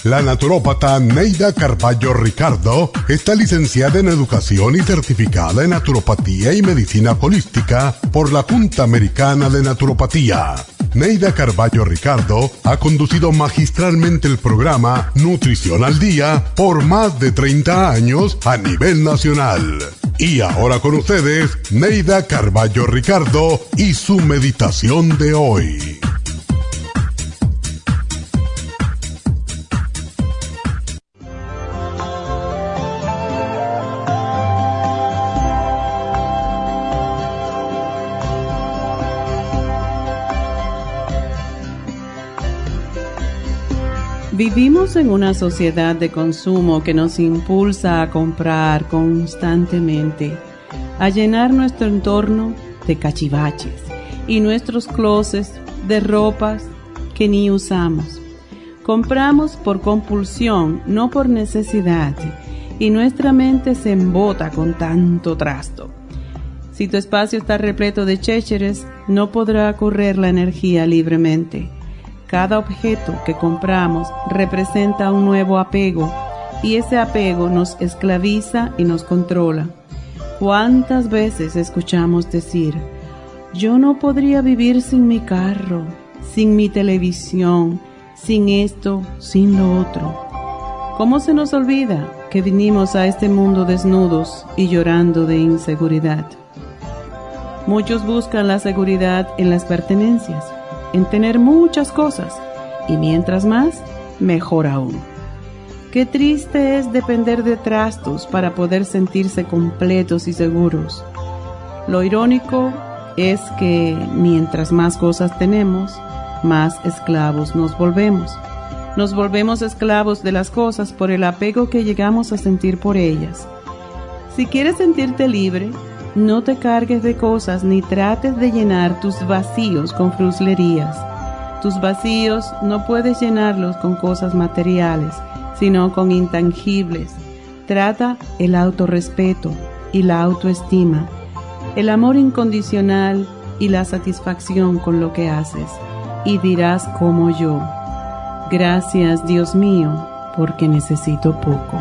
La naturópata Neida Carballo Ricardo está licenciada en Educación y certificada en Naturopatía y Medicina Holística por la Junta Americana de Naturopatía. Neida Carballo Ricardo ha conducido magistralmente el programa Nutrición al Día por más de 30 años a nivel nacional. Y ahora con ustedes, Neida Carballo Ricardo y su meditación de hoy. Vivimos en una sociedad de consumo que nos impulsa a comprar constantemente, a llenar nuestro entorno de cachivaches y nuestros closets de ropas que ni usamos. Compramos por compulsión, no por necesidad, y nuestra mente se embota con tanto trasto. Si tu espacio está repleto de chécheres, no podrá correr la energía libremente. Cada objeto que compramos representa un nuevo apego, y ese apego nos esclaviza y nos controla. ¿Cuántas veces escuchamos decir: yo no podría vivir sin mi carro, sin mi televisión, sin esto, sin lo otro? ¿Cómo se nos olvida que vinimos a este mundo desnudos y llorando de inseguridad? Muchos buscan la seguridad en las pertenencias, en tener muchas cosas, y mientras más, mejor aún. Qué triste es depender de trastos para poder sentirse completos y seguros. Lo irónico es que mientras más cosas tenemos, más esclavos nos volvemos. Nos volvemos esclavos de las cosas por el apego que llegamos a sentir por ellas. Si quieres sentirte libre, no te cargues de cosas ni trates de llenar tus vacíos con fruslerías. Tus vacíos no puedes llenarlos con cosas materiales, sino con intangibles. Trata el autorrespeto y la autoestima, el amor incondicional y la satisfacción con lo que haces. Y dirás como yo: gracias, Dios mío, porque necesito poco.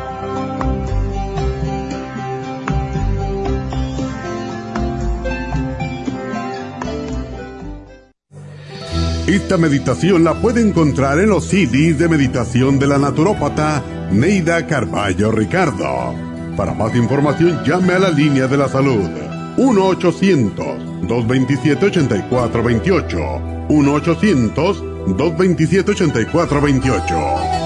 Esta meditación la puede encontrar en los CDs de meditación de la naturópata Neida Carballo Ricardo. Para más información, llame a la línea de la salud 1-800-227-8428. 1-800-227-8428.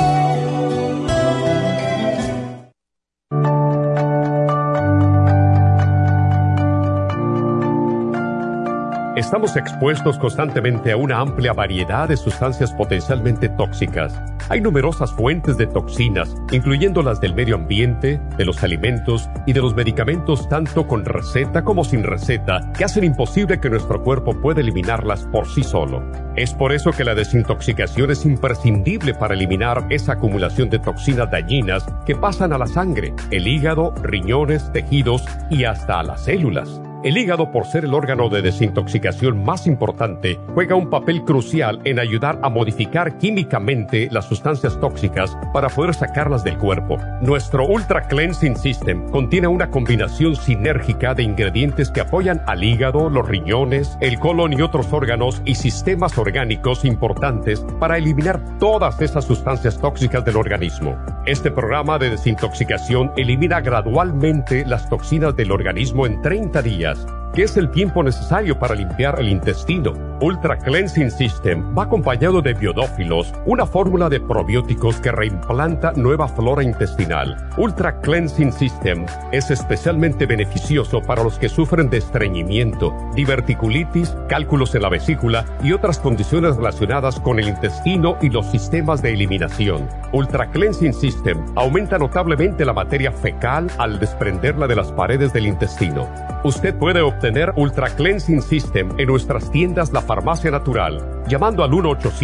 Estamos expuestos constantemente a una amplia variedad de sustancias potencialmente tóxicas. Hay numerosas fuentes de toxinas, incluyendo las del medio ambiente, de los alimentos y de los medicamentos, tanto con receta como sin receta, que hacen imposible que nuestro cuerpo pueda eliminarlas por sí solo. Es por eso que la desintoxicación es imprescindible para eliminar esa acumulación de toxinas dañinas que pasan a la sangre, el hígado, riñones, tejidos y hasta a las células. El hígado, por ser el órgano de desintoxicación más importante, juega un papel crucial en ayudar a modificar químicamente las sustancias tóxicas para poder sacarlas del cuerpo. Nuestro Ultra Cleansing System contiene una combinación sinérgica de ingredientes que apoyan al hígado, los riñones, el colon y otros órganos y sistemas orgánicos importantes para eliminar todas esas sustancias tóxicas del organismo. Este programa de desintoxicación elimina gradualmente las toxinas del organismo en 30 días, que es el tiempo necesario para limpiar el intestino. Ultra Cleansing System va acompañado de biodófilos, una fórmula de probióticos que reimplanta nueva flora intestinal. Ultra Cleansing System es especialmente beneficioso para los que sufren de estreñimiento, diverticulitis, cálculos en la vesícula y otras condiciones relacionadas con el intestino y los sistemas de eliminación. Ultra Cleansing System aumenta notablemente la materia fecal al desprenderla de las paredes del intestino. Usted puede obtener Ultra Cleansing System en nuestras tiendas La Farmacia Natural, llamando al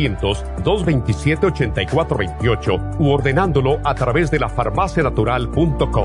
1-800-227-8428 u ordenándolo a través de lafarmacianatural.com.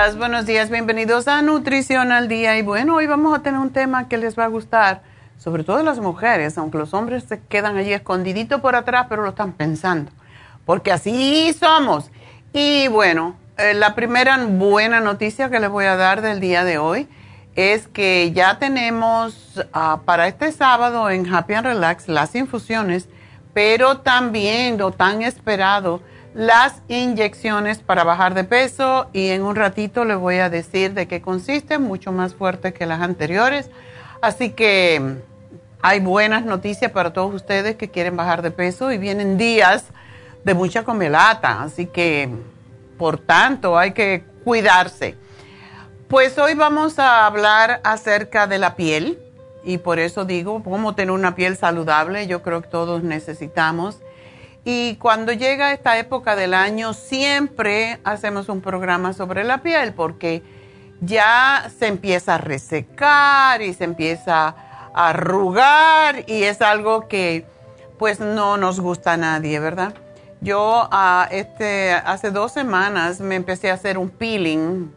buenos días, bienvenidos a Nutrición al Día. Y bueno, hoy vamos a tener un tema que les va a gustar, sobre todo a las mujeres, aunque los hombres se quedan allí escondiditos por atrás, pero lo están pensando, porque así somos. Y bueno, la primera buena noticia que les voy a dar del día de hoy es que ya tenemos para este sábado en Happy and Relax las infusiones, pero también lo tan esperado, las inyecciones para bajar de peso, y en un ratito les voy a decir de qué consisten, mucho más fuerte que las anteriores. Así que hay buenas noticias para todos ustedes que quieren bajar de peso y vienen días de mucha comelata, así que por tanto hay que cuidarse. Pues hoy vamos a hablar acerca de la piel y por eso digo, cómo tener una piel saludable, yo creo que todos necesitamos. Y cuando llega esta época del año, siempre hacemos un programa sobre la piel porque ya se empieza a resecar y se empieza a arrugar y es algo que pues no nos gusta a nadie, ¿verdad? Yo hace 2 semanas me empecé a hacer un peeling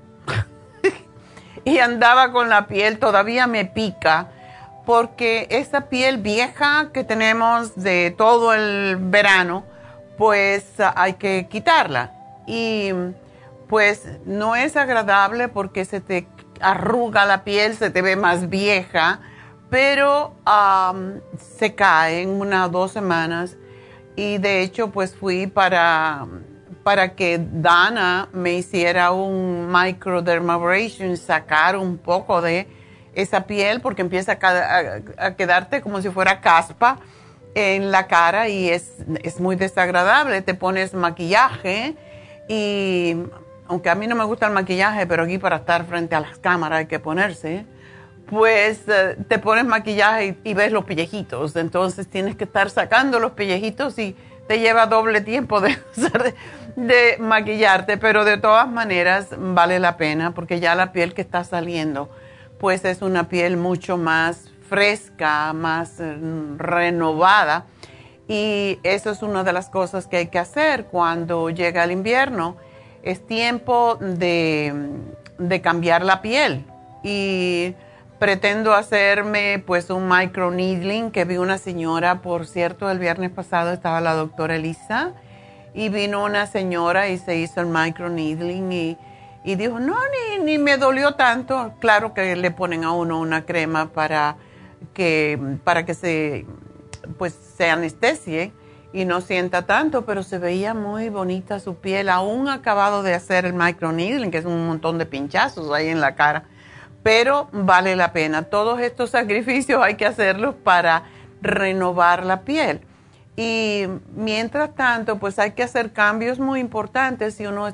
y andaba con la piel, todavía me pica, porque esa piel vieja que tenemos de todo el verano, pues hay que quitarla. Y pues no es agradable porque se te arruga la piel, se te ve más vieja, pero se cae en 1 o 2 semanas. Y de hecho, pues fui para que Dana me hiciera un microdermabrasion, sacar un poco de esa piel porque empieza a quedarte como si fuera caspa en la cara y es muy desagradable. Te pones maquillaje y aunque a mí no me gusta el maquillaje, pero aquí para estar frente a las cámaras hay que ponerse, pues te pones maquillaje y ves los pellejitos, entonces tienes que estar sacando los pellejitos y te lleva doble tiempo de maquillarte, pero de todas maneras vale la pena porque ya la piel que está saliendo pues es una piel mucho más fresca, más renovada, y eso es una de las cosas que hay que hacer cuando llega el invierno. Es tiempo de cambiar la piel y pretendo hacerme pues un microneedling, que vi una señora, por cierto, el viernes pasado estaba la doctora Elisa y vino una señora y se hizo el microneedling y dijo, no, ni me dolió tanto. Claro que le ponen a uno una crema para que se anestesie y no sienta tanto, pero se veía muy bonita su piel, aún acabado de hacer el microneedling, que es un montón de pinchazos ahí en la cara. Pero vale la pena. Todos estos sacrificios hay que hacerlos para renovar la piel. Y mientras tanto, pues hay que hacer cambios muy importantes si uno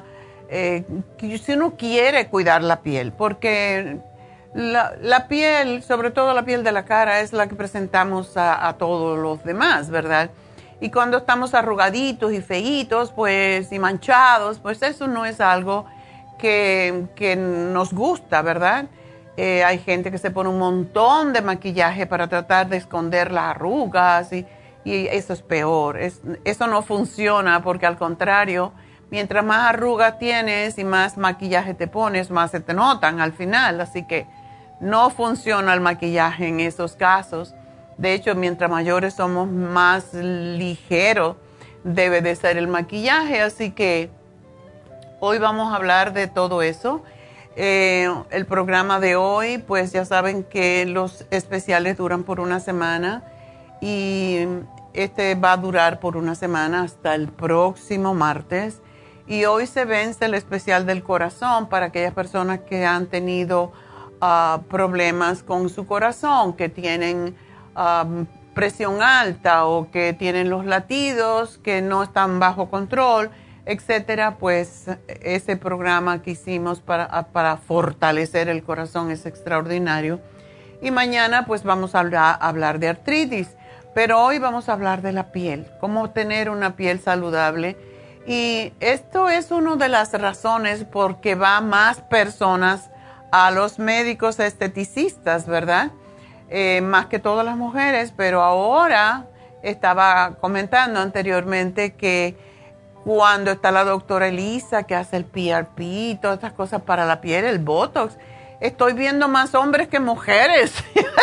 quiere cuidar la piel, porque la piel, sobre todo la piel de la cara, es la que presentamos a todos los demás, ¿verdad? Y cuando estamos arrugaditos y feitos, pues, y manchados, pues eso no es algo que nos gusta, ¿verdad? Hay gente que se pone un montón de maquillaje para tratar de esconder las arrugas y eso es peor. Eso no funciona porque al contrario, mientras más arrugas tienes y más maquillaje te pones, más se te notan al final. Así que no funciona el maquillaje en esos casos. De hecho, mientras mayores somos, más ligero debe de ser el maquillaje. Así que hoy vamos a hablar de todo eso. El programa de hoy, pues ya saben que los especiales duran por 1 semana y este va a durar por 1 semana hasta el próximo martes. Y hoy se vence el especial del corazón para aquellas personas que han tenido problemas con su corazón, que tienen presión alta o que tienen los latidos que no están bajo control, etcétera. Pues ese programa que hicimos para fortalecer el corazón es extraordinario. Y mañana pues vamos a hablar de artritis, pero hoy vamos a hablar de la piel, cómo tener una piel saludable. Y esto es una de las razones por que va más personas a los médicos esteticistas, ¿verdad? Más que todas las mujeres, pero ahora estaba comentando anteriormente que Cuando está la doctora Elisa, que hace el PRP y todas estas cosas para la piel, el Botox, estoy viendo más hombres que mujeres.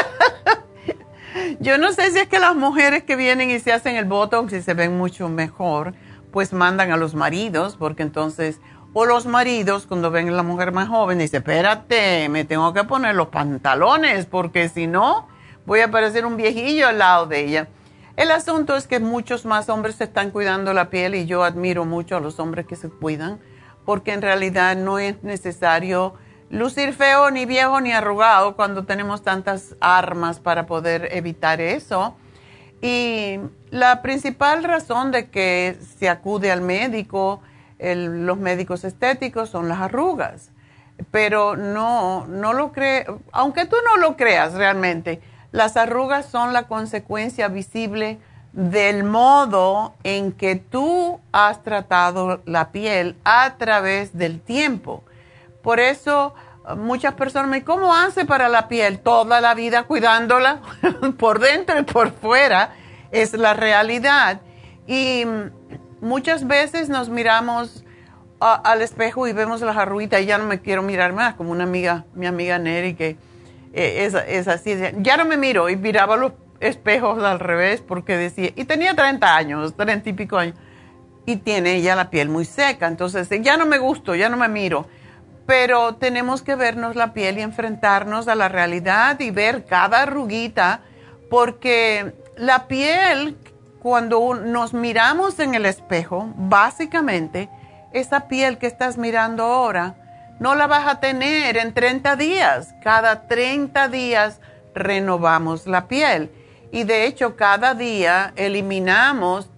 Yo no sé si es que las mujeres que vienen y se hacen el Botox y se ven mucho mejor, pues mandan a los maridos, porque entonces, o los maridos cuando ven a la mujer más joven, dicen, espérate, me tengo que poner los pantalones, porque si no, voy a parecer un viejillo al lado de ella. El asunto es que muchos más hombres se están cuidando la piel y yo admiro mucho a los hombres que se cuidan, porque en realidad no es necesario lucir feo, ni viejo, ni arrugado cuando tenemos tantas armas para poder evitar eso. Y la principal razón de que se acude al médico, los médicos estéticos, son las arrugas. Pero no lo creo, aunque tú no lo creas realmente, las arrugas son la consecuencia visible del modo en que tú has tratado la piel a través del tiempo. Por eso muchas personas me dicen, ¿cómo hace para la piel? Toda la vida cuidándola, por dentro y por fuera, es la realidad. Y muchas veces nos miramos al espejo y vemos las arruguitas y ya no me quiero mirar más, como mi amiga Neri, que es así, ya no me miro, y miraba los espejos al revés porque decía, y tenía 30 y pico años, y tiene ella la piel muy seca, entonces ya no me gusto, ya no me miro. Pero tenemos que vernos la piel y enfrentarnos a la realidad y ver cada arruguita, porque la piel, cuando nos miramos en el espejo, básicamente, esa piel que estás mirando ahora, no la vas a tener en 30 días. Cada 30 días renovamos la piel. Y de hecho, cada día eliminamos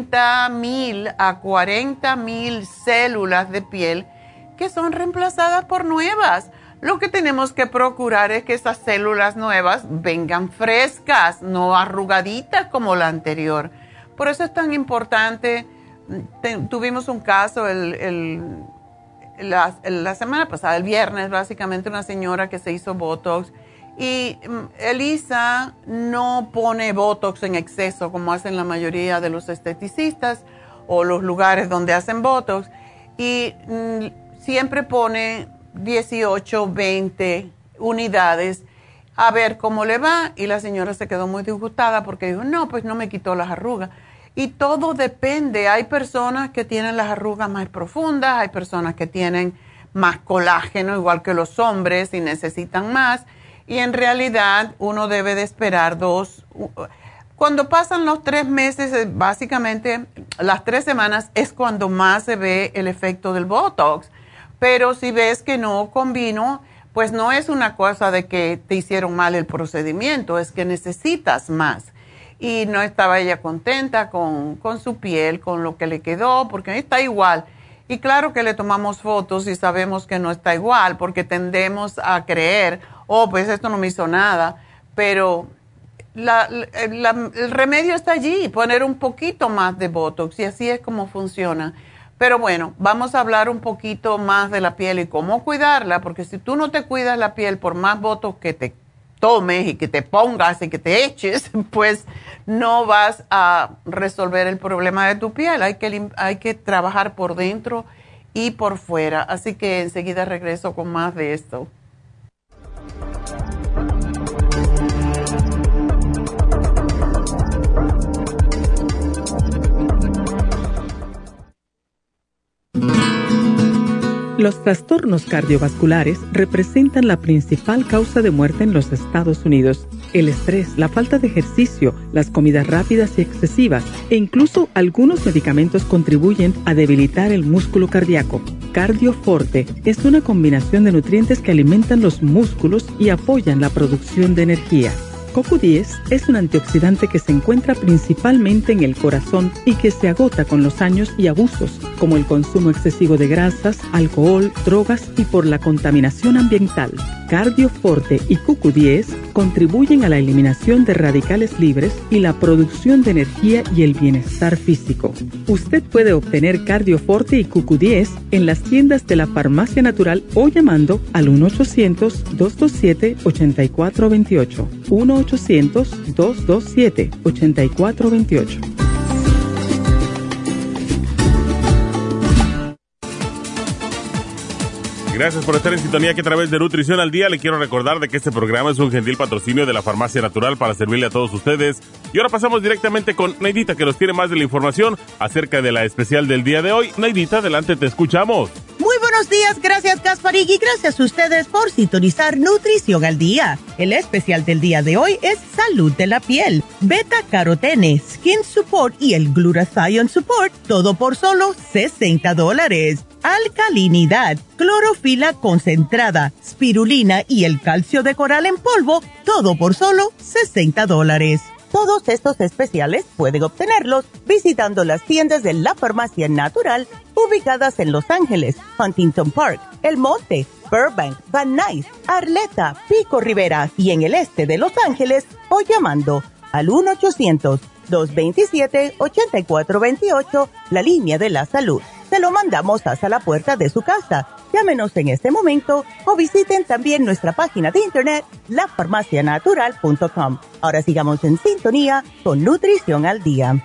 30,000 a 40,000 células de piel que son reemplazadas por nuevas. Lo que tenemos que procurar es que esas células nuevas vengan frescas, no arrugaditas como la anterior. Por eso es tan importante. Tuvimos un caso la semana pasada, el viernes, básicamente, una señora que se hizo Botox. Y Elisa no pone Botox en exceso como hacen la mayoría de los esteticistas o los lugares donde hacen Botox. Y siempre pone 18, 20 unidades a ver cómo le va. Y la señora se quedó muy disgustada porque dijo, no, pues no me quitó las arrugas. Y todo depende. Hay personas que tienen las arrugas más profundas, hay personas que tienen más colágeno, igual que los hombres, y necesitan más. Y en realidad uno debe de esperar cuando pasan los 3 meses, básicamente las 3 semanas es cuando más se ve el efecto del Botox. Pero si ves que no combino, pues no es una cosa de que te hicieron mal el procedimiento, es que necesitas más. Y no estaba ella contenta con su piel, con lo que le quedó, porque está igual. Y claro que le tomamos fotos y sabemos que no está igual, porque tendemos a creer, pues esto no me hizo nada. Pero el remedio está allí, poner un poquito más de Botox, y así es como funciona. Pero bueno, vamos a hablar un poquito más de la piel y cómo cuidarla, porque si tú no te cuidas la piel, por más Botox que te tomes y que te pongas y que te eches, pues no vas a resolver el problema de tu piel. Hay que trabajar por dentro y por fuera. Así que enseguida regreso con más de esto. Los trastornos cardiovasculares representan la principal causa de muerte en los Estados Unidos. El estrés, la falta de ejercicio, las comidas rápidas y excesivas e incluso algunos medicamentos contribuyen a debilitar el músculo cardíaco. Cardioforte es una combinación de nutrientes que alimentan los músculos y apoyan la producción de energía. CoQ10 es un antioxidante que se encuentra principalmente en el corazón y que se agota con los años y abusos, como el consumo excesivo de grasas, alcohol, drogas y por la contaminación ambiental. Cardioforte y CoQ10 contribuyen a la eliminación de radicales libres y la producción de energía y el bienestar físico. Usted puede obtener Cardioforte y CoQ10 en las tiendas de la Farmacia Natural o llamando al 1-800-227-8428. 1-800-227-8428. Gracias por estar en sintonía que a través de Nutrición al Día le quiero recordar de que este programa es un gentil patrocinio de la Farmacia Natural para servirle a todos ustedes. Y ahora pasamos directamente con Neidita, que nos tiene más de la información acerca de la especial del día de hoy. Neidita, adelante, te escuchamos. Muy buenos días, gracias Gasparín y gracias a ustedes por sintonizar Nutrición al Día. El especial del día de hoy es Salud de la Piel, Beta Carotene, Skin Support y el Glutathione Support, todo por solo $60. Alcalinidad, clorofila concentrada, spirulina y el calcio de coral en polvo, todo por solo $60. Todos estos especiales pueden obtenerlos visitando las tiendas de la Farmacia Natural ubicadas en Los Ángeles, Huntington Park, El Monte, Burbank, Van Nuys, Arleta, Pico Rivera y en el este de Los Ángeles o llamando al 1-800-227-8428, la línea de la salud. Se lo mandamos hasta la puerta de su casa. Llámenos en este momento o visiten también nuestra página de internet, lafarmacianatural.com. Ahora sigamos en sintonía con Nutrición al Día.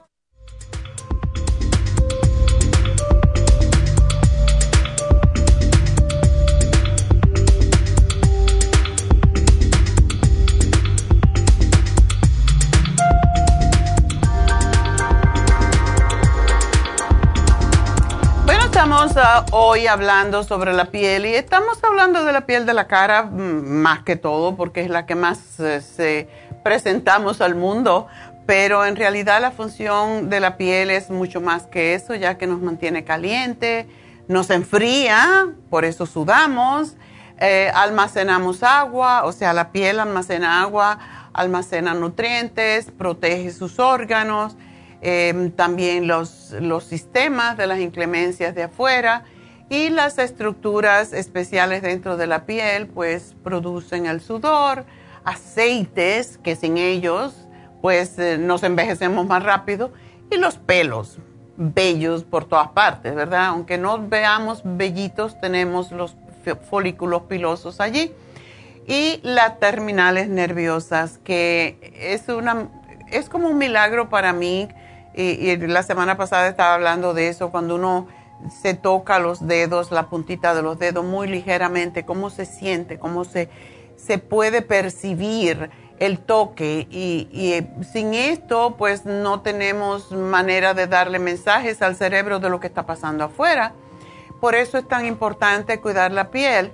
Estamos hoy hablando sobre la piel y estamos hablando de la piel de la cara más que todo porque es la que más presentamos al mundo, pero en realidad la función de la piel es mucho más que eso, ya que nos mantiene caliente, nos enfría, por eso sudamos, almacenamos agua, o sea, la piel almacena agua, almacena nutrientes, protege sus órganos. También los sistemas de las inclemencias de afuera y las estructuras especiales dentro de la piel pues producen el sudor, aceites que sin ellos pues nos envejecemos más rápido y los pelos, vellos por todas partes, ¿verdad? Aunque no veamos vellitos, tenemos los folículos pilosos allí y las terminales nerviosas que es como un milagro para mí. Y la semana pasada estaba hablando de eso, cuando uno se toca los dedos, la puntita de los dedos muy ligeramente, cómo se siente, cómo se puede percibir el toque. Y sin esto, pues no tenemos manera de darle mensajes al cerebro de lo que está pasando afuera. Por eso es tan importante cuidar la piel.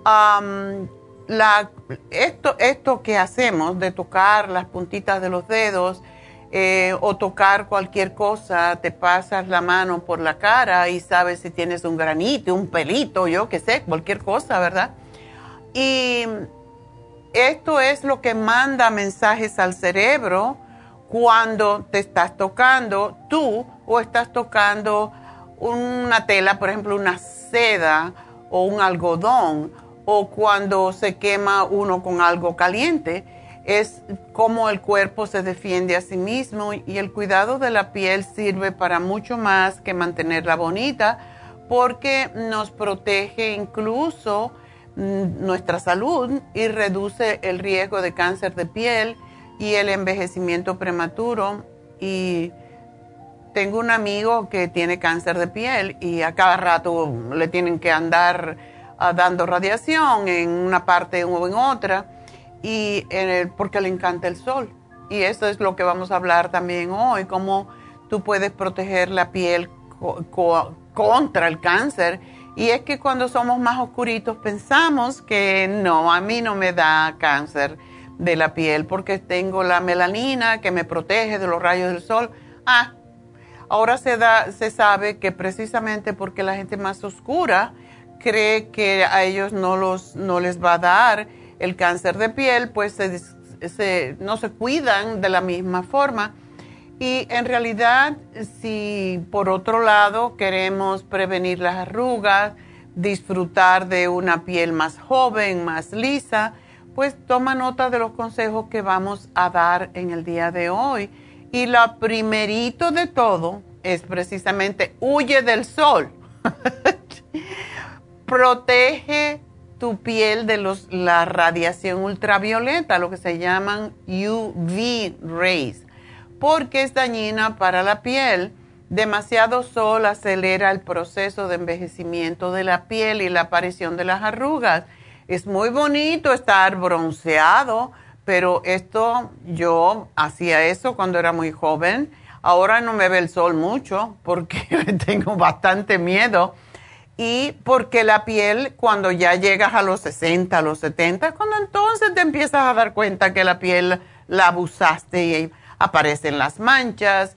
Esto que hacemos de tocar las puntitas de los dedos, o tocar cualquier cosa, te pasas la mano por la cara y sabes si tienes un granito, un pelito, yo qué sé, cualquier cosa, ¿verdad? Y esto es lo que manda mensajes al cerebro cuando te estás tocando tú o estás tocando una tela, por ejemplo, una seda o un algodón, o cuando se quema uno con algo caliente. Es como el cuerpo se defiende a sí mismo y el cuidado de la piel sirve para mucho más que mantenerla bonita porque nos protege incluso nuestra salud y reduce el riesgo de cáncer de piel y el envejecimiento prematuro. Y tengo un amigo que tiene cáncer de piel y a cada rato le tienen que andar dando radiación en una parte o en otra. Porque le encanta el sol. Y eso es lo que vamos a hablar también hoy, cómo tú puedes proteger la piel contra el cáncer. Y es que cuando somos más oscuritos pensamos que no, a mí no me da cáncer de la piel porque tengo la melanina que me protege de los rayos del sol. Ahora se sabe que precisamente porque la gente más oscura cree que a ellos no les va a dar el cáncer de piel, pues no se cuidan de la misma forma. Y en realidad, si por otro lado queremos prevenir las arrugas, disfrutar de una piel más joven, más lisa, pues toma nota de los consejos que vamos a dar en el día de hoy. Y lo primerito de todo es precisamente huye del sol. Protege tu piel de la radiación ultravioleta, lo que se llaman UV rays, porque es dañina para la piel Demasiado sol acelera el proceso de envejecimiento de la piel y la aparición de las arrugas. Es muy bonito estar bronceado, pero yo hacía eso cuando era muy joven. Ahora no me ve el sol mucho porque tengo bastante miedo. Y porque la piel, cuando ya llegas a los 60, a los 70, es cuando entonces te empiezas a dar cuenta que la piel la abusaste y aparecen las manchas.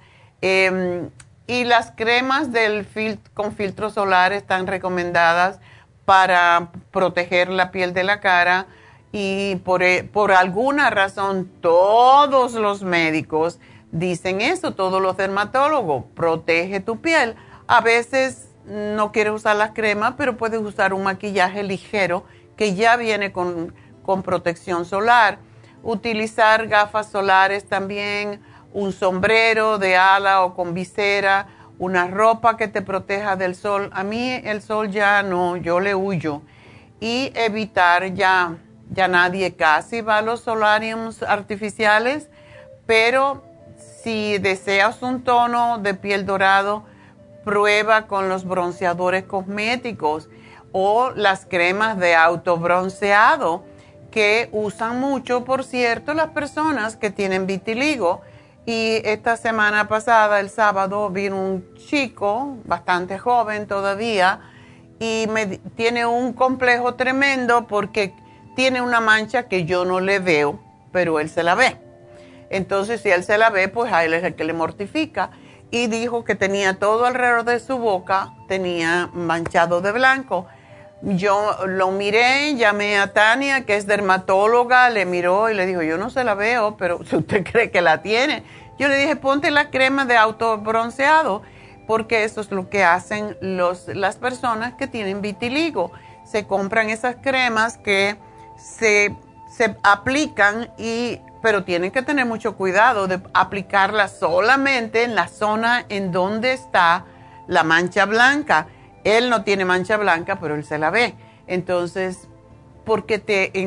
Y las cremas con filtro solar están recomendadas para proteger la piel de la cara. Y por alguna razón todos los médicos dicen eso, todos los dermatólogos, protege tu piel. A veces no quieres usar las cremas, pero puedes usar un maquillaje ligero que ya viene con protección solar. Utilizar gafas solares también, un sombrero de ala o con visera, una ropa que te proteja del sol. A mí el sol ya no, yo le huyo. Y evitar ya nadie casi va a los solariums artificiales, pero si deseas un tono de piel dorado, prueba con los bronceadores cosméticos o las cremas de autobronceado que usan mucho, por cierto, las personas que tienen vitiligo. Y esta semana pasada, el sábado, vino un chico bastante joven todavía y tiene un complejo tremendo porque tiene una mancha que yo no le veo, pero él se la ve. Entonces, si él se la ve, pues a él es el que le mortifica. Y dijo que tenía todo alrededor de su boca, tenía manchado de blanco. Yo lo miré, llamé a Tania, que es dermatóloga, le miró y le dijo, yo no se la veo, pero si usted cree que la tiene. Yo le dije, ponte la crema de autobronceado, porque eso es lo que hacen las personas que tienen vitiligo. Se compran esas cremas que se aplican, pero tienen que tener mucho cuidado de aplicarlas solamente en la zona en donde está la mancha blanca. Él no tiene mancha blanca, pero él se la ve. Entonces, porque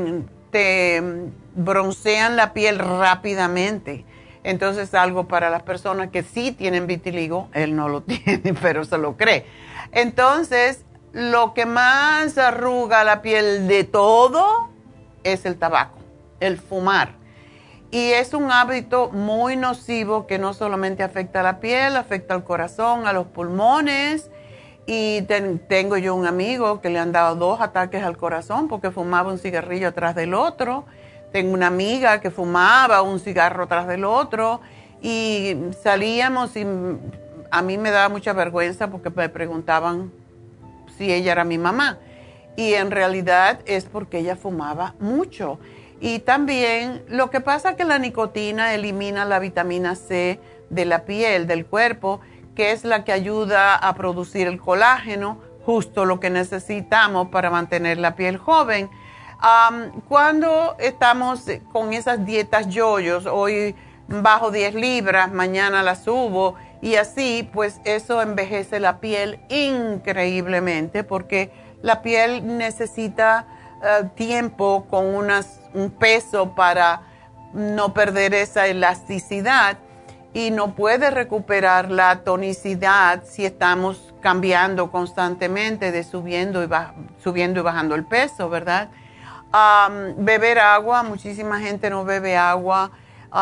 te broncean la piel rápidamente. Entonces, algo para las personas que sí tienen vitiligo, él no lo tiene, pero se lo cree. Entonces, lo que más arruga la piel de todo es el tabaco, el fumar. Y es un hábito muy nocivo que no solamente afecta a la piel, afecta al corazón, a los pulmones. Y tengo yo un amigo que le han dado 2 ataques al corazón porque fumaba un cigarrillo atrás del otro. Tengo una amiga que fumaba un cigarro atrás del otro. Y salíamos y a mí me daba mucha vergüenza porque me preguntaban si ella era mi mamá. Y en realidad es porque ella fumaba mucho. Y también lo que pasa es que la nicotina elimina la vitamina C de la piel, del cuerpo, que es la que ayuda a producir el colágeno, justo lo que necesitamos para mantener la piel joven. Cuando estamos con esas dietas yoyos, hoy bajo 10 libras, mañana las subo y así, pues eso envejece la piel increíblemente porque la piel necesita tiempo con un peso para no perder esa elasticidad y no puede recuperar la tonicidad si estamos cambiando constantemente de subiendo y bajando el peso, ¿verdad? Beber agua, muchísima gente no bebe agua,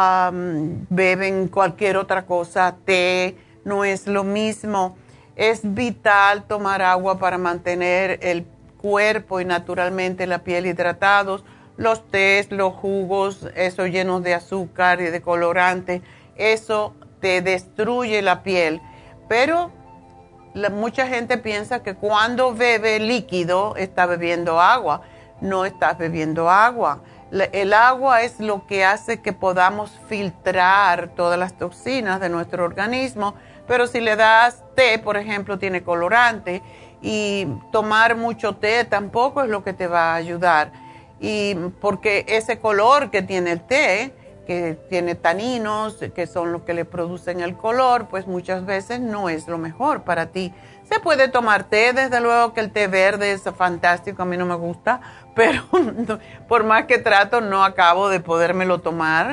beben cualquier otra cosa, té, no es lo mismo. Es vital tomar agua para mantener el cuerpo y naturalmente la piel hidratados. Los tés, los jugos, esos llenos de azúcar y de colorante, eso te destruye la piel. Pero mucha gente piensa que cuando bebe líquido está bebiendo agua. No estás bebiendo agua. El agua es lo que hace que podamos filtrar todas las toxinas de nuestro organismo. Pero si le das té, por ejemplo, tiene colorante y tomar mucho té tampoco es lo que te va a ayudar. Y porque ese color que tiene el té, que tiene taninos, que son los que le producen el color, pues muchas veces no es lo mejor para ti. Se puede tomar té, desde luego que el té verde es fantástico, a mí no me gusta, pero por más que trato no acabo de podérmelo tomar.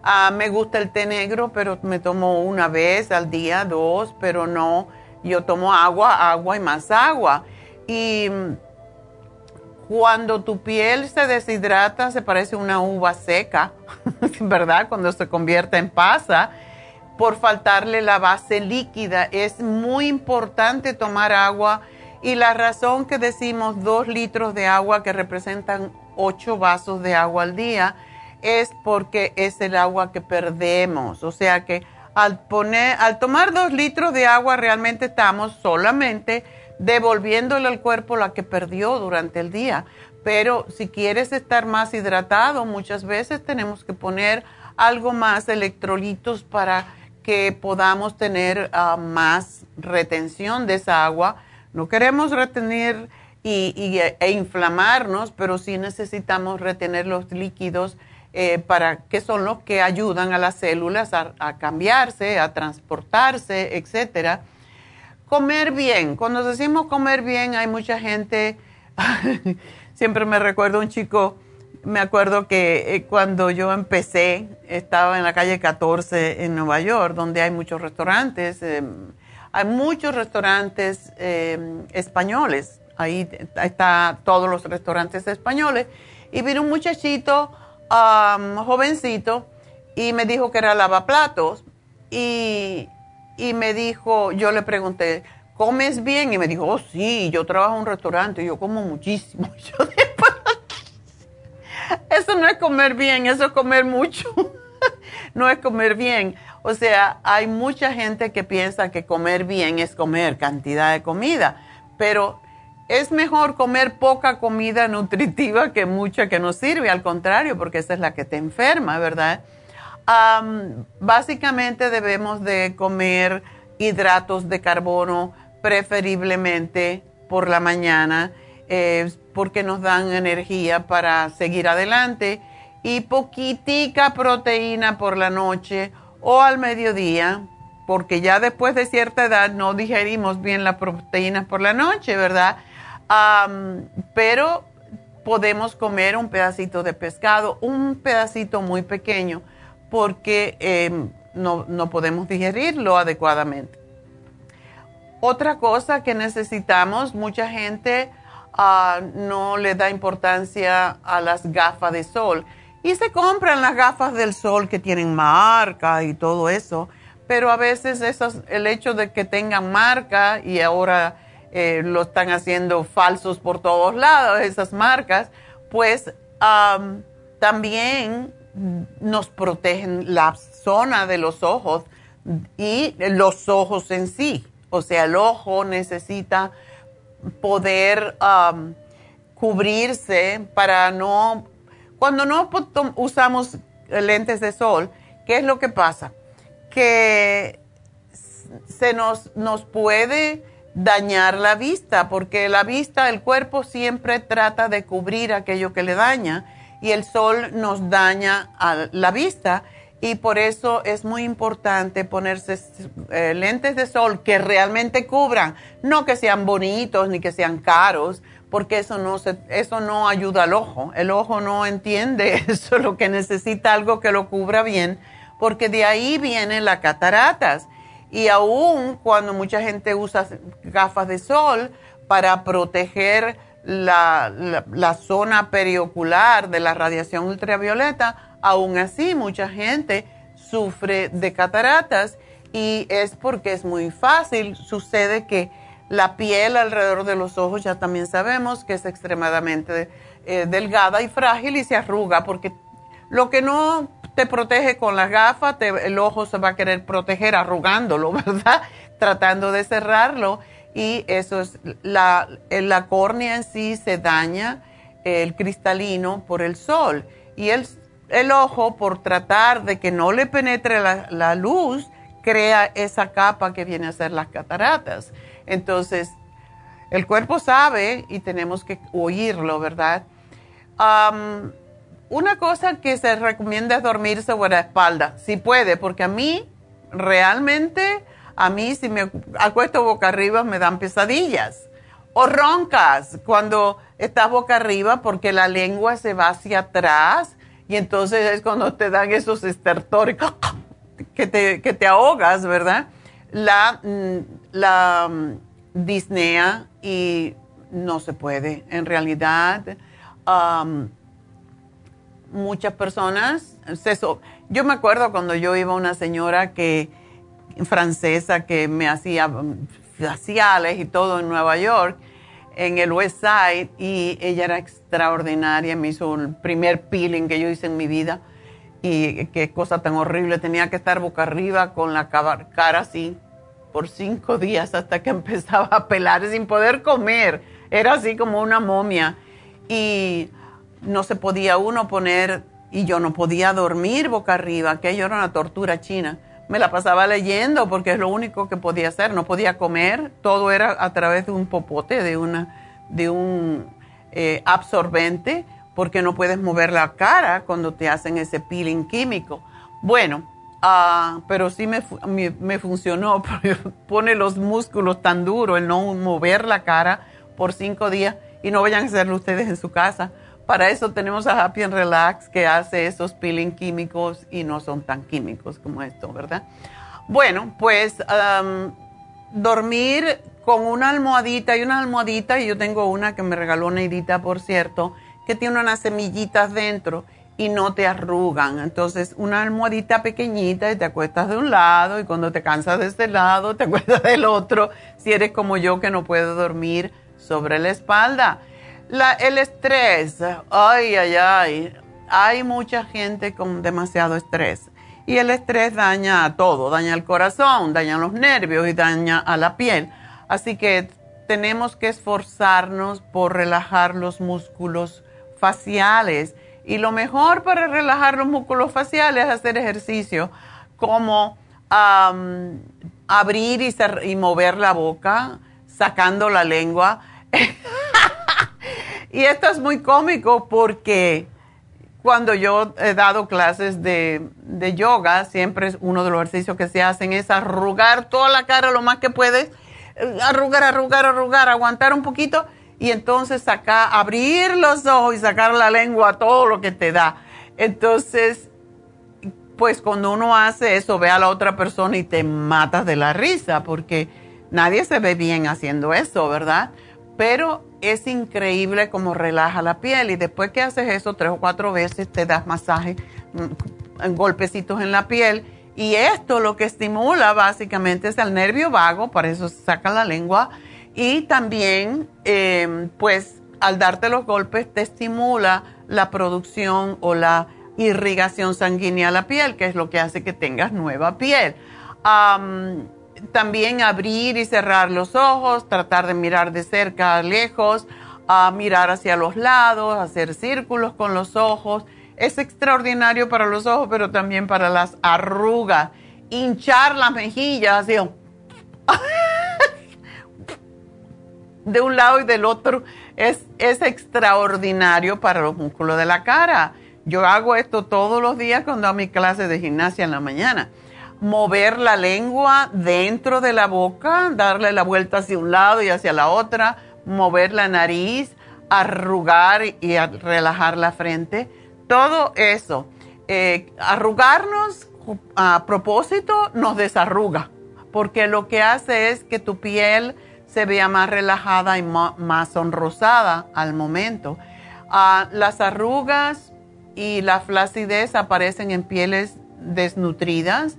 Me gusta el té negro, pero me tomo una vez al día, 2, pero no, yo tomo agua y más agua. Y cuando tu piel se deshidrata, se parece una uva seca, ¿verdad? Cuando se convierte en pasa, por faltarle la base líquida. Es muy importante tomar agua, y la razón que decimos 2 litros de agua, que representan 8 vasos de agua al día, es porque es el agua que perdemos. O sea que al tomar 2 litros de agua, realmente estamos solamente devolviéndole al cuerpo la que perdió durante el día. Pero si quieres estar más hidratado, muchas veces tenemos que poner algo más, electrolitos, para que podamos tener más retención de esa agua. No queremos retener e inflamarnos, pero sí necesitamos retener los líquidos que son los que ayudan a las células a cambiarse, a transportarse, etcétera. Comer bien. Cuando decimos comer bien, hay mucha gente, siempre me recuerdo un chico, me acuerdo que cuando yo empecé, estaba en la calle 14 en Nueva York, donde hay muchos restaurantes, españoles. Ahí están todos los restaurantes españoles. Y vino un muchachito, jovencito, y me dijo que era lavaplatos. Y me dijo, yo le pregunté, ¿comes bien? Y me dijo, oh sí, yo trabajo en un restaurante y yo como muchísimo. Yo dije, eso no es comer bien, eso es comer mucho. No es comer bien. O sea, hay mucha gente que piensa que comer bien es comer cantidad de comida, pero es mejor comer poca comida nutritiva que mucha que no sirve, al contrario, porque esa es la que te enferma, ¿verdad? Básicamente debemos de comer hidratos de carbono, preferiblemente por la mañana, porque nos dan energía para seguir adelante, y poquitica proteína por la noche o al mediodía, porque ya después de cierta edad no digerimos bien las proteínas por la noche, ¿verdad? Pero podemos comer un pedacito de pescado, un pedacito muy pequeño, porque no podemos digerirlo adecuadamente. Otra cosa que necesitamos, mucha gente no le da importancia a las gafas de sol y se compran las gafas del sol que tienen marca y todo eso, pero a veces el hecho de que tengan marca, y ahora lo están haciendo falsos por todos lados, esas marcas, pues también nos protegen la zona de los ojos y los ojos en sí. O sea, el ojo necesita poder cubrirse para no... Cuando no usamos lentes de sol, ¿qué es lo que pasa? Que se nos puede dañar la vista, porque la vista, el cuerpo siempre trata de cubrir aquello que le daña, y el sol nos daña a la vista, y por eso es muy importante ponerse lentes de sol que realmente cubran, no que sean bonitos ni que sean caros, porque eso no ayuda al ojo. El ojo no entiende eso, lo que necesita algo que lo cubra bien, porque de ahí vienen las cataratas. Y aún cuando mucha gente usa gafas de sol para proteger la zona periocular de la radiación ultravioleta, aún así mucha gente sufre de cataratas, y es porque es muy fácil. Sucede que la piel alrededor de los ojos ya también sabemos que es extremadamente delgada y frágil y se arruga, porque lo que no te protege con las gafas, el ojo se va a querer proteger arrugándolo, ¿verdad? Tratando de cerrarlo, y eso es la córnea en sí se daña, el cristalino, por el sol, y el ojo, por tratar de que no le penetre la luz, crea esa capa que viene a ser las cataratas. Entonces, el cuerpo sabe y tenemos que oírlo, ¿verdad? Una cosa que se recomienda es dormir sobre la espalda, si puede, porque a mí si me acuesto boca arriba me dan pesadillas. O roncas cuando estás boca arriba, porque la lengua se va hacia atrás y entonces es cuando te dan esos estertores que te ahogas, ¿verdad? La disnea, y no se puede. En realidad, muchas personas, yo me acuerdo cuando yo iba a una señora francesa que me hacía faciales y todo en Nueva York, en el West Side, y ella era extraordinaria, me hizo el primer peeling que yo hice en mi vida, y qué cosa tan horrible, tenía que estar boca arriba con la cara así por 5 días hasta que empezaba a pelar sin poder comer, era así como una momia, y no se podía uno poner, y yo no podía dormir boca arriba, aquello era una tortura china. Me la pasaba leyendo porque es lo único que podía hacer. No podía comer, todo era a través de un popote, de un absorbente, porque no puedes mover la cara cuando te hacen ese peeling químico. Bueno, pero sí me funcionó, porque pone los músculos tan duros el no mover la cara por 5 días, y no vayan a hacerlo ustedes en su casa. Para eso tenemos a Happy and Relax, que hace esos peeling químicos y no son tan químicos como esto, ¿verdad? Bueno, pues dormir con una almohadita, y yo tengo una que me regaló Neidita, por cierto, que tiene unas semillitas dentro y no te arrugan. Entonces, una almohadita pequeñita y te acuestas de un lado, y cuando te cansas de este lado, te acuestas del otro, si eres como yo que no puedo dormir sobre la espalda. El estrés, ay. Hay mucha gente con demasiado estrés. Y el estrés daña todo, daña el corazón, daña los nervios y daña a la piel. Así que tenemos que esforzarnos por relajar los músculos faciales. Y lo mejor para relajar los músculos faciales es hacer ejercicio, como abrir y mover la boca, sacando la lengua. Y esto es muy cómico porque cuando yo he dado clases de yoga, siempre es uno de los ejercicios que se hacen es arrugar toda la cara lo más que puedes, arrugar, aguantar un poquito y entonces abrir los ojos y sacar la lengua, todo lo que te da. Entonces, pues cuando uno hace eso, ve a la otra persona y te matas de la risa porque nadie se ve bien haciendo eso, ¿verdad? Pero es increíble cómo relaja la piel, y después que haces eso 3 o 4 veces te das masaje, golpecitos en la piel, y esto lo que estimula básicamente es el nervio vago, para eso se saca la lengua, y también pues al darte los golpes te estimula la producción o la irrigación sanguínea a la piel, que es lo que hace que tengas nueva piel. También abrir y cerrar los ojos, tratar de mirar de cerca, lejos, mirar hacia los lados, hacer círculos con los ojos. Es extraordinario para los ojos, pero también para las arrugas. Hinchar las mejillas, así, de un lado y del otro, es extraordinario para los músculos de la cara. Yo hago esto todos los días cuando hago mi clase de gimnasia en la mañana. Mover la lengua dentro de la boca, darle la vuelta hacia un lado y hacia la otra, mover la nariz, arrugar y relajar la frente. Todo eso. Arrugarnos a propósito nos desarruga, porque lo que hace es que tu piel se vea más relajada y más sonrosada al momento. Las arrugas y la flacidez aparecen en pieles desnutridas,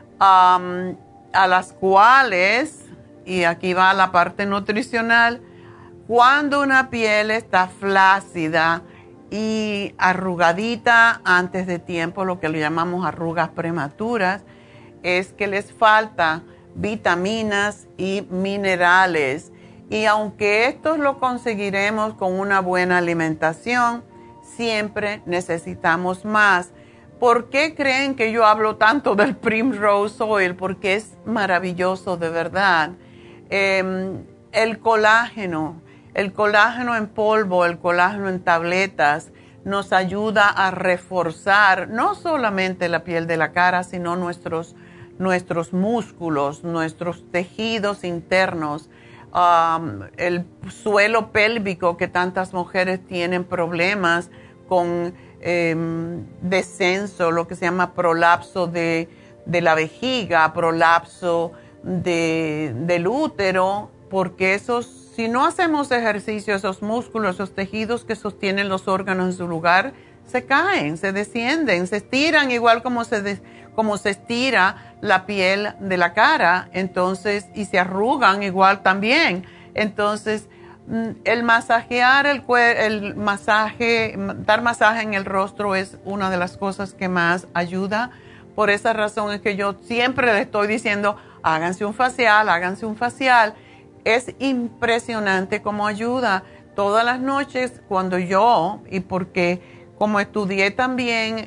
a las cuales, y aquí va la parte nutricional, cuando una piel está flácida y arrugadita antes de tiempo, lo que le llamamos arrugas prematuras, es que les falta vitaminas y minerales. Y aunque esto lo conseguiremos con una buena alimentación, siempre necesitamos más. ¿Por qué creen que yo hablo tanto del Primrose Oil? Porque es maravilloso, de verdad. El colágeno en polvo, el colágeno en tabletas, nos ayuda a reforzar no solamente la piel de la cara, sino nuestros músculos, nuestros tejidos internos, el suelo pélvico, que tantas mujeres tienen problemas con descenso, lo que se llama prolapso de la vejiga, prolapso del útero, porque si no hacemos ejercicio, esos músculos, esos tejidos que sostienen los órganos en su lugar, se caen, se descienden, se estiran igual como se estira la piel de la cara, entonces, y se arrugan igual también. Entonces, el masajear dar masaje en el rostro es una de las cosas que más ayuda. Por esa razón es que yo siempre le estoy diciendo, háganse un facial, háganse un facial. Es impresionante cómo ayuda. Todas las noches cuando y porque como estudié también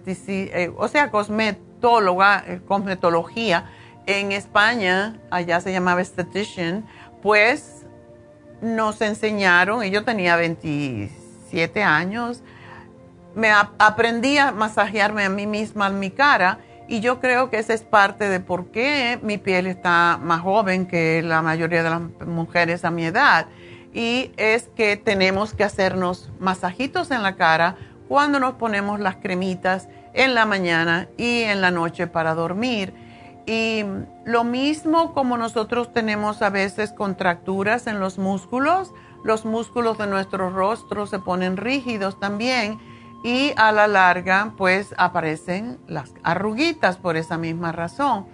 cosmetología en España, allá se llamaba esthetician, pues nos enseñaron, y yo tenía 27 años, aprendí a masajearme a mí misma en mi cara, y yo creo que esa es parte de por qué mi piel está más joven que la mayoría de las mujeres a mi edad. Y es que tenemos que hacernos masajitos en la cara cuando nos ponemos las cremitas en la mañana y en la noche para dormir. Y lo mismo como nosotros tenemos a veces contracturas en los músculos de nuestro rostro se ponen rígidos también. Y a la larga, pues, aparecen las arruguitas por esa misma razón.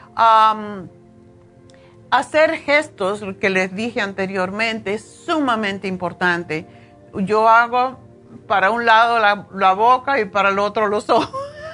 Hacer gestos, que les dije anteriormente, es sumamente importante. Yo hago para un lado la boca y para el otro los ojos.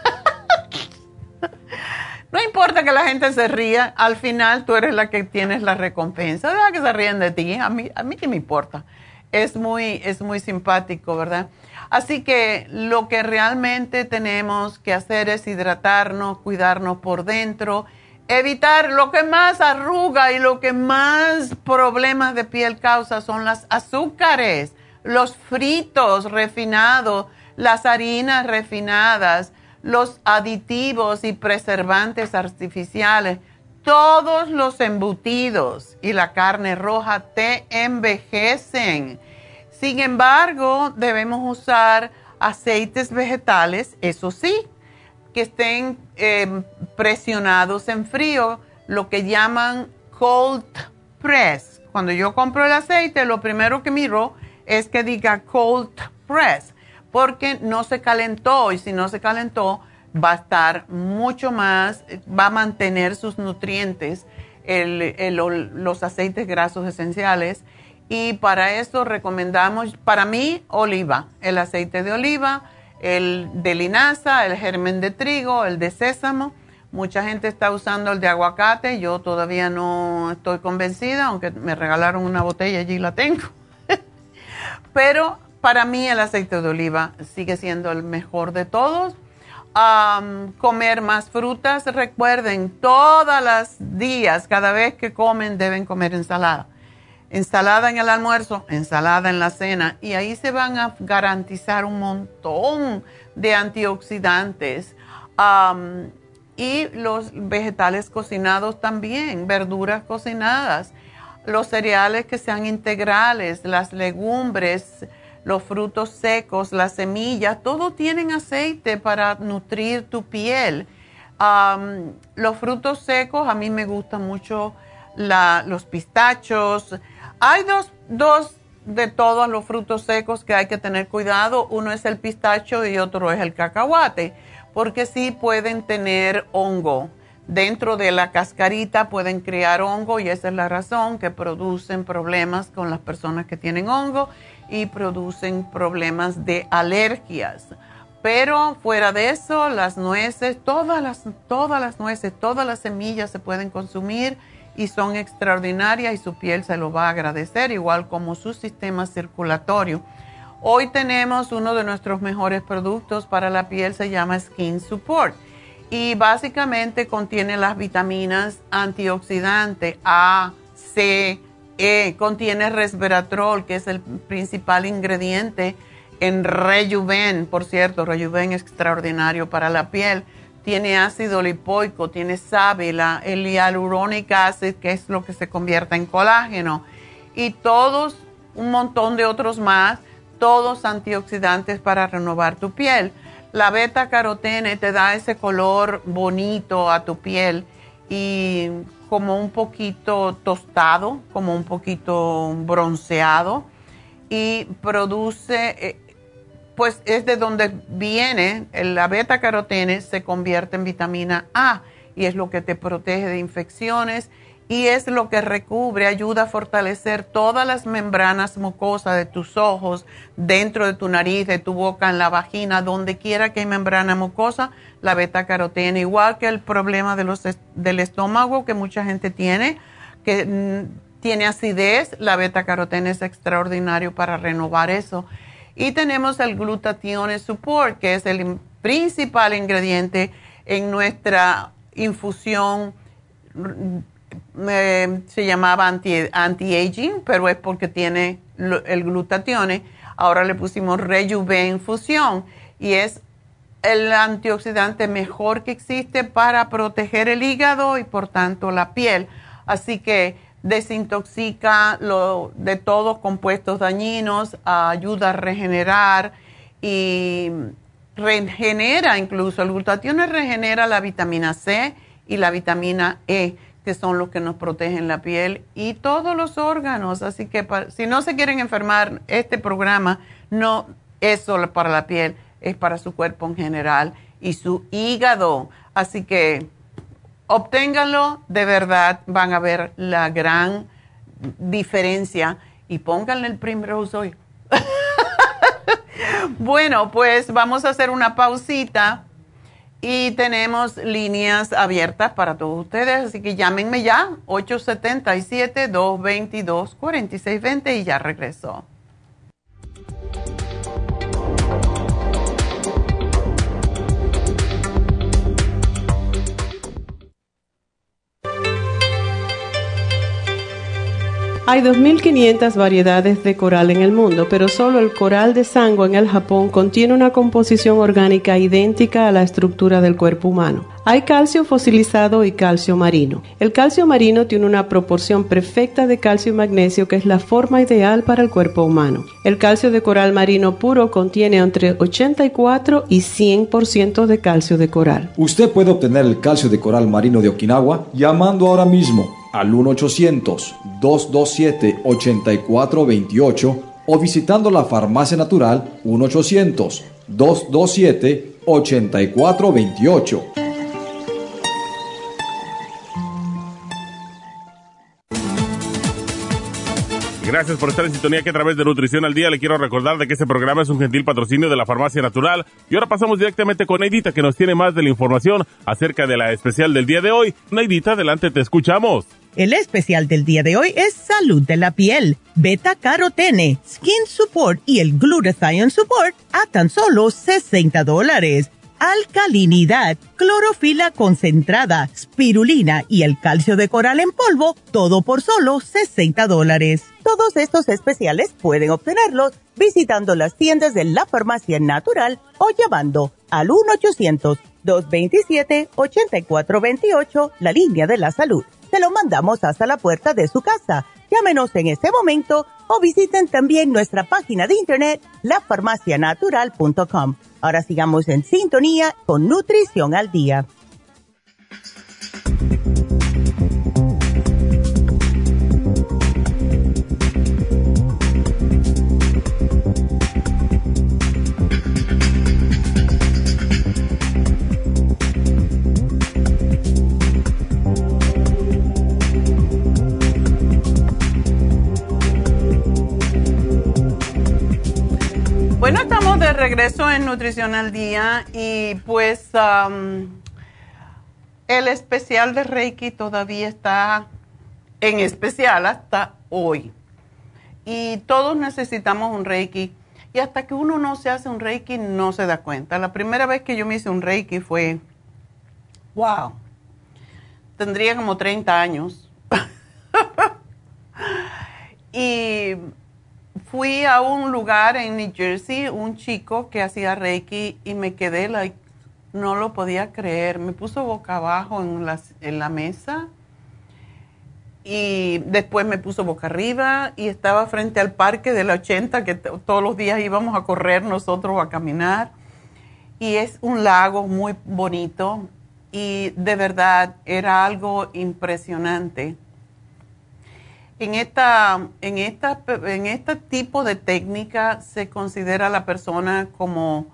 No importa que la gente se ría, al final tú eres la que tienes la recompensa. Deja que se ríen de ti, a mí qué me importa. Es muy simpático, ¿verdad? Así que lo que realmente tenemos que hacer es hidratarnos, cuidarnos por dentro, evitar lo que más arruga y lo que más problemas de piel causa son las azúcares, los fritos refinados, las harinas refinadas, los aditivos y preservantes artificiales, todos los embutidos y la carne roja te envejecen. Sin embargo, debemos usar aceites vegetales, eso sí, que estén presionados en frío, lo que llaman cold press. Cuando yo compro el aceite, lo primero que miro es que diga cold press, porque no se calentó, y si no se calentó, va a estar mucho más, va a mantener sus nutrientes, los aceites grasos esenciales. Y para eso recomendamos, para mí, oliva, el aceite de oliva, el de linaza, el germen de trigo, el de sésamo. Mucha gente está usando el de aguacate, yo todavía no estoy convencida, aunque me regalaron una botella, allí la tengo. Pero para mí el aceite de oliva sigue siendo el mejor de todos. Comer más frutas, recuerden, todos los días, cada vez que comen, deben comer ensalada. Ensalada en el almuerzo, ensalada en la cena, y ahí se van a garantizar un montón de antioxidantes. Y los vegetales cocinados también, verduras cocinadas, los cereales que sean integrales, las legumbres, los frutos secos, las semillas, todo tienen aceite para nutrir tu piel. Los frutos secos, a mí me gustan mucho los pistachos. Hay dos de todos los frutos secos que hay que tener cuidado. Uno es el pistacho y otro es el cacahuate, porque sí pueden tener hongo. Dentro de la cascarita pueden crear hongo y esa es la razón que producen problemas con las personas que tienen hongo y producen problemas de alergias. Pero fuera de eso, las nueces, todas las nueces, todas las semillas se pueden consumir y son extraordinarias y su piel se lo va a agradecer, igual como su sistema circulatorio. Hoy tenemos uno de nuestros mejores productos para la piel, se llama Skin Support. Y básicamente contiene las vitaminas antioxidantes A, C, E, contiene resveratrol, que es el principal ingrediente en Rejuven. Por cierto, Rejuven es extraordinario para la piel. Tiene ácido lipoico, tiene sábila, el hyaluronic acid, que es lo que se convierte en colágeno. Y todos, un montón de otros más. todos antioxidantes para renovar tu piel. La beta-carotene te da ese color bonito a tu piel y como un poquito tostado, como un poquito bronceado, y produce, pues es de donde viene la beta-carotene, se convierte en vitamina A y es lo que te protege de infecciones y es lo que recubre, ayuda a fortalecer todas las membranas mucosas de tus ojos, dentro de tu nariz, de tu boca, en la vagina, donde quiera que hay membrana mucosa, la beta-carotene, igual que el problema del estómago que mucha gente tiene, que tiene acidez, la beta-carotene es extraordinario para renovar eso. Y tenemos el Glutathione Support, que es el principal ingrediente en nuestra infusión. Se llamaba anti-aging, pero es porque tiene el glutatione. Ahora le pusimos Rejuven Infusión y es el antioxidante mejor que existe para proteger el hígado y por tanto la piel. Así que desintoxica de todos compuestos dañinos, ayuda a regenerar y regenera incluso. El glutatione regenera la vitamina C y la vitamina E, que son los que nos protegen la piel y todos los órganos. Así que si no se quieren enfermar, este programa no es solo para la piel, es para su cuerpo en general y su hígado. Así que obténganlo, de verdad van a ver la gran diferencia y pónganle el Primrose hoy. Bueno, pues vamos a hacer una pausita. Y tenemos líneas abiertas para todos ustedes, así que llámenme ya, 877-222-4620 y ya regreso. Hay 2.500 variedades de coral en el mundo, pero solo el coral de Sango en el Japón contiene una composición orgánica idéntica a la estructura del cuerpo humano. Hay calcio fosilizado y calcio marino. El calcio marino tiene una proporción perfecta de calcio y magnesio que es la forma ideal para el cuerpo humano. El calcio de coral marino puro contiene entre 84 y 100% de calcio de coral. Usted puede obtener el calcio de coral marino de Okinawa llamando ahora mismo al 1-800-227-8428 o visitando la Farmacia Natural 1-800-227-8428. Gracias por estar en sintonía, que a través de Nutrición al Día le quiero recordar de que este programa es un gentil patrocinio de la Farmacia Natural. Y ahora pasamos directamente con Neidita, que nos tiene más de la información acerca de la especial del día de hoy. Neidita, adelante, te escuchamos. El especial del día de hoy es Salud de la Piel, Beta-Carotene, Skin Support y el Glutathione Support a tan solo $60. Alcalinidad, clorofila concentrada, spirulina y el calcio de coral en polvo, todo por solo $60. Todos estos especiales pueden obtenerlos visitando las tiendas de la Farmacia Natural o llamando al 1-800-227-8428, la línea de la salud. Se lo mandamos hasta la puerta de su casa. Llámenos en este momento o visiten también nuestra página de internet, lafarmacianatural.com. Ahora sigamos en sintonía con Nutrición al Día. Bueno, estamos de regreso en Nutrición al Día y pues el especial de Reiki todavía está en especial hasta hoy. Y todos necesitamos un Reiki y hasta que uno no se hace un Reiki no se da cuenta. La primera vez que yo me hice un Reiki fue, wow, tendría como 30 años. Y fui a un lugar en New Jersey, un chico que hacía Reiki y me quedé, no lo podía creer. Me puso boca abajo en la mesa y después me puso boca arriba y estaba frente al parque de la 80, que todos los días íbamos a correr nosotros, a caminar. Y es un lago muy bonito y de verdad era algo impresionante. En este tipo de técnica se considera a la persona como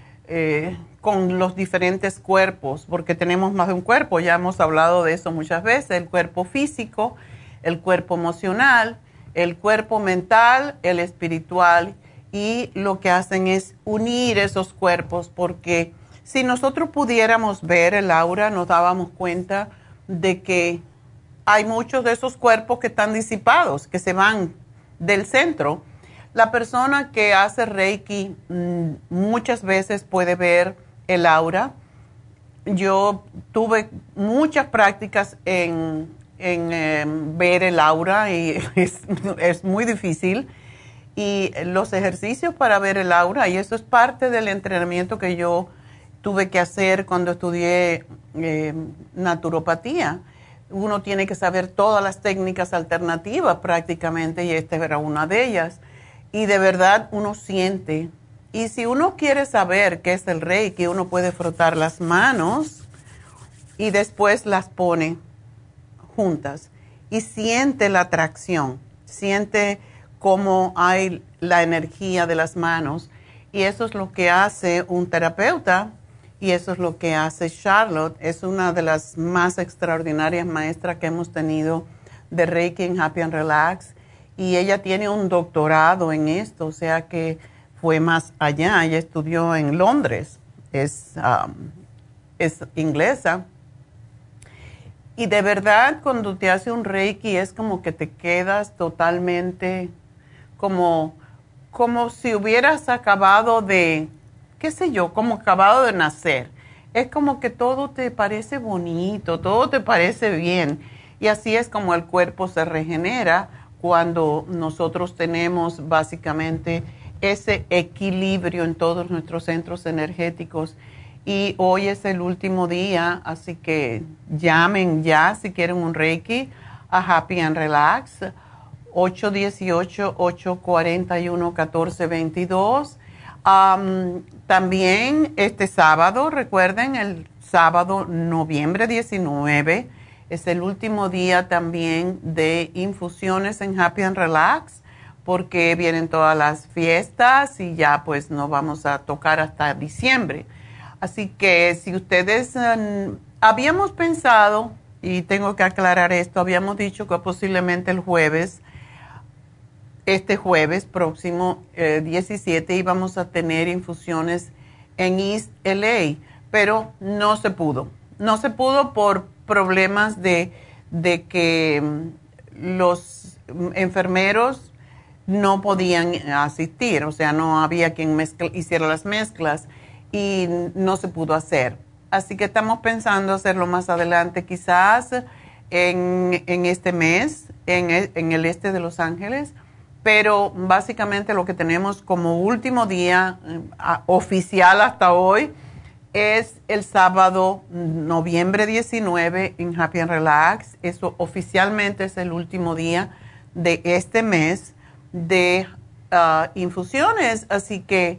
con los diferentes cuerpos, porque tenemos más de un cuerpo, ya hemos hablado de eso muchas veces, el cuerpo físico, el cuerpo emocional, el cuerpo mental, el espiritual, y lo que hacen es unir esos cuerpos, porque si nosotros pudiéramos ver el aura, nos dábamos cuenta de que hay muchos de esos cuerpos que están disipados, que se van del centro. La persona que hace Reiki muchas veces puede ver el aura. Yo tuve muchas prácticas en ver el aura y es muy difícil. Y los ejercicios para ver el aura, y eso es parte del entrenamiento que yo tuve que hacer cuando estudié naturopatía. Uno tiene que saber todas las técnicas alternativas prácticamente, y esta era una de ellas. Y de verdad uno siente. Y si uno quiere saber qué es el Reiki, uno puede frotar las manos y después las pone juntas. Y siente la atracción, siente cómo hay la energía de las manos. Y eso es lo que hace un terapeuta. Y eso es lo que hace Charlotte. Es una de las más extraordinarias maestras que hemos tenido de Reiki en Happy and Relax. Y ella tiene un doctorado en esto, o sea que fue más allá. Ella estudió en Londres, es inglesa. Y de verdad, cuando te hace un Reiki, es como que te quedas totalmente como si hubieras acabado de, qué sé yo, como acabado de nacer. Es como que todo te parece bonito, todo te parece bien. Y así es como el cuerpo se regenera cuando nosotros tenemos básicamente ese equilibrio en todos nuestros centros energéticos. Y hoy es el último día, así que llamen ya si quieren un Reiki a Happy and Relax, 818-841-1422. También este sábado, recuerden, el sábado noviembre 19, es el último día también de infusiones en Happy and Relax, porque vienen todas las fiestas y ya pues no vamos a tocar hasta diciembre. Así que si ustedes habíamos pensado, y tengo que aclarar esto, habíamos dicho que posiblemente el jueves, este jueves próximo 17 íbamos a tener infusiones en East LA, pero no se pudo. No se pudo por problemas de que los enfermeros no podían asistir, o sea, no había quien hiciera las mezclas y no se pudo hacer. Así que estamos pensando hacerlo más adelante, quizás en este mes, en el este de Los Ángeles. Pero básicamente lo que tenemos como último día oficial hasta hoy es el sábado noviembre 19 en Happy and Relax. Eso oficialmente es el último día de este mes de infusiones. Así que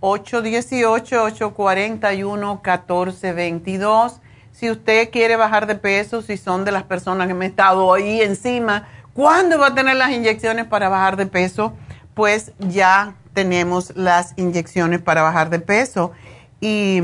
818-841-1422. Si usted quiere bajar de peso, si son de las personas que me he estado ahí encima, ¿cuándo va a tener las inyecciones para bajar de peso? Pues ya tenemos las inyecciones para bajar de peso. Y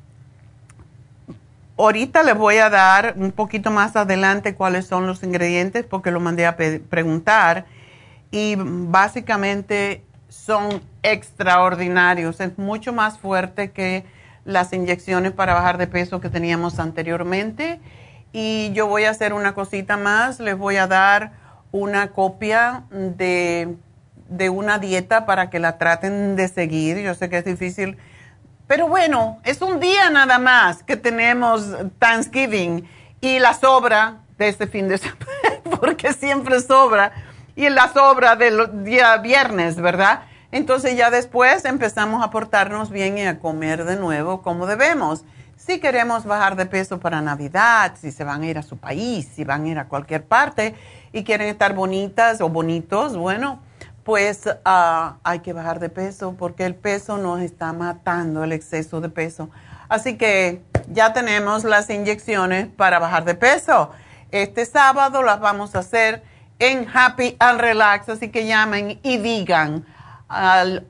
ahorita les voy a dar un poquito más adelante cuáles son los ingredientes, porque lo mandé a preguntar. Y básicamente son extraordinarios. Es mucho más fuerte que las inyecciones para bajar de peso que teníamos anteriormente. Y yo voy a hacer una cosita más. Les voy a dar una copia de una dieta para que la traten de seguir. Yo sé que es difícil, pero bueno, es un día nada más que tenemos Thanksgiving y la sobra de este fin de semana, porque siempre sobra, y la sobra del día viernes, ¿verdad? Entonces ya después empezamos a portarnos bien y a comer de nuevo como debemos. Si queremos bajar de peso para Navidad, si se van a ir a su país, si van a ir a cualquier parte y quieren estar bonitas o bonitos, bueno, pues hay que bajar de peso porque el peso nos está matando, el exceso de peso. Así que ya tenemos las inyecciones para bajar de peso. Este sábado las vamos a hacer en Happy and Relax, así que llamen y digan al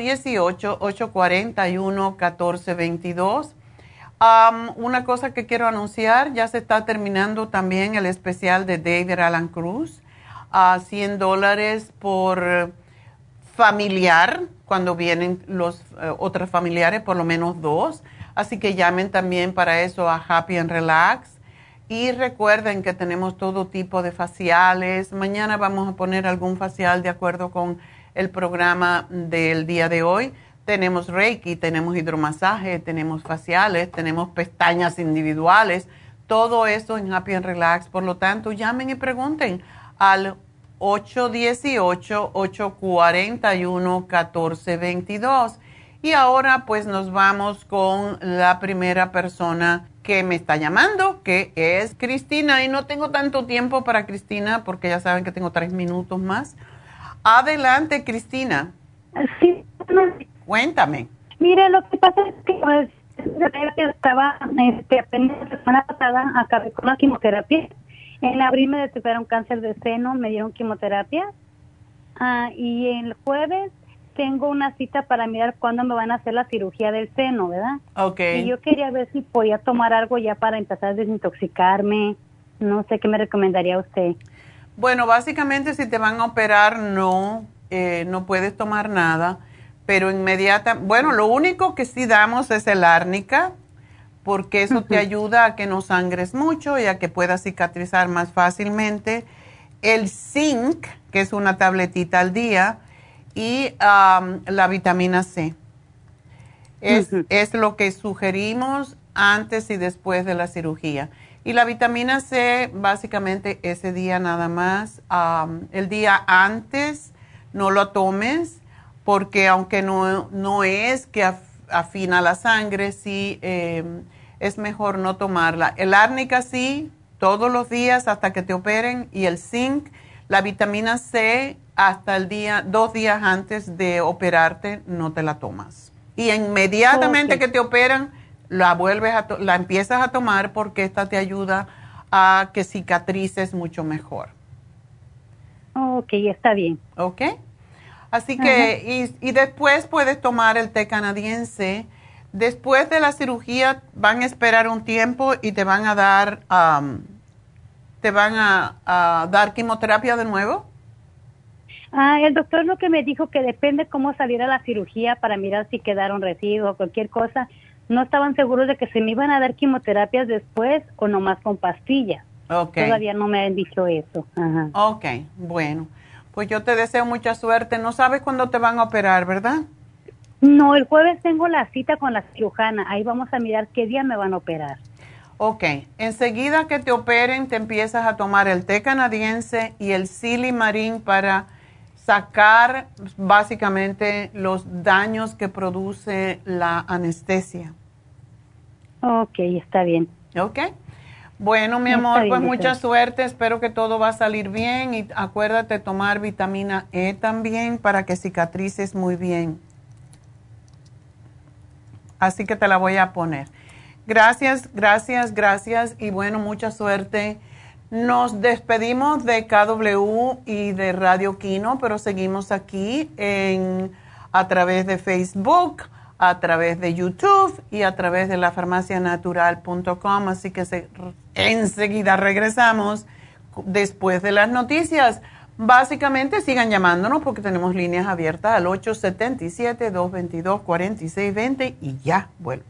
818-841-1422. Una cosa que quiero anunciar, ya se está terminando también el especial de David Alan Cruz, $100 por familiar, cuando vienen los otros familiares, por lo menos 2. Así que llamen también para eso a Happy and Relax. Y recuerden que tenemos todo tipo de faciales. Mañana vamos a poner algún facial de acuerdo con el programa del día de hoy. Tenemos Reiki, tenemos hidromasaje, tenemos faciales, tenemos pestañas individuales. Todo eso en Happy and Relax. Por lo tanto, llamen y pregunten al 818-841-1422. Y ahora pues nos vamos con la primera persona que me está llamando, que es Cristina. Y no tengo tanto tiempo para Cristina porque ya saben que tengo 3 minutos más. Adelante, Cristina. Sí. Cuéntame. Mire, lo que pasa es que pues, estaba apenas la semana pasada acabé con la quimioterapia. En abril me detectaron cáncer de seno, me dieron quimioterapia. Y el jueves tengo una cita para mirar cuándo me van a hacer la cirugía del seno, ¿verdad? Okay. Y yo quería ver si podía tomar algo ya para empezar a desintoxicarme. No sé qué me recomendaría usted. Bueno, básicamente si te van a operar no puedes tomar nada, pero bueno, lo único que sí damos es el árnica, porque eso te ayuda a que no sangres mucho y a que puedas cicatrizar más fácilmente. El zinc, que es una tabletita al día, y la vitamina C. Es lo que sugerimos antes y después de la cirugía. Y la vitamina C, básicamente ese día nada más. El día antes no lo tomes, porque aunque no es que afina la sangre, sí es mejor no tomarla. El árnica sí, todos los días hasta que te operen, y el zinc, la vitamina C, hasta 2 días antes de operarte no te la tomas. Y inmediatamente que te operan, la empiezas a tomar porque esta te ayuda a que cicatrices mucho mejor. Ok, está bien. Ok. Así que, y después puedes tomar el té canadiense. Después de la cirugía van a esperar un tiempo y te van a dar, dar quimioterapia de nuevo. El doctor lo que me dijo que depende cómo saliera la cirugía para mirar si quedaron residuos o cualquier cosa. No estaban seguros de que se me iban a dar quimioterapias después o nomás con pastillas. Okay. Todavía no me han dicho eso. Ajá. Ok, bueno. Pues yo te deseo mucha suerte. No sabes cuándo te van a operar, ¿verdad? No, el jueves tengo la cita con la cirujana. Ahí vamos a mirar qué día me van a operar. Ok. Enseguida que te operen, te empiezas a tomar el té canadiense y el Silimarín para sacar básicamente los daños que produce la anestesia. Ok, está bien. Ok. Bueno, mi amor, pues mucha suerte. Espero que todo va a salir bien. Y acuérdate tomar vitamina E también para que cicatrices muy bien. Así que te la voy a poner. Gracias, gracias, gracias. Y bueno, mucha suerte. Nos despedimos de KW y de Radio Kino, pero seguimos aquí a través de Facebook, a través de YouTube y a través de lafarmacianatural.com. Así que enseguida regresamos después de las noticias. Básicamente sigan llamándonos porque tenemos líneas abiertas al 877-222-4620 y ya vuelvo.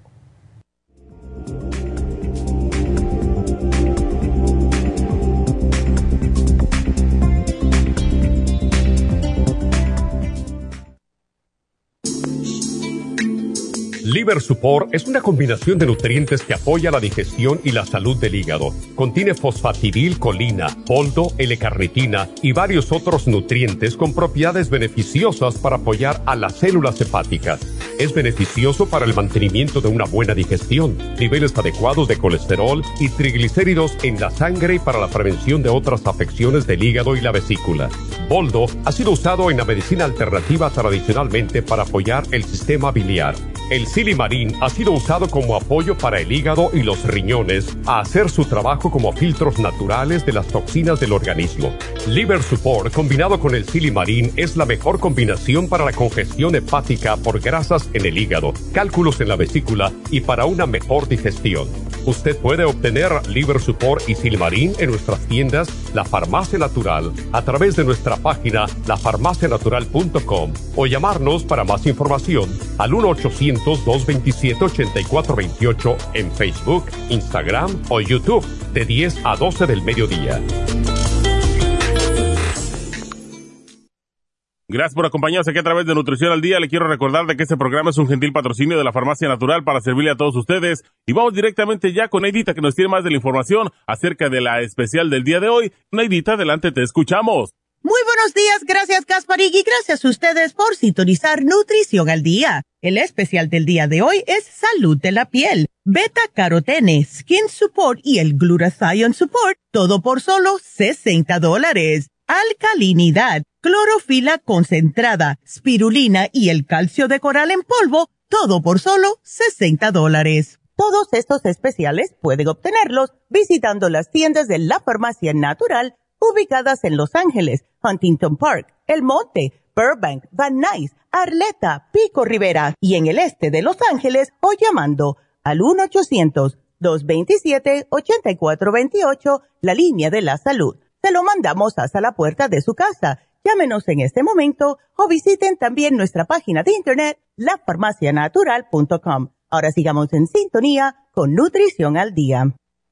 Liver Support es una combinación de nutrientes que apoya la digestión y la salud del hígado. Contiene fosfatidilcolina, boldo, L-carnitina y varios otros nutrientes con propiedades beneficiosas para apoyar a las células hepáticas. Es beneficioso para el mantenimiento de una buena digestión, niveles adecuados de colesterol y triglicéridos en la sangre y para la prevención de otras afecciones del hígado y la vesícula. Boldo ha sido usado en la medicina alternativa tradicionalmente para apoyar el sistema biliar. El Silimarín ha sido usado como apoyo para el hígado y los riñones a hacer su trabajo como filtros naturales de las toxinas del organismo. Liver Support combinado con el Silimarín es la mejor combinación para la congestión hepática por grasas en el hígado, cálculos en la vesícula y para una mejor digestión. Usted puede obtener Liver Support y Silimarín en nuestras tiendas La Farmacia Natural a través de nuestra página lafarmacianatural.com o llamarnos para más información al 1-800-227-8428 en Facebook, Instagram o YouTube de 10 a 12 del mediodía. Gracias por acompañarnos aquí a través de Nutrición al Día. Le quiero recordar de que este programa es un gentil patrocinio de la Farmacia Natural para servirle a todos ustedes. Y vamos directamente ya con Neidita, que nos tiene más de la información acerca de la especial del día de hoy. Neidita, adelante, te escuchamos. Muy buenos días, gracias Gasparín y gracias a ustedes por sintonizar Nutrición al Día. El especial del día de hoy es Salud de la Piel, Beta Carotene, Skin Support y el Glutathione Support, todo por solo $60. Alcalinidad, clorofila concentrada, spirulina y el calcio de coral en polvo, todo por solo $60. Todos estos especiales pueden obtenerlos visitando las tiendas de la Farmacia Natural ubicadas en Los Ángeles, Huntington Park, El Monte, Burbank, Van Nuys, Arleta, Pico Rivera y en el este de Los Ángeles o llamando al 1-800-227-8428, la línea de la salud. Se lo mandamos hasta la puerta de su casa. Llámenos en este momento o visiten también nuestra página de internet, lafarmacianatural.com. Ahora sigamos en sintonía con Nutrición al Día.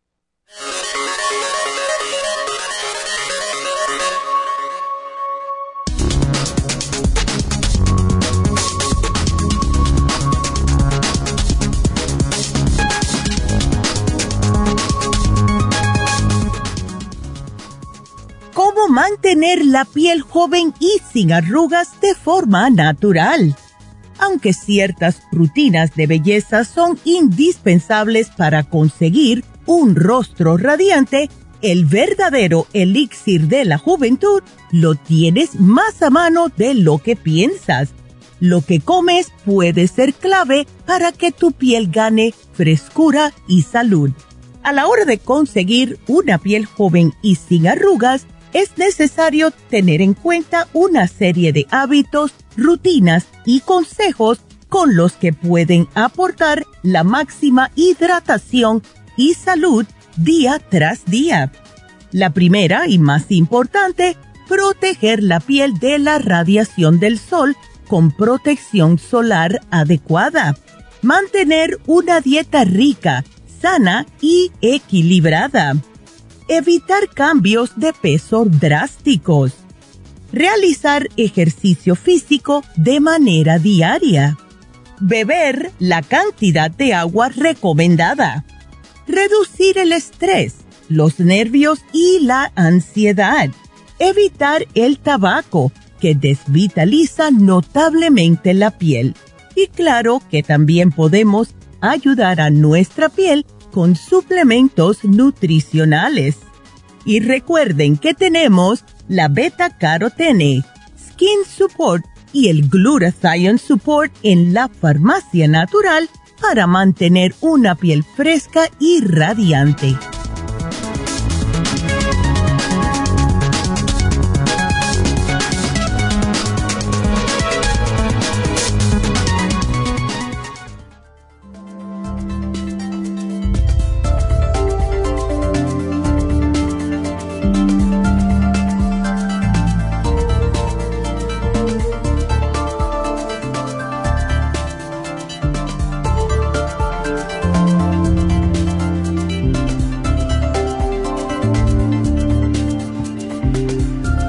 ¿Cómo mantener la piel joven y sin arrugas de forma natural? Aunque ciertas rutinas de belleza son indispensables para conseguir un rostro radiante, el verdadero elixir de la juventud lo tienes más a mano de lo que piensas. Lo que comes puede ser clave para que tu piel gane frescura y salud. A la hora de conseguir una piel joven y sin arrugas, es necesario tener en cuenta una serie de hábitos, rutinas y consejos con los que pueden aportar la máxima hidratación y salud día tras día. La primera y más importante, proteger la piel de la radiación del sol con protección solar adecuada. Mantener una dieta rica, sana y equilibrada. Evitar cambios de peso drásticos. Realizar ejercicio físico de manera diaria. Beber la cantidad de agua recomendada. Reducir el estrés, los nervios y la ansiedad. Evitar el tabaco, que desvitaliza notablemente la piel. Y claro que también podemos ayudar a nuestra piel con suplementos nutricionales. Y recuerden que tenemos la Beta Carotene, Skin Support y el Glutathione Support en la Farmacia Natural para mantener una piel fresca y radiante.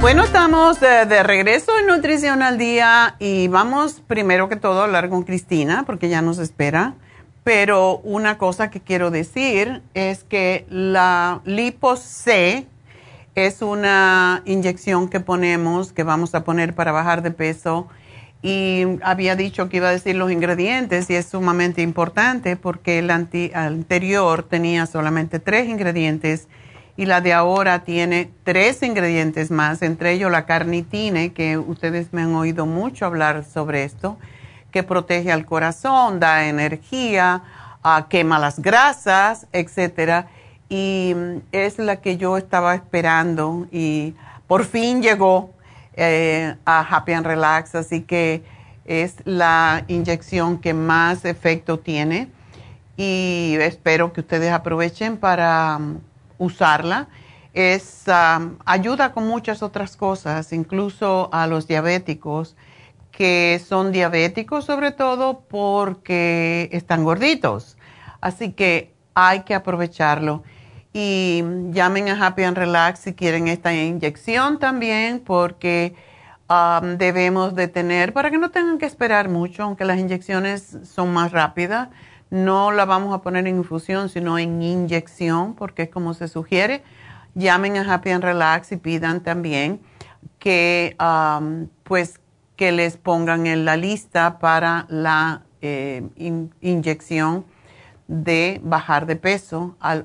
Bueno, estamos de regreso en Nutrición al Día y vamos primero que todo a hablar con Cristina porque ya nos espera. Pero una cosa que quiero decir es que la Lipo-C es una inyección que vamos a poner para bajar de peso. Y había dicho que iba a decir los ingredientes y es sumamente importante porque el anterior tenía solamente 3 ingredientes y la de ahora tiene 3 ingredientes más, entre ellos la carnitine, que ustedes me han oído mucho hablar sobre esto, que protege al corazón, da energía, quema las grasas, etcétera. Y es la que yo estaba esperando y por fin llegó a Happy and Relax, así que es la inyección que más efecto tiene y espero que ustedes aprovechen para usarla. Ayuda con muchas otras cosas, incluso a los diabéticos, que son diabéticos sobre todo porque están gorditos. Así que hay que aprovecharlo. Y llamen a Happy and Relax si quieren esta inyección también, porque debemos de tener, para que no tengan que esperar mucho, aunque las inyecciones son más rápidas, no la vamos a poner en infusión, sino en inyección, porque es como se sugiere. Llamen a Happy and Relax y pidan también que, que les pongan en la lista para la inyección de bajar de peso al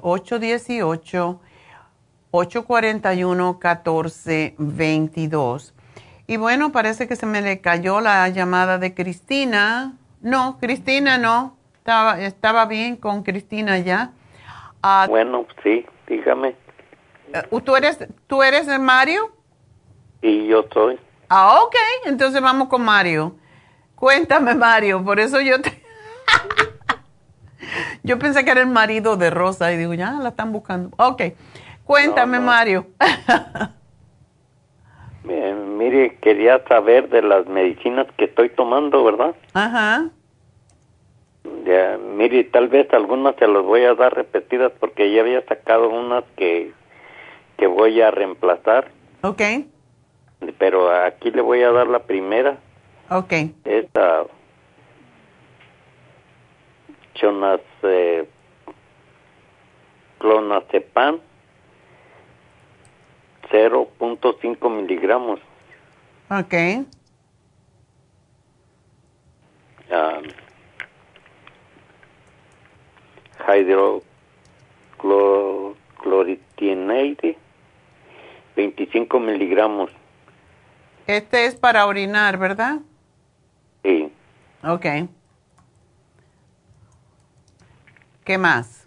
818-841-1422. Y bueno, parece que se me le cayó la llamada de Cristina. No, Cristina no. Estaba bien con Cristina ya. Bueno, sí, dígame. ¿Tú eres el Mario? Y yo soy. Ok. Entonces vamos con Mario. Cuéntame, Mario. Por eso yo pensé que era el marido de Rosa y digo, ya la están buscando. Ok, cuéntame, no. Mario. Mire, quería saber de las medicinas que estoy tomando, ¿verdad? Ajá. Ya, mire, tal vez algunas se las voy a dar repetidas porque ya había sacado unas que voy a reemplazar. Ok. Pero aquí le voy a dar la primera. Ok. Esta... clonazepam 0.5 miligramos. Ok. Hydrochlorothiazide 25 miligramos. Este es para orinar, ¿verdad? Sí. Ok. ¿Qué más?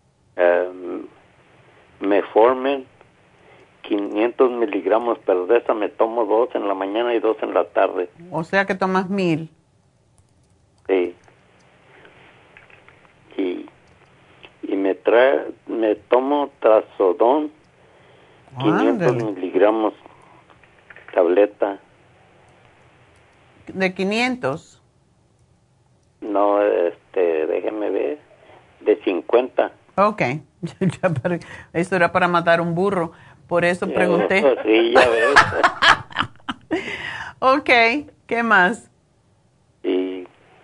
Metformin 500 miligramos, pero de esa me tomo 2 en la mañana y 2 en la tarde. O sea que tomas 1000. Sí. Y me tomo Trazodone 500 miligramos, tableta. ¿De 500? No, déjeme ver. De 50. Ok. Eso era para matar un burro. Por eso pregunté. Sí, ya ves. Ok. ¿Qué más? Y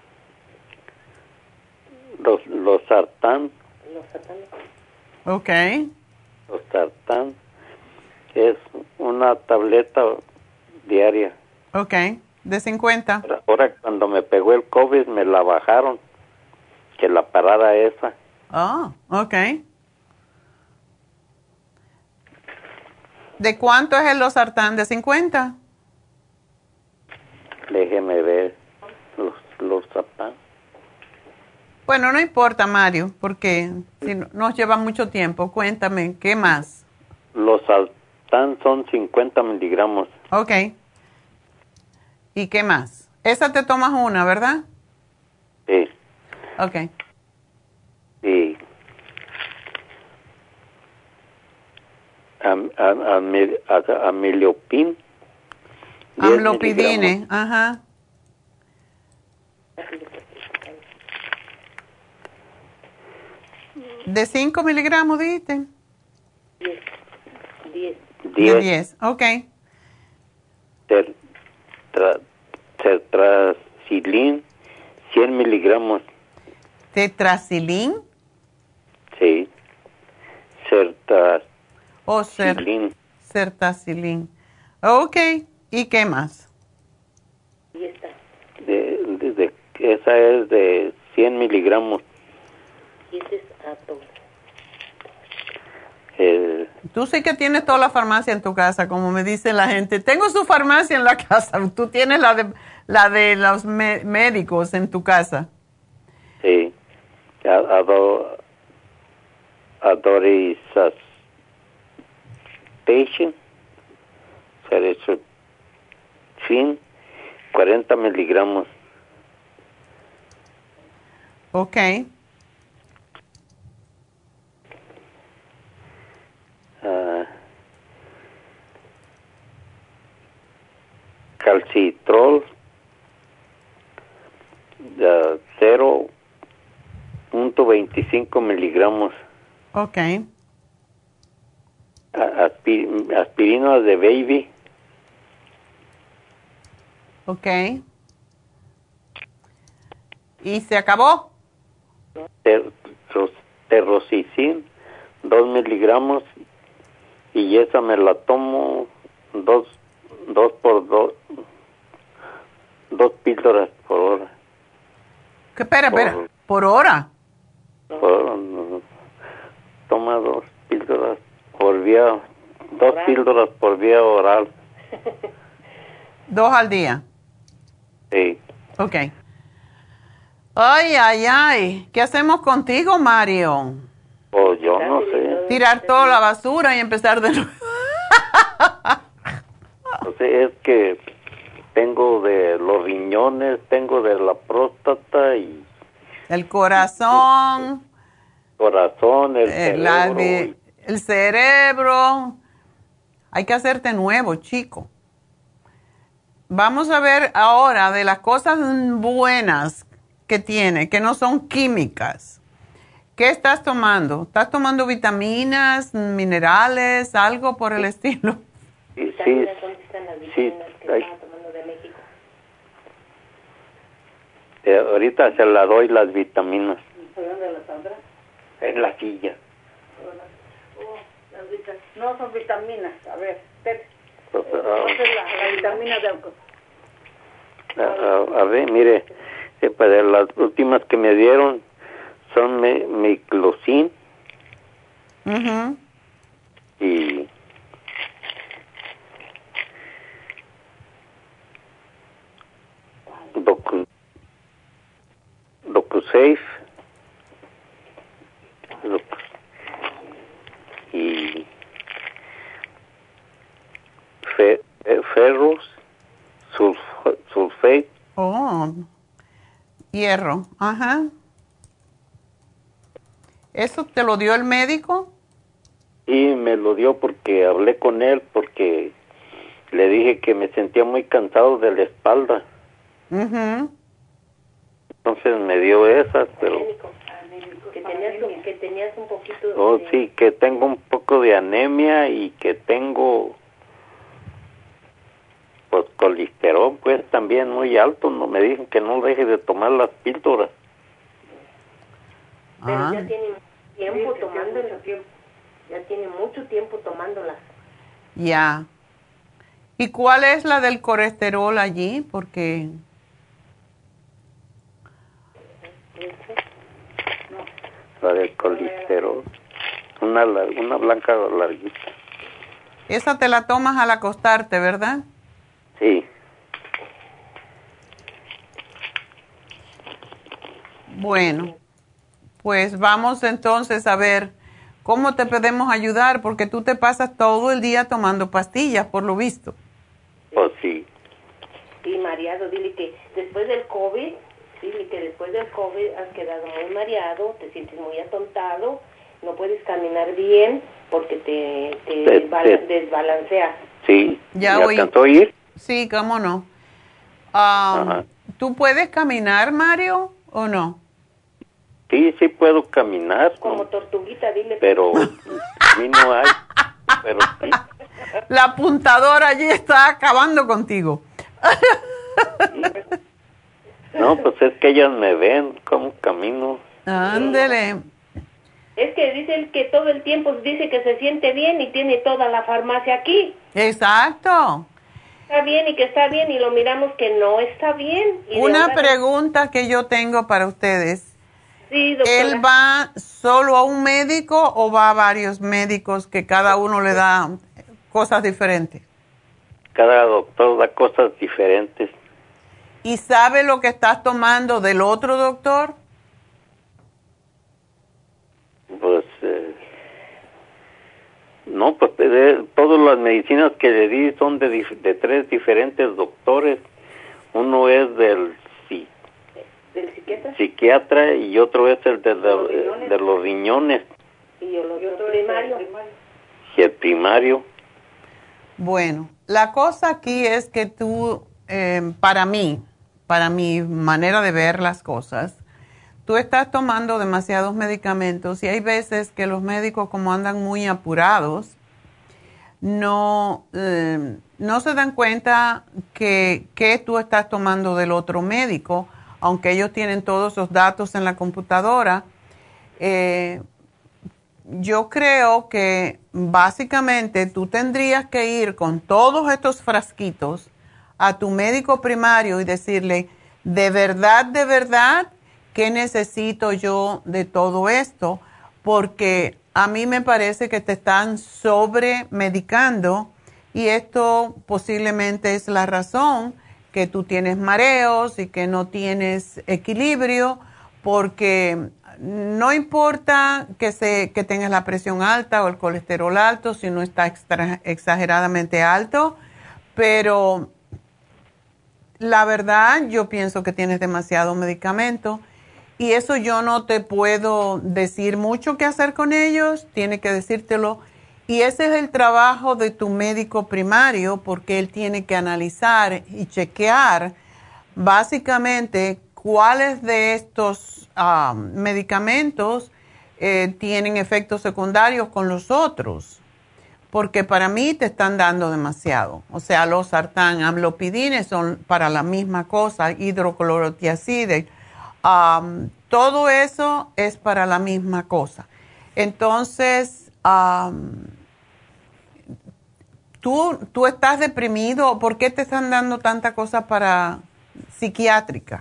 los sartán. Ok. Los sartán es una tableta diaria. Ok. De 50. Ahora cuando me pegó el COVID me la bajaron. Que la parada esa. Oh, ok. ¿De cuánto es el losartán? ¿De 50? Déjeme ver los sartán. Bueno, no importa, Mario, porque si nos lleva mucho tiempo. Cuéntame, ¿qué más? Los sartán son 50 miligramos. Ok. ¿Y qué más? Esa te tomas una, ¿verdad? Sí. Ok. Y amlopin. Amlopidine, ajá. ¿De 5 miligramos dijiste? 10. De 10, ok. Tetracilin, 100 miligramos. ¿Tetracilin? Sí. Sertacilin. Sertacilin. Ok. ¿Y qué más? Y esta. Esa es de 100 miligramos. Y ese es Ato. Tú sí que tienes toda la farmacia en tu casa, como me dice la gente. Tengo su farmacia en la casa. Tú tienes la de los médicos en tu casa. Sí. Adorization. Fin. 40 miligramos. Ok. Calcitrol 0.25 miligramos. Ok. Aspirina de baby. Ok. ¿Y se acabó? Terrosicin 2 miligramos, y esa me la tomo dos píldoras por hora. ¿Qué? Espera, ¿por hora? Toma 2 píldoras por vía, 2 píldoras por vía oral. 2 al día. Sí. Ok. Ay. ¿Qué hacemos contigo, Mario? Pues yo no sé. Tirar toda la basura y empezar de nuevo. No sé, es que tengo de los riñones, tengo de la próstata y... El corazón. El cerebro. El cerebro. Hay que hacerte nuevo, chico. Vamos a ver ahora de las cosas buenas que tiene, que no son químicas. ¿Qué estás tomando? ¿Estás tomando vitaminas, minerales, algo por el estilo? Sí. ¿Dónde están las vitaminas que estamos tomando de México? Ahorita se la doy las vitaminas. ¿Dónde las saldrá? En la silla. No son vitaminas. A ver, Pues, la vitamina de alcohol. A ver, mire, para las últimas que me dieron son miclocin y DocuSafe y ferros sulfate. Oh, hierro, ajá. ¿Eso te lo dio el médico? Y me lo dio porque hablé con él, porque le dije que me sentía muy cansado de la espalda. Entonces me dio esas, pero... Que tenías un poquito... Oh, sí, que tengo un poco de anemia y que tengo... pues colesterol pues también muy alto. No me dicen que no deje de tomar las píldoras. Pero ya tiene tiempo tomándolas. Ya tiene mucho tiempo tomándolas. Ya. ¿Y cuál es la del colesterol allí? Porque... La del colesterol. Una blanca larguita. Esa te la tomas al acostarte, ¿verdad? Sí. Bueno, pues vamos entonces a ver cómo te podemos ayudar, porque tú te pasas todo el día tomando pastillas, por lo visto. Pues sí. Y mareado, dile que después del COVID has quedado muy mareado, te sientes muy atontado, no puedes caminar bien porque te desbalanceas. Sí. ¿Ya ¿Me alcanzó a ir? Sí, cómo no. ¿Tú puedes caminar, Mario, o no? Sí puedo caminar. Como tortuguita, dile. Pero a mí no hay. Pero sí. La apuntadora allí está acabando contigo. No, pues es que ellas me ven como camino. Ándele. Es que dice él que todo el tiempo dice que se siente bien y tiene toda la farmacia aquí. Exacto. Está bien y que está bien y lo miramos que no está bien. Y una pregunta que yo tengo para ustedes. Sí, doctora. ¿Él va solo a un médico o va a varios médicos que cada uno le da cosas diferentes? Cada doctor da cosas diferentes. ¿Y sabe lo que estás tomando del otro doctor? Pues, no, pues todas las medicinas que le di son de 3 diferentes doctores. Uno es del psiquiatra y otro es el de los riñones. Y el otro primario. Y el primario. Bueno, la cosa aquí es que tú, para mi manera de ver las cosas, tú estás tomando demasiados medicamentos y hay veces que los médicos, como andan muy apurados, no se dan cuenta que tú estás tomando del otro médico, aunque ellos tienen todos esos datos en la computadora. Yo creo que básicamente tú tendrías que ir con todos estos frasquitos a tu médico primario y decirle, de verdad, ¿qué necesito yo de todo esto? Porque a mí me parece que te están sobremedicando y esto posiblemente es la razón que tú tienes mareos y que no tienes equilibrio, porque no importa que tengas la presión alta o el colesterol alto, si no está exageradamente alto, pero la verdad yo pienso que tienes demasiado medicamento y eso yo no te puedo decir mucho qué hacer con ellos, tiene que decírtelo. Y ese es el trabajo de tu médico primario, porque él tiene que analizar y chequear básicamente cuáles de estos medicamentos tienen efectos secundarios con los otros. Porque para mí te están dando demasiado. O sea, los sartán, amlopidines son para la misma cosa, hidroclorotiazide, todo eso es para la misma cosa. Entonces, ¿tú estás deprimido? ¿Por qué te están dando tanta cosa para psiquiátrica?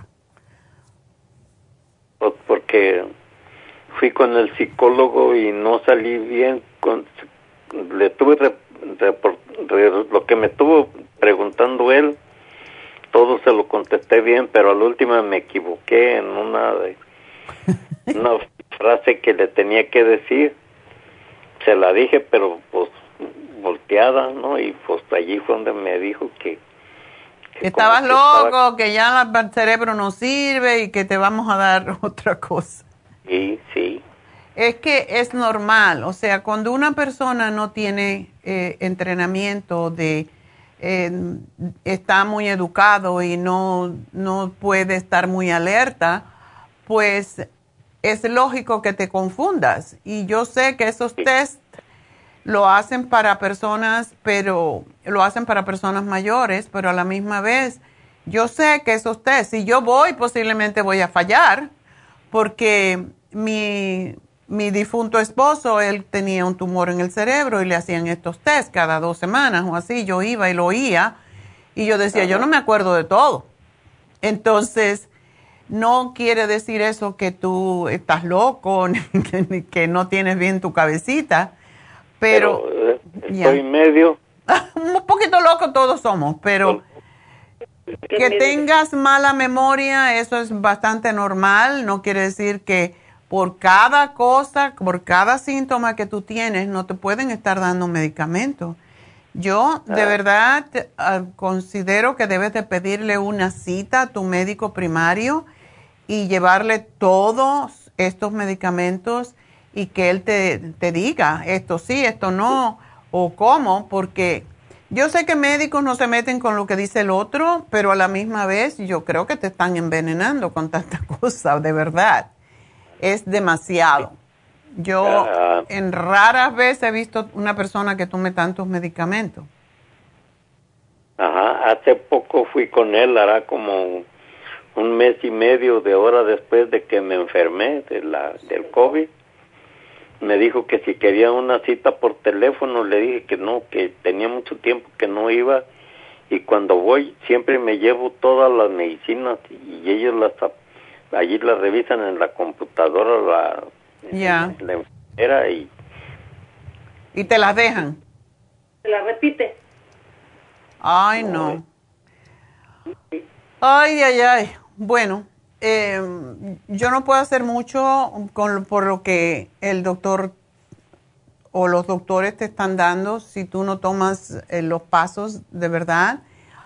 Pues porque fui con el psicólogo y no salí bien. Le tuve lo que me estuvo preguntando él, todo se lo contesté bien, pero al último me equivoqué en una frase que le tenía que decir. Se la dije, pero pues volteada, ¿no? Y pues allí fue donde me dijo que estabas loco, que ya el cerebro no sirve y que te vamos a dar otra cosa. Sí, sí. Es que es normal, o sea, cuando una persona no tiene entrenamiento está muy educado y no puede estar muy alerta, pues es lógico que te confundas. Y yo sé que esos test lo hacen para personas, pero lo hacen para personas mayores, pero a la misma vez yo sé que esos test, si yo voy, posiblemente voy a fallar, porque mi difunto esposo, él tenía un tumor en el cerebro y le hacían estos test cada 2 semanas o así. Yo iba y lo oía y yo decía, yo no me acuerdo de todo. Entonces, no quiere decir eso que tú estás loco, que no tienes bien tu cabecita, pero estoy medio. Un poquito loco todos somos, pero que tengas mala memoria, eso es bastante normal. No quiere decir que por cada cosa, por cada síntoma que tú tienes, no te pueden estar dando medicamentos. Yo de verdad considero que debes de pedirle una cita a tu médico primario y llevarle todos estos medicamentos y que él te diga esto sí, esto no, o cómo, porque yo sé que médicos no se meten con lo que dice el otro, pero a la misma vez yo creo que te están envenenando con tanta cosa, de verdad. Es demasiado. Yo en raras veces he visto una persona que tome tantos medicamentos. Ajá, hace poco fui con él, hará como un mes y medio de hora después de que me enfermé del COVID, me dijo que si quería una cita por teléfono. Le dije que no, que tenía mucho tiempo que no iba, y cuando voy siempre me llevo todas las medicinas y ellos allí las revisan en la computadora, la enfermera, y te las dejan. Se las repite. Ay, no. Ay. Bueno, yo no puedo hacer mucho por lo que el doctor o los doctores te están dando si tú no tomas los pasos de verdad.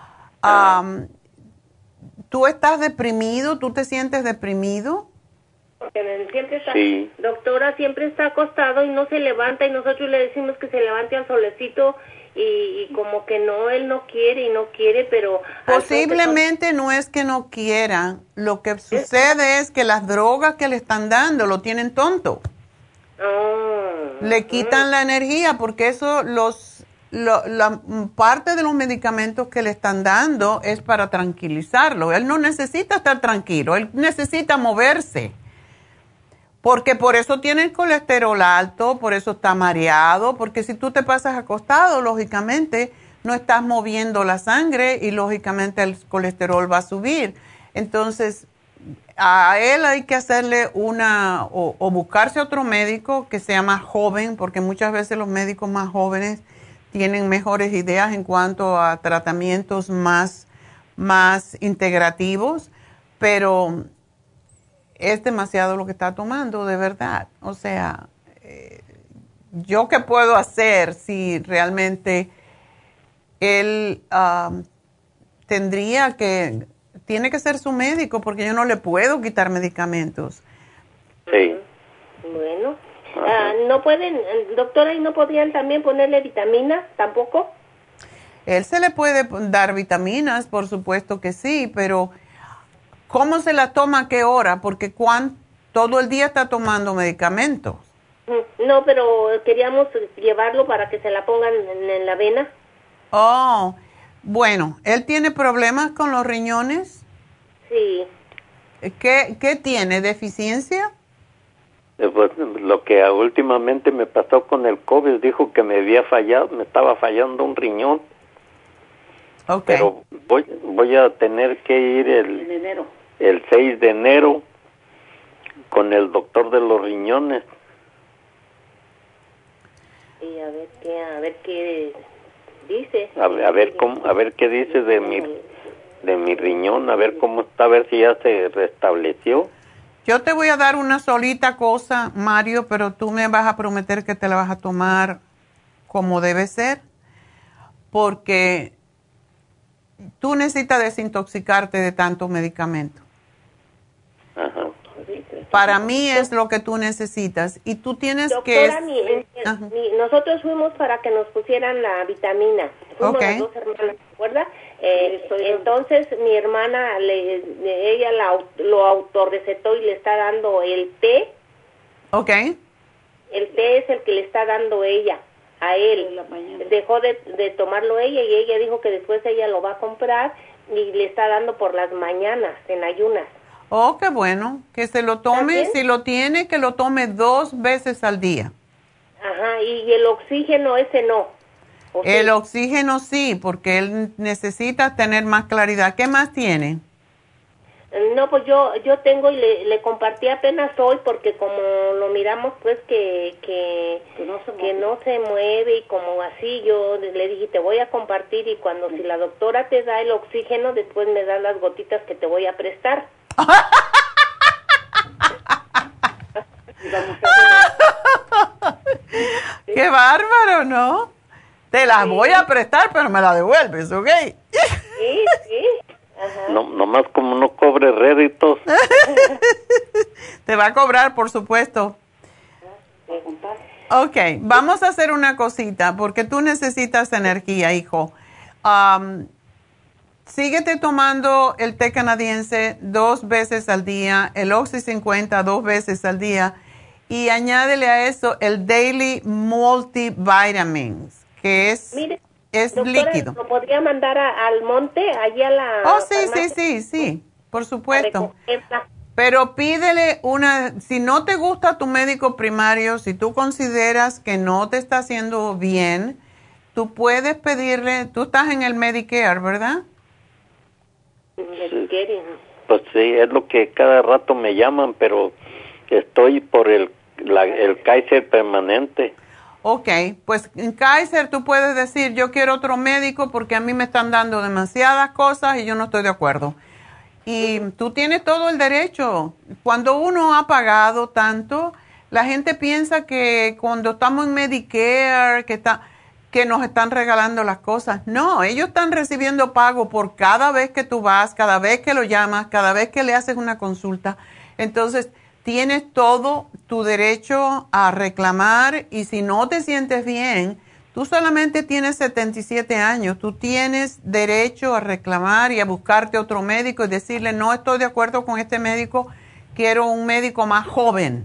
¿Tú estás deprimido? ¿Tú te sientes deprimido? Porque siempre está, sí. Doctora, siempre está acostado y no se levanta, y nosotros le decimos que se levante al solecito, y como que no, él no quiere, pero... Posiblemente no es que no quiera. Lo que sucede es que las drogas que le están dando lo tienen tonto. Le quitan la energía, porque eso la parte de los medicamentos que le están dando es para tranquilizarlo. Él no necesita estar tranquilo, él necesita moverse. Porque por eso tiene el colesterol alto, por eso está mareado, porque si tú te pasas acostado, lógicamente no estás moviendo la sangre y lógicamente el colesterol va a subir. Entonces, a él hay que hacerle o buscarse otro médico que sea más joven, porque muchas veces los médicos más jóvenes tienen mejores ideas en cuanto a tratamientos más integrativos, pero es demasiado lo que está tomando, de verdad. O sea, ¿yo qué puedo hacer si realmente él tiene que ser su médico, porque yo no le puedo quitar medicamentos? Sí. Bueno, ¿no pueden, doctora, y no podrían también ponerle vitaminas tampoco? Él se le puede dar vitaminas, por supuesto que sí, pero ¿cómo se la toma a qué hora? Porque todo el día está tomando medicamentos. No, pero queríamos llevarlo para que se la pongan en la vena. Oh, bueno, ¿él tiene problemas con los riñones? Sí. ¿Qué tiene? ¿Deficiencia? Pues lo que últimamente me pasó con el COVID, dijo que me estaba fallando un riñón. Okay. Pero voy a tener que ir el 6 de enero con el doctor de los riñones. Y a ver qué dice. A ver qué dice de mi riñón, a ver cómo está, a ver si ya se restableció. Yo te voy a dar una solita cosa, Mario, pero tú me vas a prometer que te la vas a tomar como debe ser, porque tú necesitas desintoxicarte de tantos medicamentos. Ajá. Para mí es lo que tú necesitas, y tú tienes doctora, nosotros fuimos para que nos pusieran la vitamina. Fuimos las dos hermanas, ¿te acuerdas? Entonces mi hermana, ella lo autorrecetó y le está dando el té. Ok. El té es el que le está dando ella a él. Dejó de tomarlo ella, y ella dijo que después ella lo va a comprar y le está dando por las mañanas, en ayunas. Oh, qué bueno, que se lo tome, si lo tiene, que lo tome 2 veces al día. Ajá, y el oxígeno ese no. El oxígeno sí, porque él necesita tener más claridad. ¿Qué más tiene? No, pues yo tengo, y le compartí apenas hoy, porque como lo miramos pues que no se mueve y como así, yo le dije, te voy a compartir, y si la doctora te da el oxígeno, después me das las gotitas que te voy a prestar. ¡Qué bárbaro!, ¿no? Te las voy a prestar, pero me la devuelves, ¿ok? Sí. Ajá. No, nomás como no cobre réditos. Te va a cobrar, por supuesto. Ok, vamos a hacer una cosita, porque tú necesitas energía, hijo. Síguete tomando el té canadiense 2 veces al día, el Oxy 50 2 veces al día, y añádele a eso el Daily Multivitamins, que es, doctora, líquido. ¿Lo podría mandar al monte, allí a la... Oh, sí. por supuesto. Pero pídele si no te gusta tu médico primario, si tú consideras que no te está haciendo bien, tú puedes pedirle, tú estás en el Medicare, ¿verdad? Medicare. Pues sí, es lo que cada rato me llaman, pero estoy por el Kaiser permanente. Ok, pues en Kaiser tú puedes decir, yo quiero otro médico porque a mí me están dando demasiadas cosas y yo no estoy de acuerdo. Y tú tienes todo el derecho. Cuando uno ha pagado tanto, la gente piensa que cuando estamos en Medicare, que nos están regalando las cosas. No, ellos están recibiendo pago por cada vez que tú vas, cada vez que lo llamas, cada vez que le haces una consulta. Entonces, tienes todo tu derecho a reclamar y si no te sientes bien, tú solamente tienes 77 años, tú tienes derecho a reclamar y a buscarte otro médico y decirle, no estoy de acuerdo con este médico, quiero un médico más joven.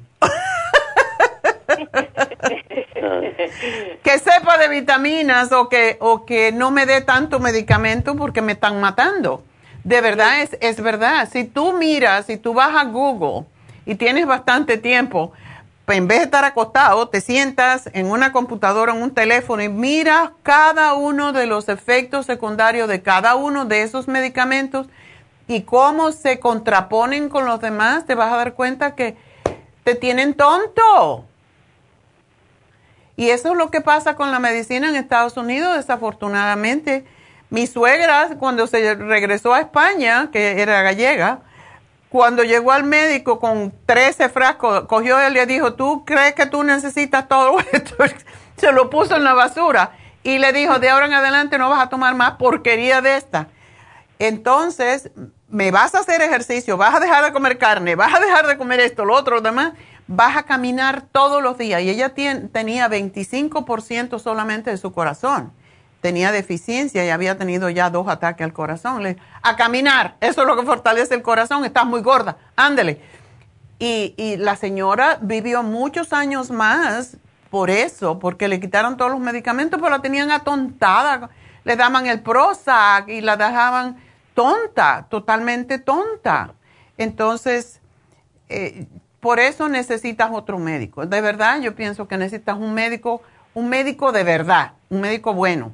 Que sepa de vitaminas o que no me dé tanto medicamento porque me están matando. De verdad, es verdad. Si tú miras, si tú vas a Google y tienes bastante tiempo, pues en vez de estar acostado, te sientas en una computadora, en un teléfono y miras cada uno de los efectos secundarios de cada uno de esos medicamentos y cómo se contraponen con los demás, te vas a dar cuenta que te tienen tonto. Y eso es lo que pasa con la medicina en Estados Unidos, desafortunadamente. Mi suegra, cuando se regresó a España, que era gallega, cuando llegó al médico con 13 frascos, cogió él y le dijo, ¿tú crees que tú necesitas todo esto? Se lo puso en la basura y le dijo, de ahora en adelante no vas a tomar más porquería de esta. Entonces, me vas a hacer ejercicio, vas a dejar de comer carne, vas a dejar de comer esto, lo otro, lo demás. Vas a caminar todos los días. Y ella tenía 25% solamente de su corazón. Tenía deficiencia y había tenido ya 2 ataques al corazón. A caminar, eso es lo que fortalece el corazón. Estás muy gorda, ándele. Y la señora vivió muchos años más por eso, porque le quitaron todos los medicamentos, pero la tenían atontada. Le daban el Prozac y la dejaban tonta, totalmente tonta. Entonces, por eso necesitas otro médico. De verdad, yo pienso que necesitas un médico de verdad, un médico bueno.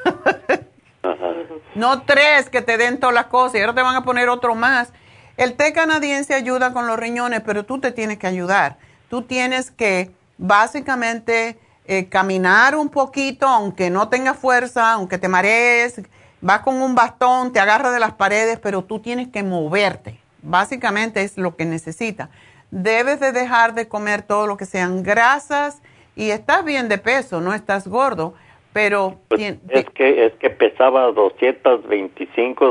No 3 que te den todas las cosas y ahora te van a poner otro más. El té canadiense ayuda con los riñones, pero tú te tienes que ayudar. Tú tienes que básicamente caminar un poquito, aunque no tengas fuerza, aunque te marees, vas con un bastón, te agarras de las paredes, pero tú tienes que moverte. Básicamente es lo que necesitas. Debes de dejar de comer todo lo que sean grasas y estás bien de peso, no estás gordo, pero... Pues es que pesaba 225,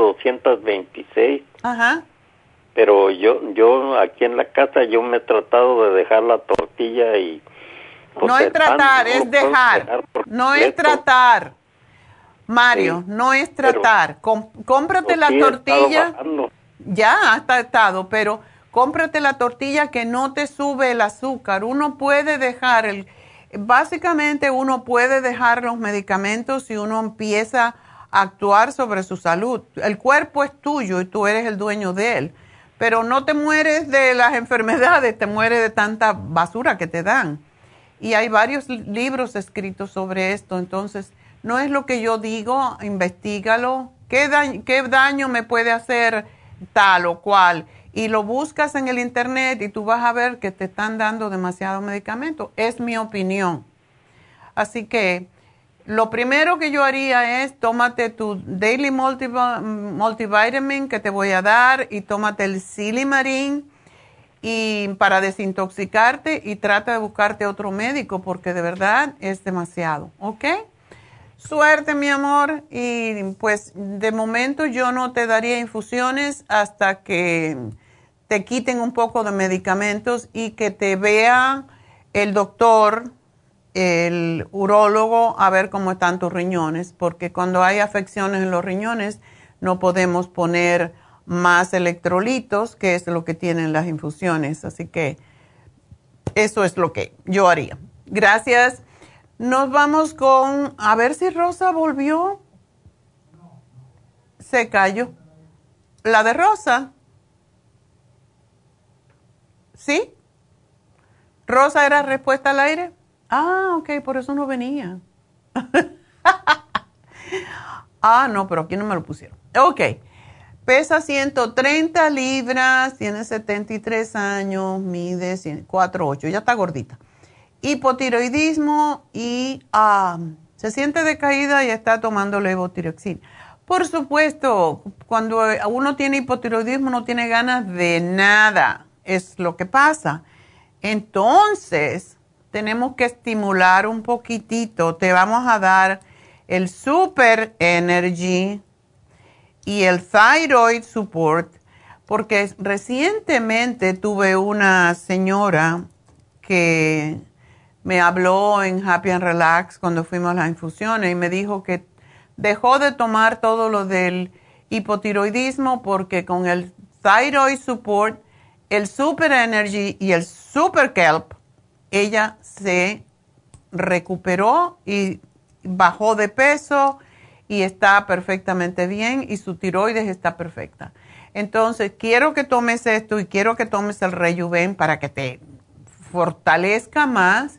226. Ajá. Pero yo aquí en la casa yo me he tratado de dejar la tortilla y... Pues no es tratar, es dejar. No es tratar. Mario, sí, no es tratar. Cómprate la tortilla. Ya ha estado, pero... Cómprate la tortilla que no te sube el azúcar. Uno puede dejar básicamente uno puede dejar los medicamentos si uno empieza a actuar sobre su salud. El cuerpo es tuyo y tú eres el dueño de él. Pero no te mueres de las enfermedades, te mueres de tanta basura que te dan. Y hay varios libros escritos sobre esto. Entonces, no es lo que yo digo, investígalo. ¿Qué daño me puede hacer tal o cual? Y lo buscas en el internet y tú vas a ver que te están dando demasiado medicamento. Es mi opinión. Así que lo primero que yo haría es tómate tu Daily Multivitamin que te voy a dar y tómate el Silimarín y para desintoxicarte y trata de buscarte otro médico porque de verdad es demasiado. ¿Ok? Suerte, mi amor, y pues de momento yo no te daría infusiones hasta que te quiten un poco de medicamentos y que te vea el doctor, el urólogo, a ver cómo están tus riñones, porque cuando hay afecciones en los riñones no podemos poner más electrolitos, que es lo que tienen las infusiones, así que eso es lo que yo haría. Gracias. Nos vamos con, a ver si Rosa volvió. Se cayó. La de Rosa. ¿Sí? ¿Rosa era respuesta al aire? Ah, ok, por eso no venía. No, pero aquí no me lo pusieron. Ok. Pesa 130 libras, tiene 73 años, mide 4'8", ya está gordita. Hipotiroidismo y se siente decaída y está tomando levotiroxina. Por supuesto, cuando uno tiene hipotiroidismo no tiene ganas de nada, es lo que pasa. Entonces, tenemos que estimular un poquitito. Te vamos a dar el Super Energy y el Thyroid Support, porque recientemente tuve una señora que me habló en Happy and Relax cuando fuimos a las infusiones y me dijo que dejó de tomar todo lo del hipotiroidismo porque con el Thyroid Support, el Super Energy y el Super Kelp, ella se recuperó y bajó de peso y está perfectamente bien y su tiroides está perfecta. Entonces, quiero que tomes esto y quiero que tomes el Rejuven para que te fortalezca más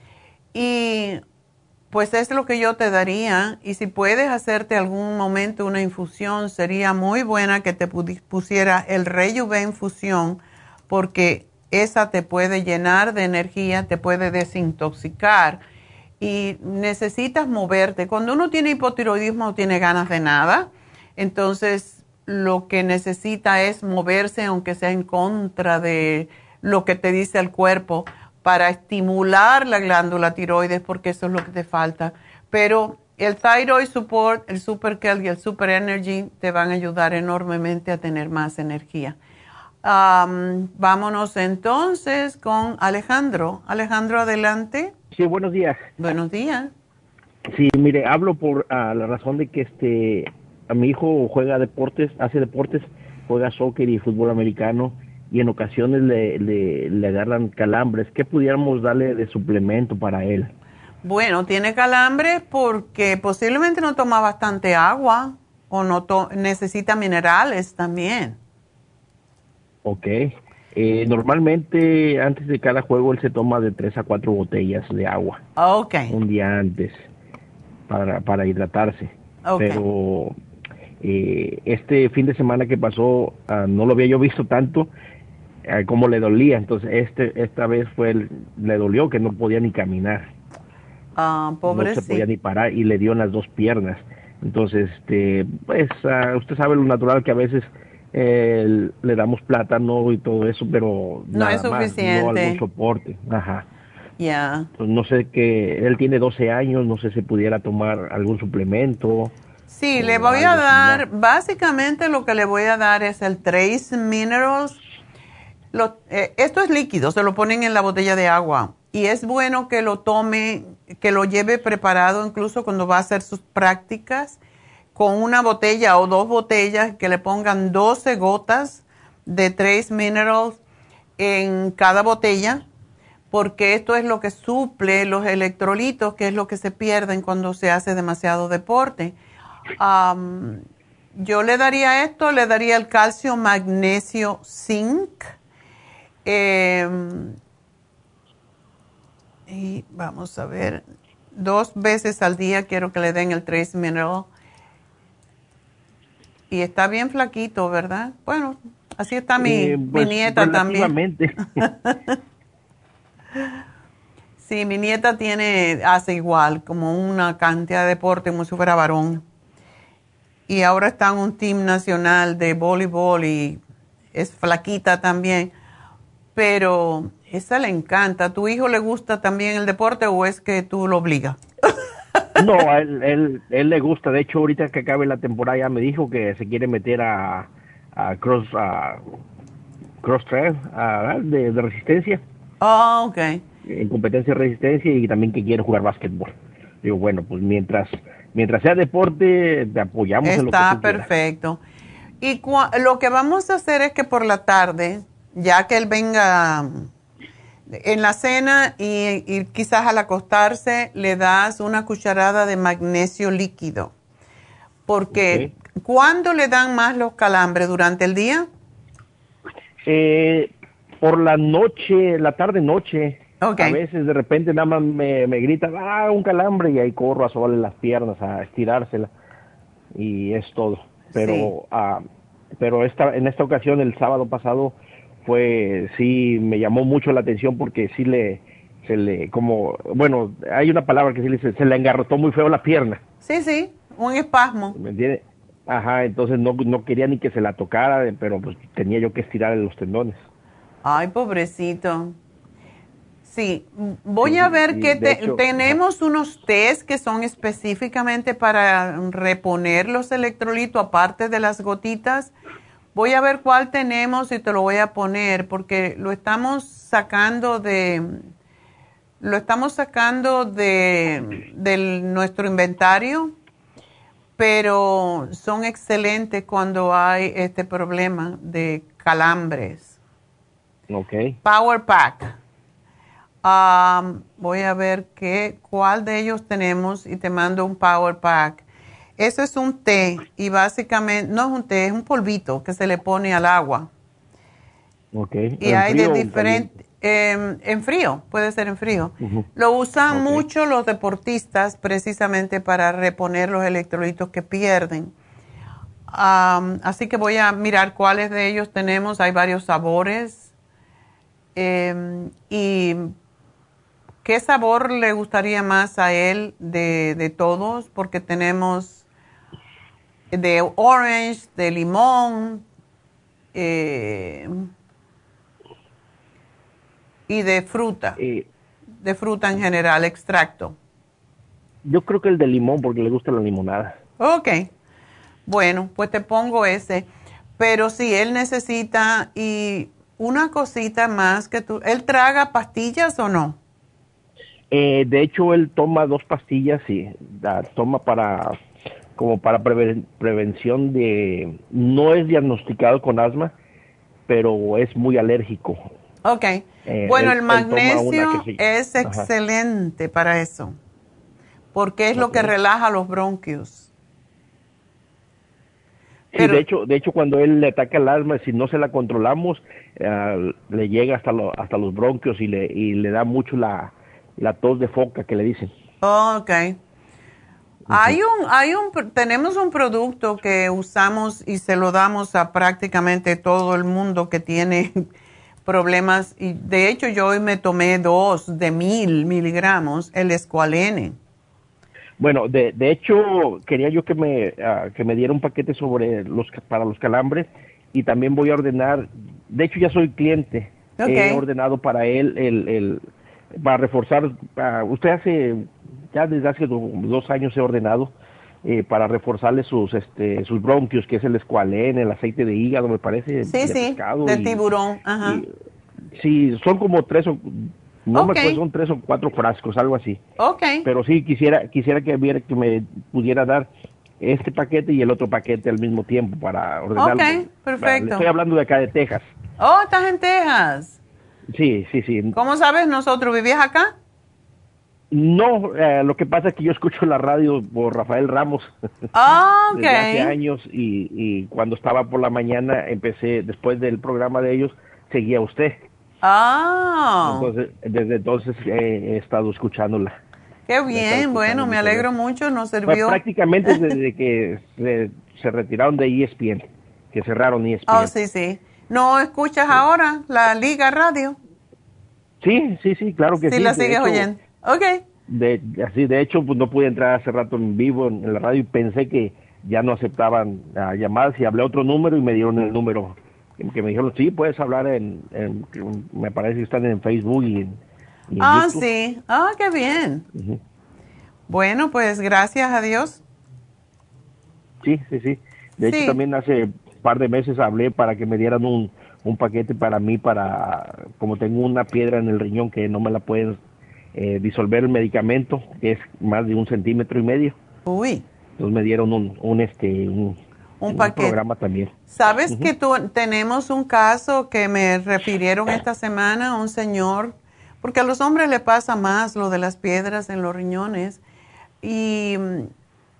y pues es lo que yo te daría. Y si puedes hacerte algún momento una infusión, sería muy buena que te pusiera el Rejuven Fusión porque esa te puede llenar de energía, te puede desintoxicar y necesitas moverte. Cuando uno tiene hipotiroidismo no tiene ganas de nada, entonces lo que necesita es moverse aunque sea en contra de lo que te dice el cuerpo para estimular la glándula tiroides porque eso es lo que te falta. Pero el Thyroid Support, el Super Kelp y el Super Energy te van a ayudar enormemente a tener más energía. Vámonos entonces con Alejandro. Alejandro, adelante. Sí, buenos días. Buenos días. Sí, mire, hablo por la razón de que a mi hijo juega deportes, hace deportes, juega soccer y fútbol americano y en ocasiones le agarran calambres. ¿Qué pudiéramos darle de suplemento para él? Bueno, tiene calambres porque posiblemente no toma bastante agua o no necesita minerales también. Ok. Normalmente antes de cada juego él se toma de 3 a 4 botellas de agua. Ok. Un día antes para hidratarse. Okay. Pero este fin de semana que pasó no lo había yo visto tanto como le dolía. Entonces esta vez le dolió que no podía ni caminar. Pobrecito. No se podía ni parar y le dio en las dos piernas. Entonces, pues usted sabe lo natural que a veces le damos plátano y todo eso, pero no es suficiente. No algún soporte. Ajá. Ya. Yeah. Pues no sé, que él tiene 12 años, no sé si pudiera tomar algún suplemento. Sí, le voy a dar, básicamente lo que le voy a dar es el Trace Minerals. Esto es líquido, se lo ponen en la botella de agua y es bueno que lo tome, que lo lleve preparado incluso cuando va a hacer sus prácticas, con una botella o 2 botellas, que le pongan 12 gotas de Trace Minerals en cada botella, porque esto es lo que suple los electrolitos, que es lo que se pierden cuando se hace demasiado deporte. Yo le daría esto, le daría el calcio, magnesio, zinc. Y vamos a ver, 2 veces al día quiero que le den el Trace Mineral. Y está bien flaquito, ¿verdad? Bueno, así está mi nieta también. Sí, mi nieta hace igual, como una cantidad de deporte como si fuera varón. Y ahora está en un team nacional de voleibol y es flaquita también. Pero esa le encanta. ¿A tu hijo le gusta también el deporte o es que tú lo obligas? No, a él le gusta. De hecho, ahorita que acabe la temporada ya me dijo que se quiere meter a cross trail de resistencia. Ok. En competencia de resistencia y también que quiere jugar básquetbol. Digo, bueno, pues mientras sea deporte, te apoyamos en lo que tú quieras. Está perfecto. Y lo que vamos a hacer es que por la tarde, ya que él venga en la cena y quizás al acostarse, le das una cucharada de magnesio líquido. Porque, ¿cuándo le dan más los calambres? ¿Durante el día? Por la noche, la tarde-noche. Okay. A veces de repente nada más me grita, un calambre, y ahí corro a sobarle las piernas, a estirársela, y es todo. Pero pero en esta ocasión, el sábado pasado, sí me llamó mucho la atención porque sí hay una palabra que sí se le engarrotó muy feo la pierna. Sí, un espasmo. ¿Me entiende? Ajá, entonces no quería ni que se la tocara, pero pues tenía yo que estirar los tendones. Ay, pobrecito. Sí, voy a ver que tenemos unos test que son específicamente para reponer los electrolitos, aparte de las gotitas. Voy a ver cuál tenemos y te lo voy a poner, porque lo estamos sacando de nuestro inventario, pero son excelentes cuando hay este problema de calambres. Okay. Power Pack. Voy a ver cuál de ellos tenemos y te mando un Power Pack. Eso es un té y básicamente, no es un té, es un polvito que se le pone al agua. Okay. Y hay de diferentes, en frío, puede ser en frío. Lo usan mucho los deportistas precisamente para reponer los electrolitos que pierden. Así que voy a mirar cuáles de ellos tenemos. Hay varios sabores. Y ¿qué sabor le gustaría más a él de todos? Porque tenemos de orange, de limón y de fruta. De fruta en general, extracto. Yo creo que el de limón, porque le gusta la limonada. Ok. Bueno, pues te pongo ese. Pero sí, él necesita, y una cosita más que ¿él traga pastillas o no? De hecho, él toma 2 pastillas y toma para prevención de... No es diagnosticado con asma, pero es muy alérgico. Ok. Bueno, el magnesio es excelente para eso, porque es lo que relaja los bronquios. Pero, sí, de hecho, cuando él le ataca el asma, si no se la controlamos, le llega hasta los bronquios y le da mucho la tos de foca que le dicen. Ok. Tenemos un producto que usamos y se lo damos a prácticamente todo el mundo que tiene problemas, y de hecho yo hoy me tomé 2 de 1000 miligramos, el Esqualene. Bueno, de hecho quería yo que me diera un paquete para los calambres, y también voy a ordenar, de hecho ya soy cliente, he ordenado para él para reforzar, desde hace 2 años he ordenado para reforzarle sus bronquios, que es el Esqualene, el aceite de hígado, me parece, de pescado, de tiburón. Ajá. Sí, son como 3 o no me acuerdo, son 3 o 4 frascos, algo así. Okay. Pero sí quisiera que me pudiera dar este paquete y el otro paquete al mismo tiempo para ordenarlo. Okay, perfecto. Estoy hablando de acá de Texas. Oh, estás en Texas. Sí. ¿Cómo sabes nosotros? ¿Vivías acá? No, lo que pasa es que yo escucho la radio por Rafael Ramos desde hace años, y cuando estaba por la mañana empecé, después del programa de ellos, seguía usted. Entonces, desde entonces he estado escuchándola. Qué bien, bueno, me alegro mucho, nos sirvió. Prácticamente desde que se retiraron de ESPN, que cerraron ESPN. Oh, sí. ¿No escuchas ahora la Liga Radio? Sí, claro que sí. Sí, la sigues oyendo. Ok. De hecho, pues no pude entrar hace rato en vivo en la radio y pensé que ya no aceptaban llamadas, y hablé a otro número y me dieron el número, que me dijeron, sí, puedes hablar me parece que están en Facebook y en YouTube. Sí. Qué bien. Bueno, pues gracias a Dios. Sí. De hecho, también hace un par de meses hablé para que me dieran un paquete para mí, como tengo una piedra en el riñón que no me la pueden disolver el medicamento, que es más de 1,5 centímetros. Uy. Entonces me dieron un paquete. Programa también. ¿Sabes que tenemos un caso que me refirieron esta semana, un señor, porque a los hombres le pasa más lo de las piedras en los riñones, y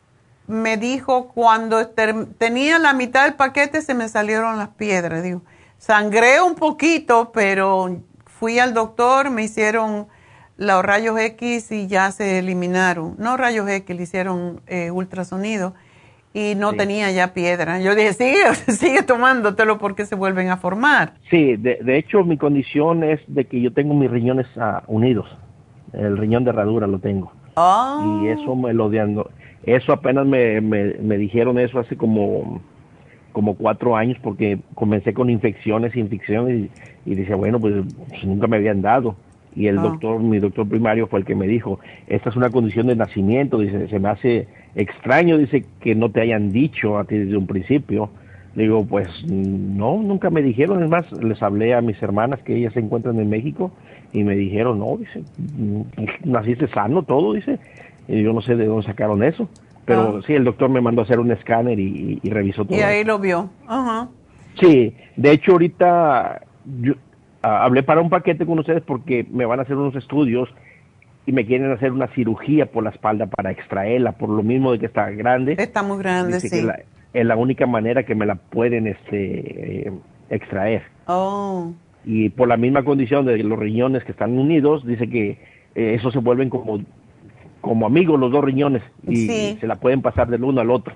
me dijo, cuando tenía la mitad del paquete se me salieron las piedras. Digo, sangré un poquito, pero fui al doctor, me hicieron los rayos X y ya se eliminaron. No rayos X, le hicieron ultrasonido y no tenía ya piedra. Yo dije, sigue tomándotelo porque se vuelven a formar. Sí, de hecho mi condición es de que yo tengo mis riñones unidos. El riñón de herradura lo tengo. Oh. Y eso me lo diagnosticaron. Eso apenas me dijeron eso hace como 4 años, porque comencé con infecciones y decía, bueno, pues nunca me habían dado. Y el doctor, mi doctor primario fue el que me dijo, esta es una condición de nacimiento, dice, se me hace extraño, dice, que no te hayan dicho a ti desde un principio. Le digo, pues no, nunca me dijeron. Es más, les hablé a mis hermanas que ellas se encuentran en México y me dijeron, no, dice, naciste sano todo, dice. Y yo no sé de dónde sacaron eso. Pero sí, el doctor me mandó a hacer un escáner y revisó todo. Y ahí lo vio. Ajá. Sí, de hecho ahorita yo hablé para un paquete con ustedes porque me van a hacer unos estudios y me quieren hacer una cirugía por la espalda para extraerla, por lo mismo de que está grande. Está muy grande, dice sí. Que es la única manera que me la pueden extraer. Oh. Y por la misma condición de los riñones que están unidos, dice que eso se vuelven como amigos los dos riñones y se la pueden pasar del uno al otro.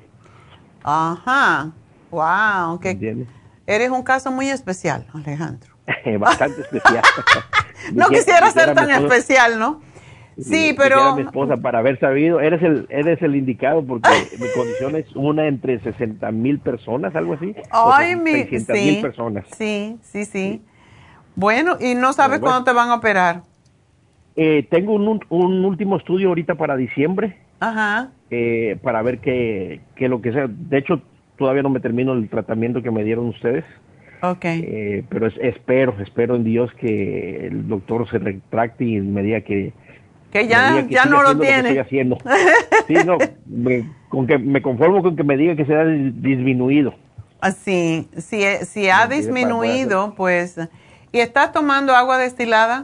Ajá. Wow. ¿Entiendes? Eres un caso muy especial, Alejandro. Bastante especial. No quisiera ser tan especial, ¿no? Sí, pero... mi esposa, para haber sabido, eres el indicado, porque mi condición es una entre 60,000 personas, algo así. Ay, 600,000 personas. Sí. Bueno, ¿y no sabes cuándo te van a operar? Tengo un último estudio ahorita para diciembre. Ajá. Para ver qué lo que sea. De hecho, todavía no me termino el tratamiento que me dieron ustedes. Okay. Pero espero en Dios que el doctor se retracte y me diga que ya no lo tiene. Sí, no, me conformo con que me diga que se ha disminuido. Así, si ha disminuido, pues... ¿Y estás tomando agua destilada?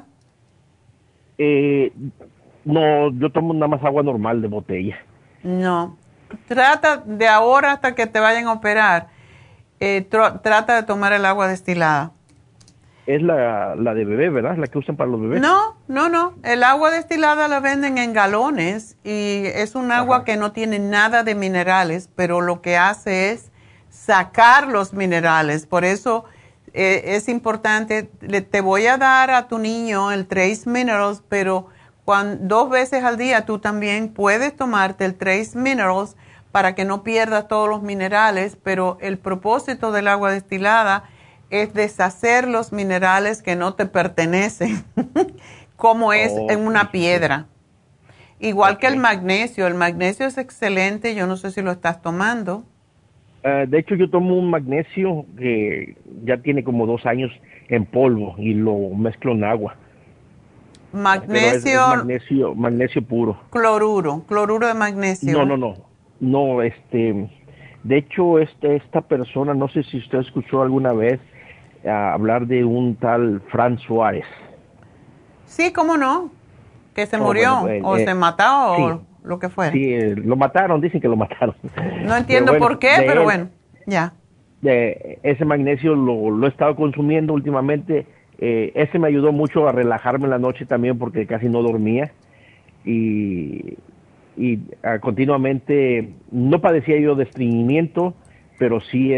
No, yo tomo nada más agua normal de botella. No. Trata de ahora hasta que te vayan a operar, trata de tomar el agua destilada. Es la de bebé, ¿verdad? La que usan para los bebés. No. El agua destilada la venden en galones y es un agua que no tiene nada de minerales, pero lo que hace es sacar los minerales. Por eso es importante. Te voy a dar a tu niño el Trace Minerals, pero 2 veces al día tú también puedes tomarte el Trace Minerals para que no pierdas todos los minerales, pero el propósito del agua destilada es deshacer los minerales que no te pertenecen, como es en una piedra. Igual que el magnesio es excelente, yo no sé si lo estás tomando. De hecho, yo tomo un magnesio que ya tiene como 2 años en polvo y lo mezclo en agua. Magnesio. Es magnesio puro. Cloruro de magnesio. No, de hecho, esta persona, no sé si usted escuchó alguna vez hablar de un tal Fran Suárez. Sí, cómo no, que se murió, o se mató, o lo que fuera. Sí, lo mataron, dicen que lo mataron. No entiendo por qué, pero bueno, ya. Ese magnesio lo he estado consumiendo últimamente. Ese me ayudó mucho a relajarme en la noche también porque casi no dormía y continuamente no padecía yo de estreñimiento, pero sí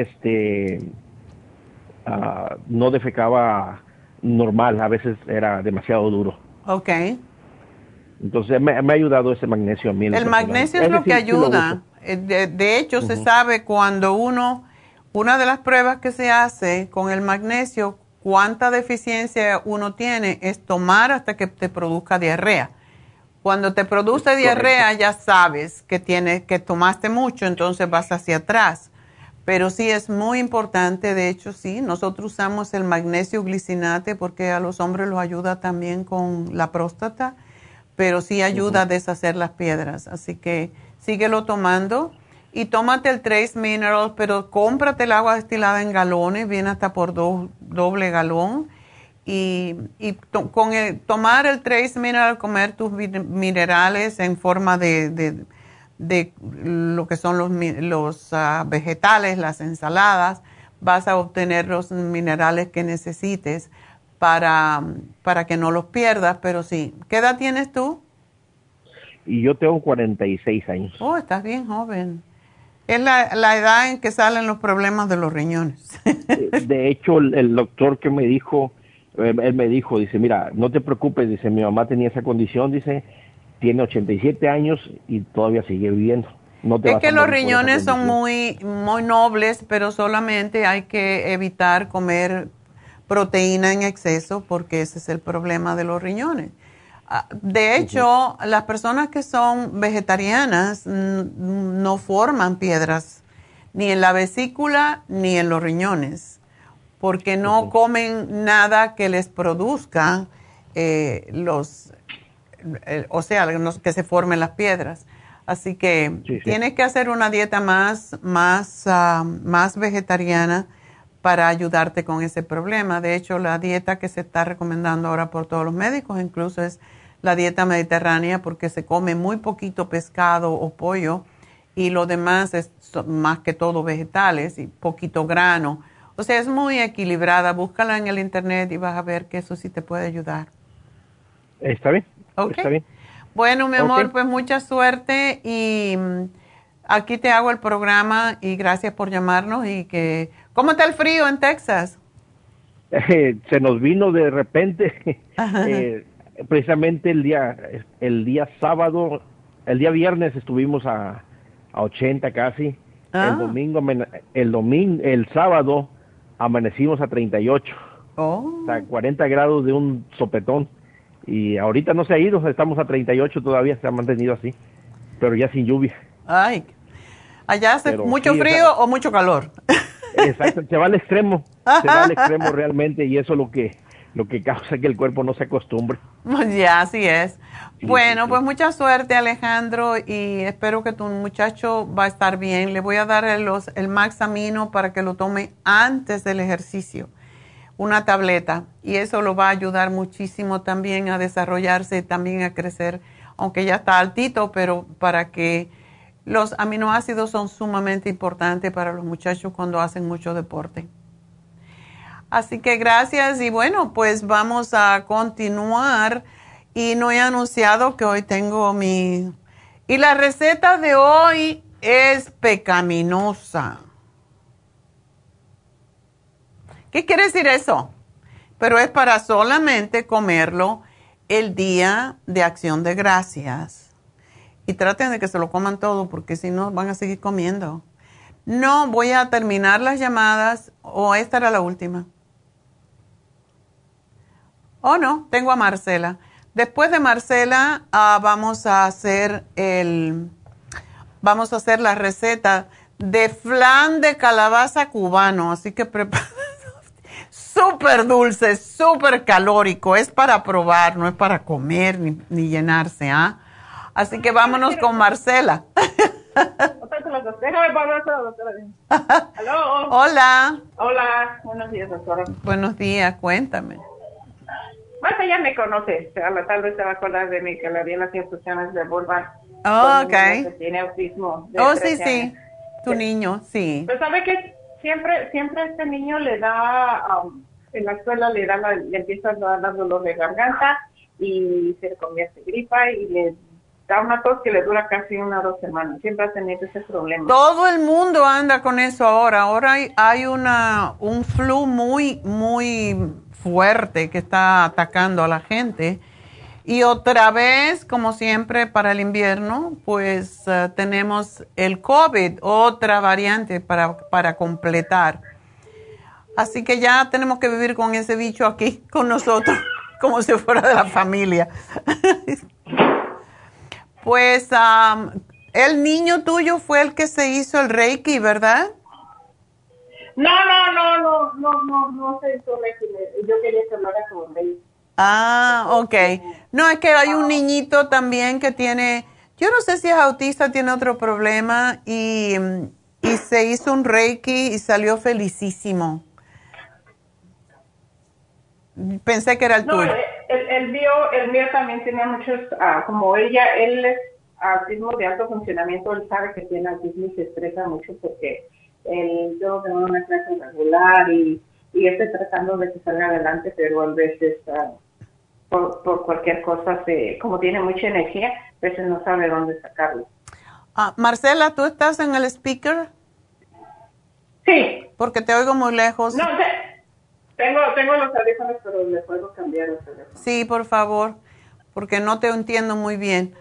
no defecaba normal, a veces era demasiado duro. Okay. Entonces me ha ayudado ese magnesio a mí. El magnesio es lo que ayuda. De hecho, se sabe cuando una de las pruebas que se hace con el magnesio, cuánta deficiencia uno tiene, es tomar hasta que te produzca diarrea. Cuando te produce diarrea, ya sabes que tomaste mucho, entonces vas hacia atrás. Pero sí es muy importante, de hecho sí, nosotros usamos el magnesio glicinate porque a los hombres los ayuda también con la próstata, pero sí ayuda a deshacer las piedras. Así que síguelo tomando y tómate el Trace Minerals, pero cómprate el agua destilada en galones, viene hasta por doble galón. Y tomar el Trace Mineral, comer tus minerales en forma de lo que son los vegetales, las ensaladas, vas a obtener los minerales que necesites para que no los pierdas, pero sí. ¿Qué edad tienes tú? Y yo tengo 46 años. Oh, estás bien joven. Es la edad en que salen los problemas de los riñones. De hecho, el doctor que me dijo, él me dijo, dice, mira, no te preocupes, dice, mi mamá tenía esa condición, dice, tiene 87 años y todavía sigue viviendo. No te es vas que a los morir por esa riñones son condición. muy nobles, pero solamente hay que evitar comer proteína en exceso porque ese es el problema de los riñones. De hecho, las personas que son vegetarianas no forman piedras ni en la vesícula ni en los riñones, porque no comen nada que les produzca que se formen las piedras. Así que tienes que hacer una dieta más vegetariana para ayudarte con ese problema. De hecho, la dieta que se está recomendando ahora por todos los médicos incluso es la dieta mediterránea, porque se come muy poquito pescado o pollo y lo demás es más que todo vegetales y poquito grano. O sea, es muy equilibrada. Búscala en el internet y vas a ver que eso sí te puede ayudar. Está bien. Okay. Está bien. Bueno, mi amor, pues mucha suerte y aquí te hago el programa y gracias por llamarnos. ¿Cómo está el frío en Texas? Se nos vino de repente. Precisamente el día sábado, el día viernes estuvimos a 80 casi. El sábado amanecimos a 38. O sea, 40 grados de un sopetón. Y ahorita no se ha ido, estamos a 38 todavía, se ha mantenido así, pero ya sin lluvia. Ay, ¿allá hace mucho frío o mucho calor? Exacto, se va al extremo realmente, y eso es lo que causa que el cuerpo no se acostumbre. Ya, así es. Bueno, pues mucha suerte, Alejandro, y espero que tu muchacho va a estar bien. Le voy a dar el Max Amino para que lo tome antes del ejercicio, una tableta, y eso lo va a ayudar muchísimo también a desarrollarse y también a crecer, aunque ya está altito, pero para que los aminoácidos son sumamente importantes para los muchachos cuando hacen mucho deporte. Así que gracias y bueno, pues vamos a continuar y no he anunciado que hoy tengo y la receta de hoy es pecaminosa. ¿Qué quiere decir eso? Pero es para solamente comerlo el día de Acción de Gracias. Y traten de que se lo coman todo porque si no van a seguir comiendo. No, voy a terminar las llamadas o esta era la última. Oh, no, tengo a Marcela. Después de Marcela vamos a hacer la receta de flan de calabaza cubano. Así que prepárate. Súper dulce, súper calórico. Es para probar, no es para comer ni llenarse, ¿ah? Así que vámonos con Marcela. Déjame hablar con la doctora. ¿Aló? Hola. Hola, buenos días, doctora. Buenos días, cuéntame. Más ella me conoce, tal vez se va a acordar de mí, que le di las instrucciones de Bulban. Oh, ok. Que tiene autismo. Oh, sí, años. Tu niño, sí. Pues sabe que siempre a este niño le da, en la escuela le empieza a dar dolor de garganta y se le convierte en gripa y le da una tos que le dura casi 1 o 2 semanas. Siempre ha tenido ese problema. Todo el mundo anda con eso ahora. Ahora hay un flu muy, muy fuerte que está atacando a la gente. Y otra vez, como siempre, para el invierno, pues tenemos el COVID, otra variante para completar. Así que ya tenemos que vivir con ese bicho aquí, con nosotros, como si fuera de la familia. Pues el niño tuyo fue el que se hizo el Reiki, ¿verdad? No se hizo Reiki. Yo quería que hablara con Reiki. Ah, ok. No, es que hay un niñito también que tiene, yo no sé si es autista, tiene otro problema y se hizo un Reiki y salió felicísimo. Pensé que era el tuyo. El mío también tiene muchos, como él es autismo de alto funcionamiento, él sabe que tiene autismo y se estresa mucho porque Yo tengo una clase regular y estoy tratando de que salga adelante, pero a veces por cualquier cosa, como tiene mucha energía, a veces no sabe dónde sacarlo. Marcela, ¿tú estás en el speaker? Sí. Porque te oigo muy lejos. No, tengo los audífonos, pero le puedo cambiar el teléfono. Sí, por favor, porque no te entiendo muy bien.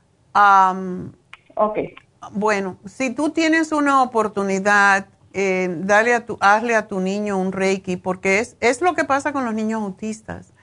Ok. Bueno, si tú tienes una oportunidad, hazle a tu niño un Reiki, porque es lo que pasa con los niños autistas.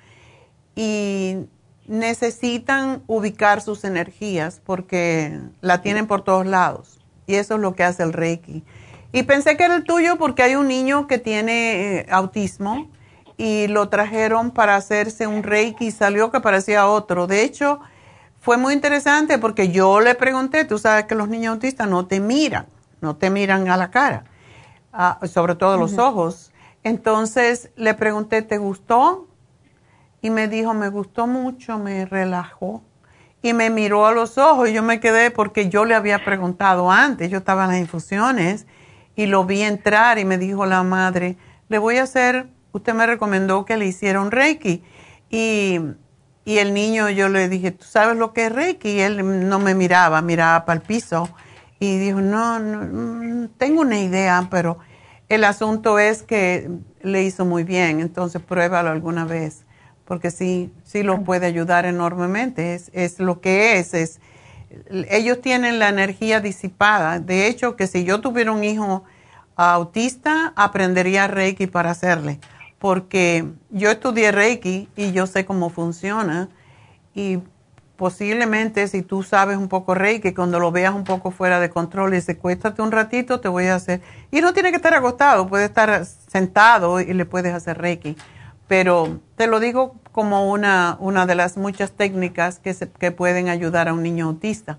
Y necesitan ubicar sus energías porque la tienen por todos lados. Y eso es lo que hace el Reiki. Y pensé que era el tuyo porque hay un niño que tiene autismo y lo trajeron para hacerse un Reiki y salió que parecía otro. De hecho, fue muy interesante porque yo le pregunté, tú sabes que los niños autistas no te miran a la cara, sobre todo los ojos. Entonces le pregunté, ¿te gustó? Y me dijo, me gustó mucho, me relajó. Y me miró a los ojos y yo me quedé porque yo le había preguntado antes, yo estaba en las infusiones y lo vi entrar y me dijo la madre, le voy a hacer, usted me recomendó que le hiciera un Reiki. Y el niño, yo le dije, ¿tú sabes lo que es Reiki? Y él no me miraba para el piso. Y dijo, no, tengo una idea, pero el asunto es que le hizo muy bien, entonces pruébalo alguna vez. Porque sí los puede ayudar enormemente. Es lo que es. Ellos tienen la energía disipada. De hecho, que si yo tuviera un hijo autista, aprendería Reiki para hacerle. Porque yo estudié Reiki y yo sé cómo funciona. Y posiblemente si tú sabes un poco Reiki, cuando lo veas un poco fuera de control y dices, cuéstate un ratito, te voy a hacer. Y no tiene que estar acostado, puede estar sentado y le puedes hacer Reiki. Pero te lo digo como una de las muchas técnicas que pueden ayudar a un niño autista.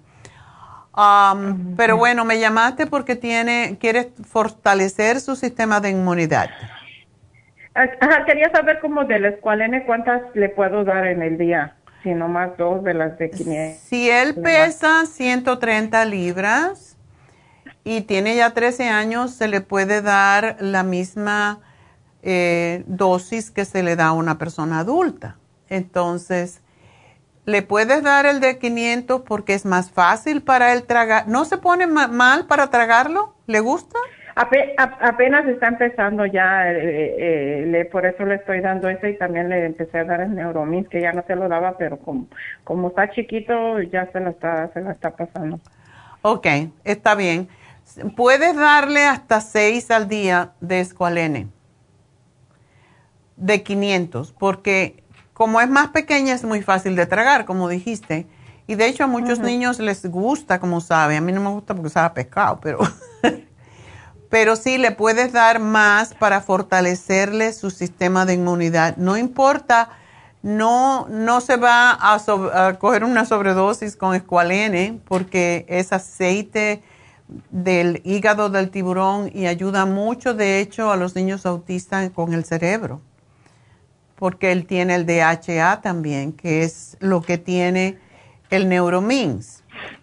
Pero bueno, me llamaste porque quieres fortalecer su sistema de inmunidad. Quería saber como del Escualene, ¿cuántas le puedo dar en el día? Si no más 2 de las de 500. Si él pesa 130 libras y tiene ya 13 años, se le puede dar la misma dosis que se le da a una persona adulta. Entonces, le puedes dar el de 500 porque es más fácil para él tragar. ¿No se pone mal para tragarlo? ¿Le gusta? Apenas está empezando ya, por eso le estoy dando eso y también le empecé a dar el Neuromins, que ya no se lo daba, pero como está chiquito ya se la está pasando. Ok, está bien. Puedes darle hasta 6 al día de Escualene. De 500, porque como es más pequeña es muy fácil de tragar, como dijiste. Y de hecho a muchos niños les gusta, como sabe. A mí no me gusta porque sabe a pescado, pero sí le puedes dar más para fortalecerle su sistema de inmunidad. No importa, no se va a coger una sobredosis con Escualene porque es aceite del hígado del tiburón y ayuda mucho, de hecho, a los niños autistas con el cerebro. Porque él tiene el DHA también, que es lo que tiene el Neuromins.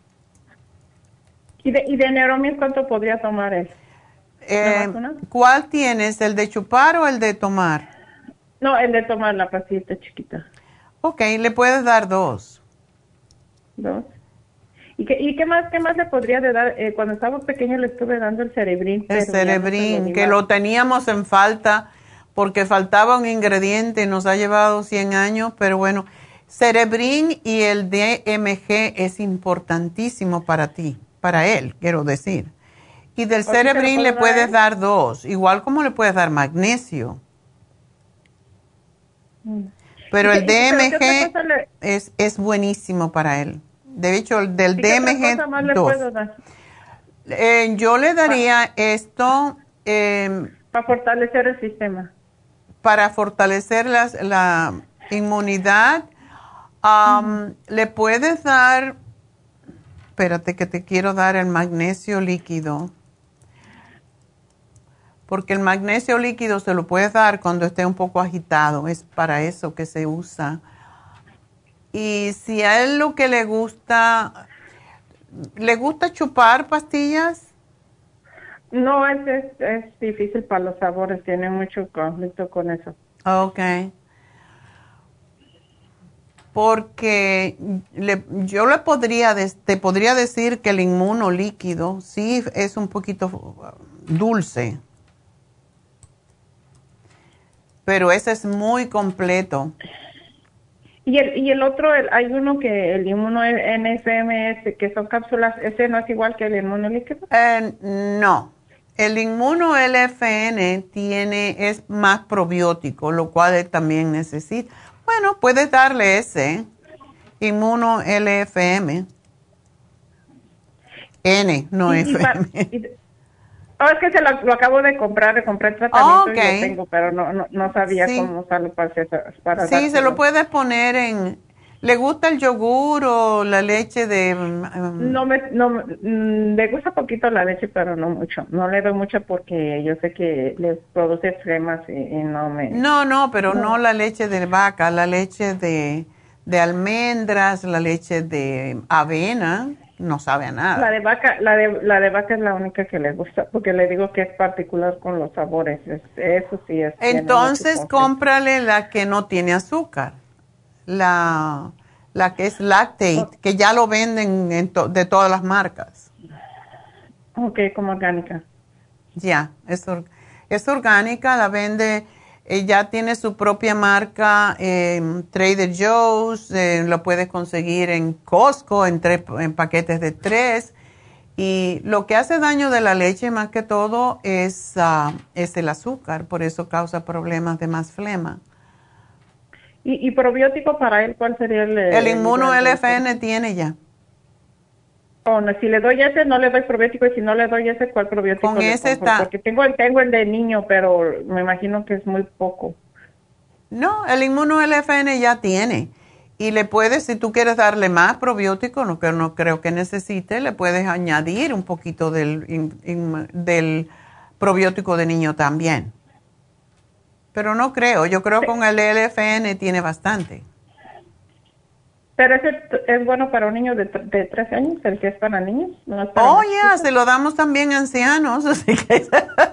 ¿Y de Neuromins cuánto podría tomar él? ¿Cuál tienes? ¿El de chupar o el de tomar? No, el de tomar, la pastillita chiquita. Ok, le puedes dar 2. 2. ¿Y qué más le podría dar? Cuando estaba pequeño le estuve dando el Cerebrin. El Cerebrin, que lo teníamos en falta porque faltaba un ingrediente, nos ha llevado 100 años, pero bueno, Cerebrin y el DMG es importantísimo para ti, para él, quiero decir. Y del Cerebrin le puedes dar 2, igual como le puedes dar magnesio. Pero el DMG es buenísimo para él. De hecho, el del DMG, 2. Yo le daría esto. Para fortalecer el sistema. Para fortalecer la inmunidad. Le puedes dar, espérate que te quiero dar el magnesio líquido. Porque el magnesio líquido se lo puedes dar cuando esté un poco agitado. Es para eso que se usa. Y si a él lo que ¿le gusta chupar pastillas? No, es difícil para los sabores, tiene mucho conflicto con eso. Okay. Porque yo te podría decir que el inmuno líquido sí es un poquito dulce, pero ese es muy completo. Y el otro, hay uno que el inmuno NFMS, que son cápsulas, ¿ese no es igual que el inmuno líquido? No, el inmuno LFN es más probiótico, lo cual él también necesita. Bueno, puedes darle ese inmuno LFM. N, no FM. Es que lo acabo de comprar tratamiento y lo tengo, pero no sabía cómo usarlo para sí, se lo puedes poner en... ¿Le gusta el yogur o la leche de...? Me gusta poquito la leche, pero no mucho. No le doy mucho porque yo sé que le produce flemas y no me... No, pero no la leche de vaca, la leche de almendras, la leche de avena... No sabe a nada. La de vaca es la única que le gusta, porque le digo que es particular con los sabores. Eso sí es. Entonces, cómprale la que no tiene azúcar. La que es Lactate, que ya lo venden de todas las marcas. Ok, como orgánica. Ya, es orgánica, la vende... ya tiene su propia marca en Trader Joe's, lo puedes conseguir en Costco en paquetes de 3. Y lo que hace daño de la leche más que todo es el azúcar, por eso causa problemas de más flema. ¿Y probiótico para él cuál sería el inmuno LFN tiene ya. Si le doy ese, no le doy probiótico, y si no le doy ese, ¿cuál probiótico? Con ese está. Porque tengo el de niño, pero me imagino que es muy poco. No, el inmuno LFN ya tiene. Y le puedes, si tú quieres darle más probiótico, que no creo que necesite, le puedes añadir un poquito del probiótico de niño también. Pero no creo, yo creo que con el LFN tiene bastante. Pero ese es bueno para un niño de 3 años, el que es para niños. ¿No es para se lo damos también a ancianos, así que...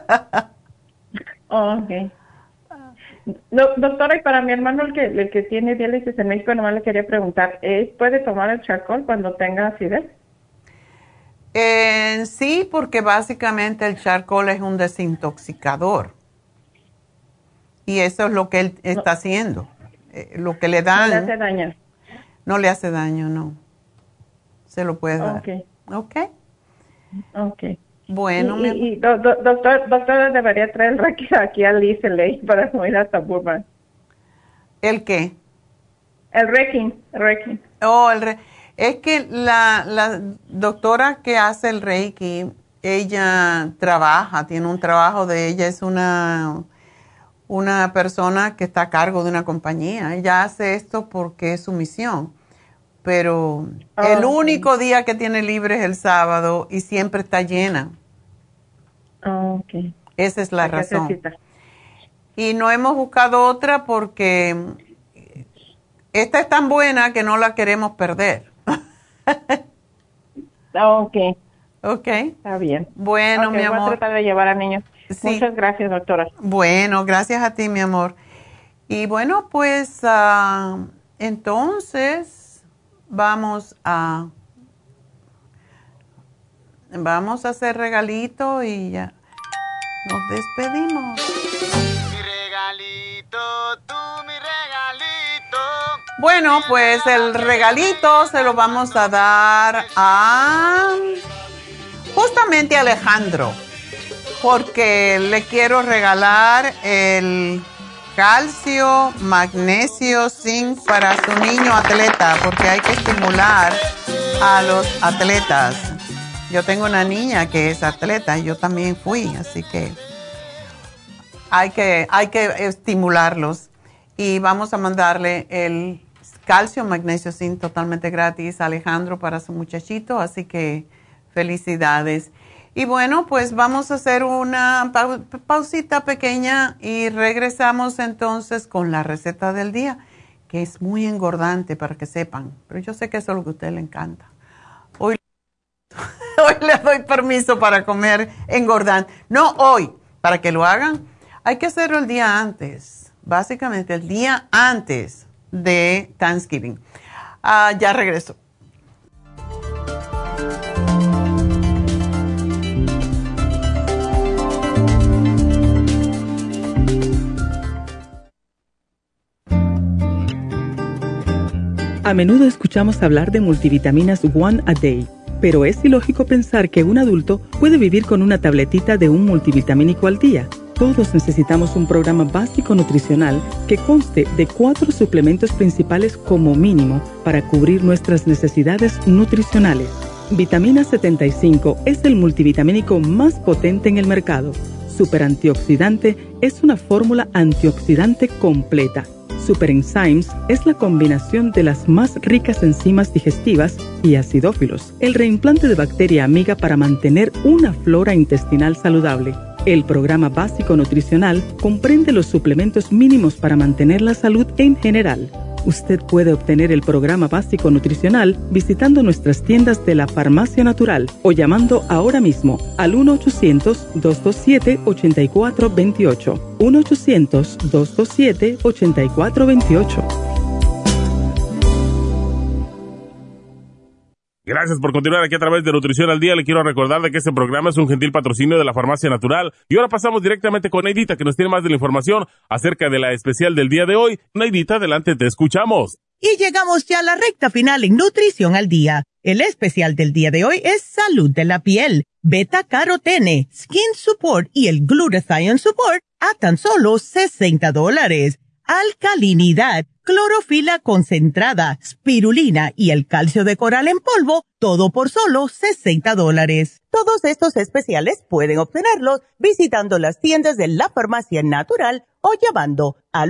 Okay. No, doctora, y para mi hermano, el que tiene diálisis en México, nomás le quería preguntar, ¿puede tomar el charcoal cuando tenga acidez? Sí, porque básicamente el charcoal es un desintoxicador. Y eso es lo que él está haciendo. Lo que le dan... No le hace daño. No le hace daño, no. Se lo puede dar. Ok. Bueno, doctora, debería traer el Reiki aquí a Liz para no ir hasta Burbank. ¿El qué? El Reiki. Es que la doctora que hace el Reiki, ella tiene un trabajo de ella, es una persona que está a cargo de una compañía. Ella hace esto porque es su misión. Pero el único día que tiene libre es el sábado y siempre está llena. Esa es la razón. Y no hemos buscado otra porque esta es tan buena que no la queremos perder. Ok. Está bien. Bueno, mi amor. Voy a tratar de llevar a niños. Sí. Muchas gracias, doctora. Bueno, gracias a ti, mi amor. Y bueno, pues entonces vamos a hacer regalito y ya nos despedimos. Mi regalito, tú mi regalito. Bueno, pues el regalito se lo vamos a dar justamente a Alejandro, porque le quiero regalar el calcio, magnesio, zinc para su niño atleta, porque hay que estimular a los atletas. Yo tengo una niña que es atleta y yo también fui, así que hay que estimularlos. Y vamos a mandarle el calcio, magnesio, zinc totalmente gratis a Alejandro para su muchachito, así que felicidades. Y bueno, pues vamos a hacer una pausita pequeña y regresamos entonces con la receta del día, que es muy engordante para que sepan, pero yo sé que eso es lo que a usted le encanta. Hoy hoy les doy permiso para comer engordante. No hoy, para que lo hagan, hay que hacerlo el día antes, básicamente el día antes de Thanksgiving. Ya regreso. A menudo escuchamos hablar de multivitaminas One a Day, pero es ilógico pensar que un adulto puede vivir con una tabletita de un multivitamínico al día. Todos necesitamos un programa básico nutricional que conste de 4 suplementos principales como mínimo para cubrir nuestras necesidades nutricionales. Vitamina 75 es el multivitamínico más potente en el mercado. Super Antioxidante es una fórmula antioxidante completa. Super Enzymes es la combinación de las más ricas enzimas digestivas y acidófilos, el reimplante de bacteria amiga para mantener una flora intestinal saludable. El programa básico nutricional comprende los suplementos mínimos para mantener la salud en general. Usted puede obtener el programa básico nutricional visitando nuestras tiendas de la Farmacia Natural o llamando ahora mismo al 1-800-227-8428. 1-800-227-8428. Gracias por continuar aquí a través de Nutrición al Día. Le quiero recordar de que este programa es un gentil patrocinio de la Farmacia Natural. Y ahora pasamos directamente con Neidita, que nos tiene más de la información acerca de la especial del día de hoy. Neidita, adelante, te escuchamos. Y llegamos ya a la recta final en Nutrición al Día. El especial del día de hoy es Salud de la Piel, Beta Carotene, Skin Support y el Glutathione Support a tan solo $60. Alcalinidad, clorofila concentrada, spirulina y el calcio de coral en polvo, todo por solo $60. Todos estos especiales pueden obtenerlos visitando las tiendas de la Farmacia Natural o llamando al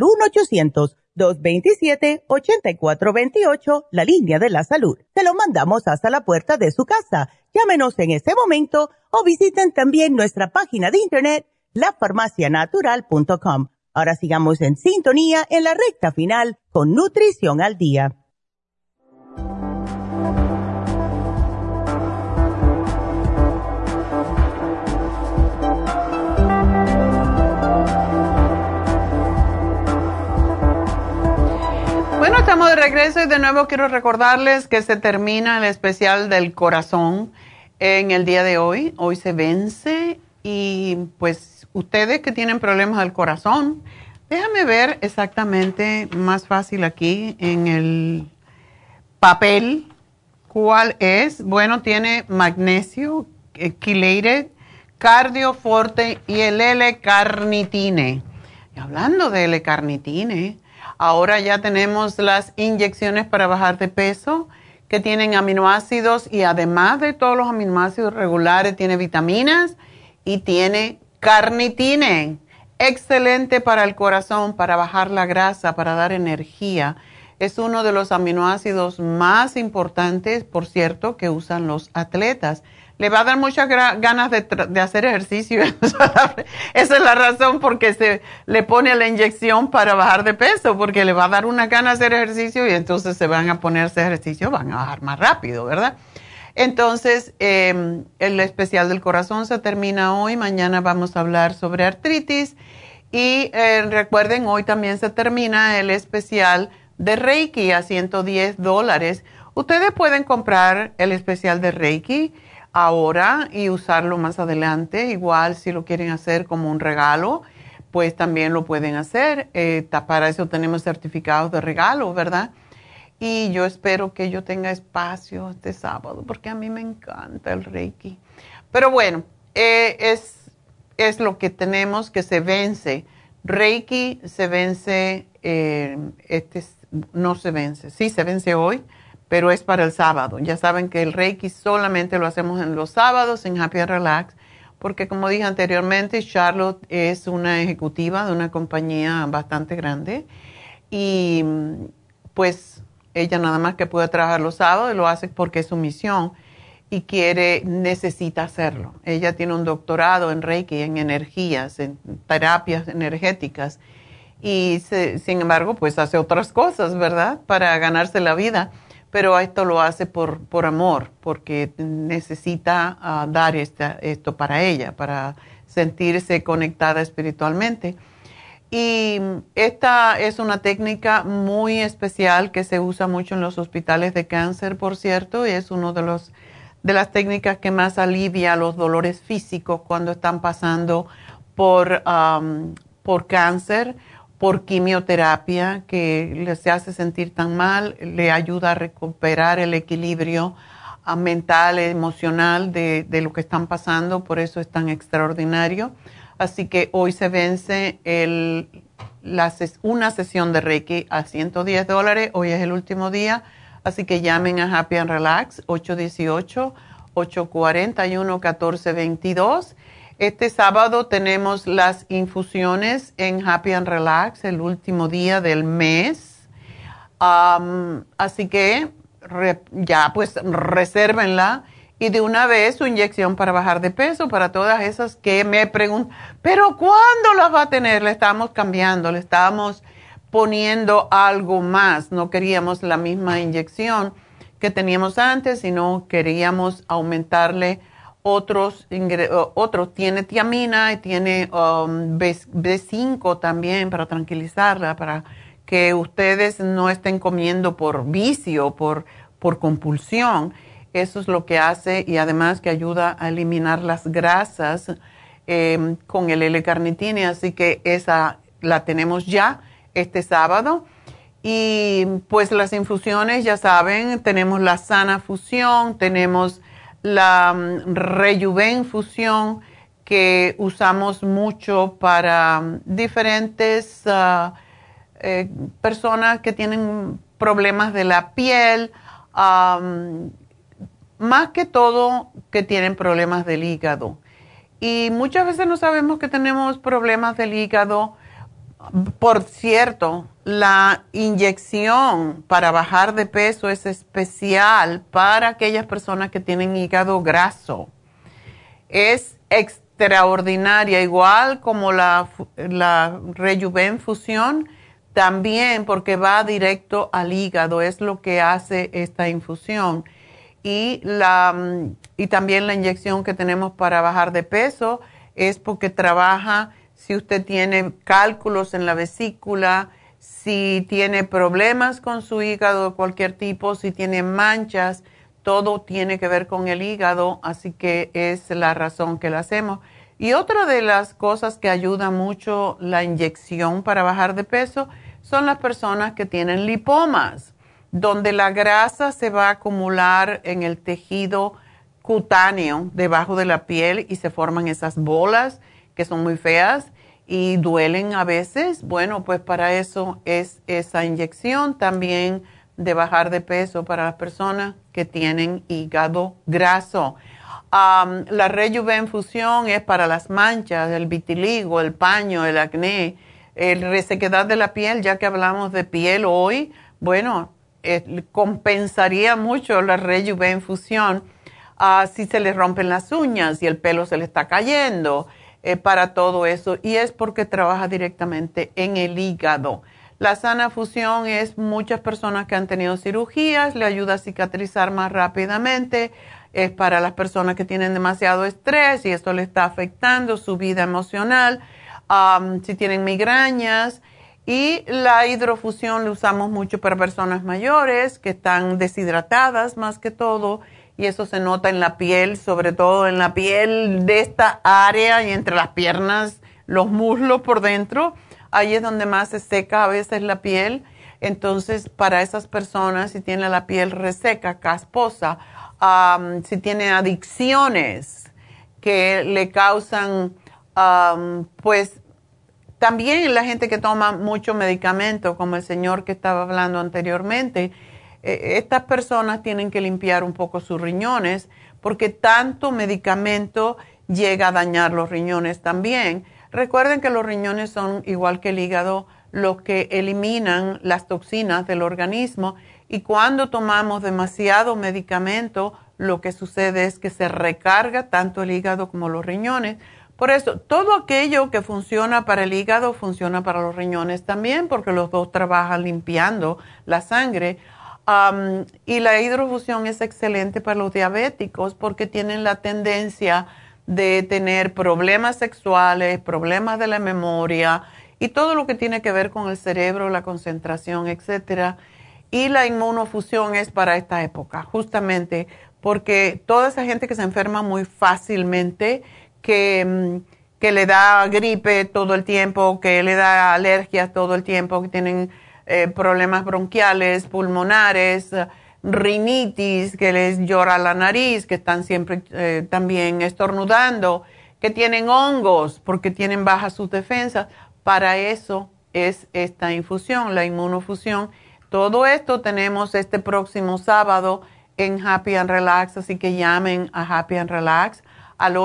1-800-227-8428, la línea de la salud. Se lo mandamos hasta la puerta de su casa. Llámenos en este momento o visiten también nuestra página de internet, lafarmacianatural.com. Ahora sigamos en sintonía en la recta final con Nutrición al Día. Bueno, estamos de regreso y de nuevo quiero recordarles que se termina el especial del corazón en el día de hoy. Hoy se vence y pues ustedes que tienen problemas del corazón, déjame ver exactamente, más fácil aquí en el papel, cuál es. Bueno, tiene magnesio, chelated, cardioforte y el L-carnitine. Y hablando de L-carnitine, ahora ya tenemos las inyecciones para bajar de peso que tienen aminoácidos y además de todos los aminoácidos regulares, tiene vitaminas y tiene carnitine, excelente para el corazón, para bajar la grasa, para dar energía. Es uno de los aminoácidos más importantes, por cierto, que usan los atletas. Le va a dar muchas ganas de hacer ejercicio. Esa es la razón por qué se le pone la inyección para bajar de peso, porque le va a dar una gana de hacer ejercicio y entonces se van a poner a hacer ejercicio, van a bajar más rápido, ¿verdad? Entonces, el especial del corazón se termina hoy. Mañana vamos a hablar sobre artritis. Y recuerden, hoy también se termina el especial de Reiki a $110. Ustedes pueden comprar el especial de Reiki ahora y usarlo más adelante. Igual, si lo quieren hacer como un regalo, pues también lo pueden hacer. Para eso tenemos certificados de regalo, ¿verdad? Y yo espero que yo tenga espacio este sábado, porque a mí me encanta el Reiki. Pero bueno, es lo que tenemos, que se vence. Reiki se vence, no se vence, sí se vence hoy, pero es para el sábado. Ya saben que el Reiki solamente lo hacemos en los sábados en Happy and Relax, porque como dije anteriormente, Charlotte es una ejecutiva de una compañía bastante grande y pues ella nada más que puede trabajar los sábados y lo hace porque es su misión y necesita hacerlo. Ella tiene un doctorado en Reiki, en energías, en terapias energéticas y sin embargo pues hace otras cosas, ¿verdad? Para ganarse la vida. pero esto lo hace por amor, porque necesita dar esto para ella, para sentirse conectada espiritualmente. Y esta es una técnica muy especial que se usa mucho en los hospitales de cáncer, por cierto, y es uno de las técnicas que más alivia los dolores físicos cuando están pasando por cáncer, por quimioterapia, que les hace sentir tan mal, le ayuda a recuperar el equilibrio mental, emocional de lo que están pasando, por eso es tan extraordinario. Así que hoy se vence una sesión de Reiki a $110. Hoy es el último día. Así que llamen a Happy and Relax, 818-841-1422. Este sábado tenemos las infusiones en Happy and Relax, el último día del mes. Así que ya pues resérvenla. Y de una vez su inyección para bajar de peso, para todas esas que me preguntan, ¿pero cuándo las va a tener? Le estamos cambiando, le estamos poniendo algo más. No queríamos la misma inyección que teníamos antes, sino queríamos aumentarle otros. Tiene tiamina y tiene B5 también para tranquilizarla, para que ustedes no estén comiendo por vicio, por compulsión. Eso es lo que hace, y además que ayuda a eliminar las grasas con el L-carnitine, así que esa la tenemos ya este sábado. Y pues las infusiones, ya saben, tenemos la Sana Fusión, tenemos la Rejuven Fusión, que usamos mucho para diferentes personas que tienen problemas de la piel, más que todo que tienen problemas del hígado. Y muchas veces no sabemos que tenemos problemas del hígado. Por cierto, la inyección para bajar de peso es especial para aquellas personas que tienen hígado graso. Es extraordinaria, igual como la Rejuven Fusión, también porque va directo al hígado, es lo que hace esta infusión. Y también la inyección que tenemos para bajar de peso es porque trabaja si usted tiene cálculos en la vesícula, si tiene problemas con su hígado de cualquier tipo, si tiene manchas, todo tiene que ver con el hígado, así que es la razón que la hacemos. Y otra de las cosas que ayuda mucho la inyección para bajar de peso son las personas que tienen lipomas, donde la grasa se va a acumular en el tejido cutáneo debajo de la piel y se forman esas bolas que son muy feas y duelen a veces. Bueno, pues para eso es esa inyección también de bajar de peso para las personas que tienen hígado graso. La Rejuven Fusión es para las manchas, el vitiligo, el paño, el acné, el resequedad de la piel, ya que hablamos de piel hoy. Bueno, compensaría mucho la Rejuven Fusión si se le rompen las uñas y el pelo se le está cayendo, para todo eso, y es porque trabaja directamente en el hígado. La Sana Fusión es muchas personas que han tenido cirugías, le ayuda a cicatrizar más rápidamente, es para las personas que tienen demasiado estrés y esto le está afectando su vida emocional, si tienen migrañas. Y la hidrofusión la usamos mucho para personas mayores que están deshidratadas más que todo, y eso se nota en la piel, sobre todo en la piel de esta área y entre las piernas, los muslos por dentro. Ahí es donde más se seca a veces la piel. Entonces, para esas personas, si tiene la piel reseca, casposa, si tiene adicciones que le causan, pues, también la gente que toma mucho medicamento, como el señor que estaba hablando anteriormente, estas personas tienen que limpiar un poco sus riñones porque tanto medicamento llega a dañar los riñones también. Recuerden que los riñones son, igual que el hígado, los que eliminan las toxinas del organismo, y cuando tomamos demasiado medicamento, lo que sucede es que se recarga tanto el hígado como los riñones. Por eso, todo aquello que funciona para el hígado funciona para los riñones también, porque los dos trabajan limpiando la sangre. Y la hidrofusión es excelente para los diabéticos porque tienen la tendencia de tener problemas sexuales, problemas de la memoria y todo lo que tiene que ver con el cerebro, la concentración, etcétera. Y la inmunofusión es para esta época, justamente porque toda esa gente que se enferma muy fácilmente, que le da gripe todo el tiempo, que le da alergias todo el tiempo, que tienen problemas bronquiales, pulmonares, rinitis, que les llora la nariz, que están siempre también estornudando, que tienen hongos porque tienen bajas sus defensas. Para eso es esta infusión, la inmunofusión. Todo esto tenemos este próximo sábado en Happy and Relax, así que llamen a Happy and Relax al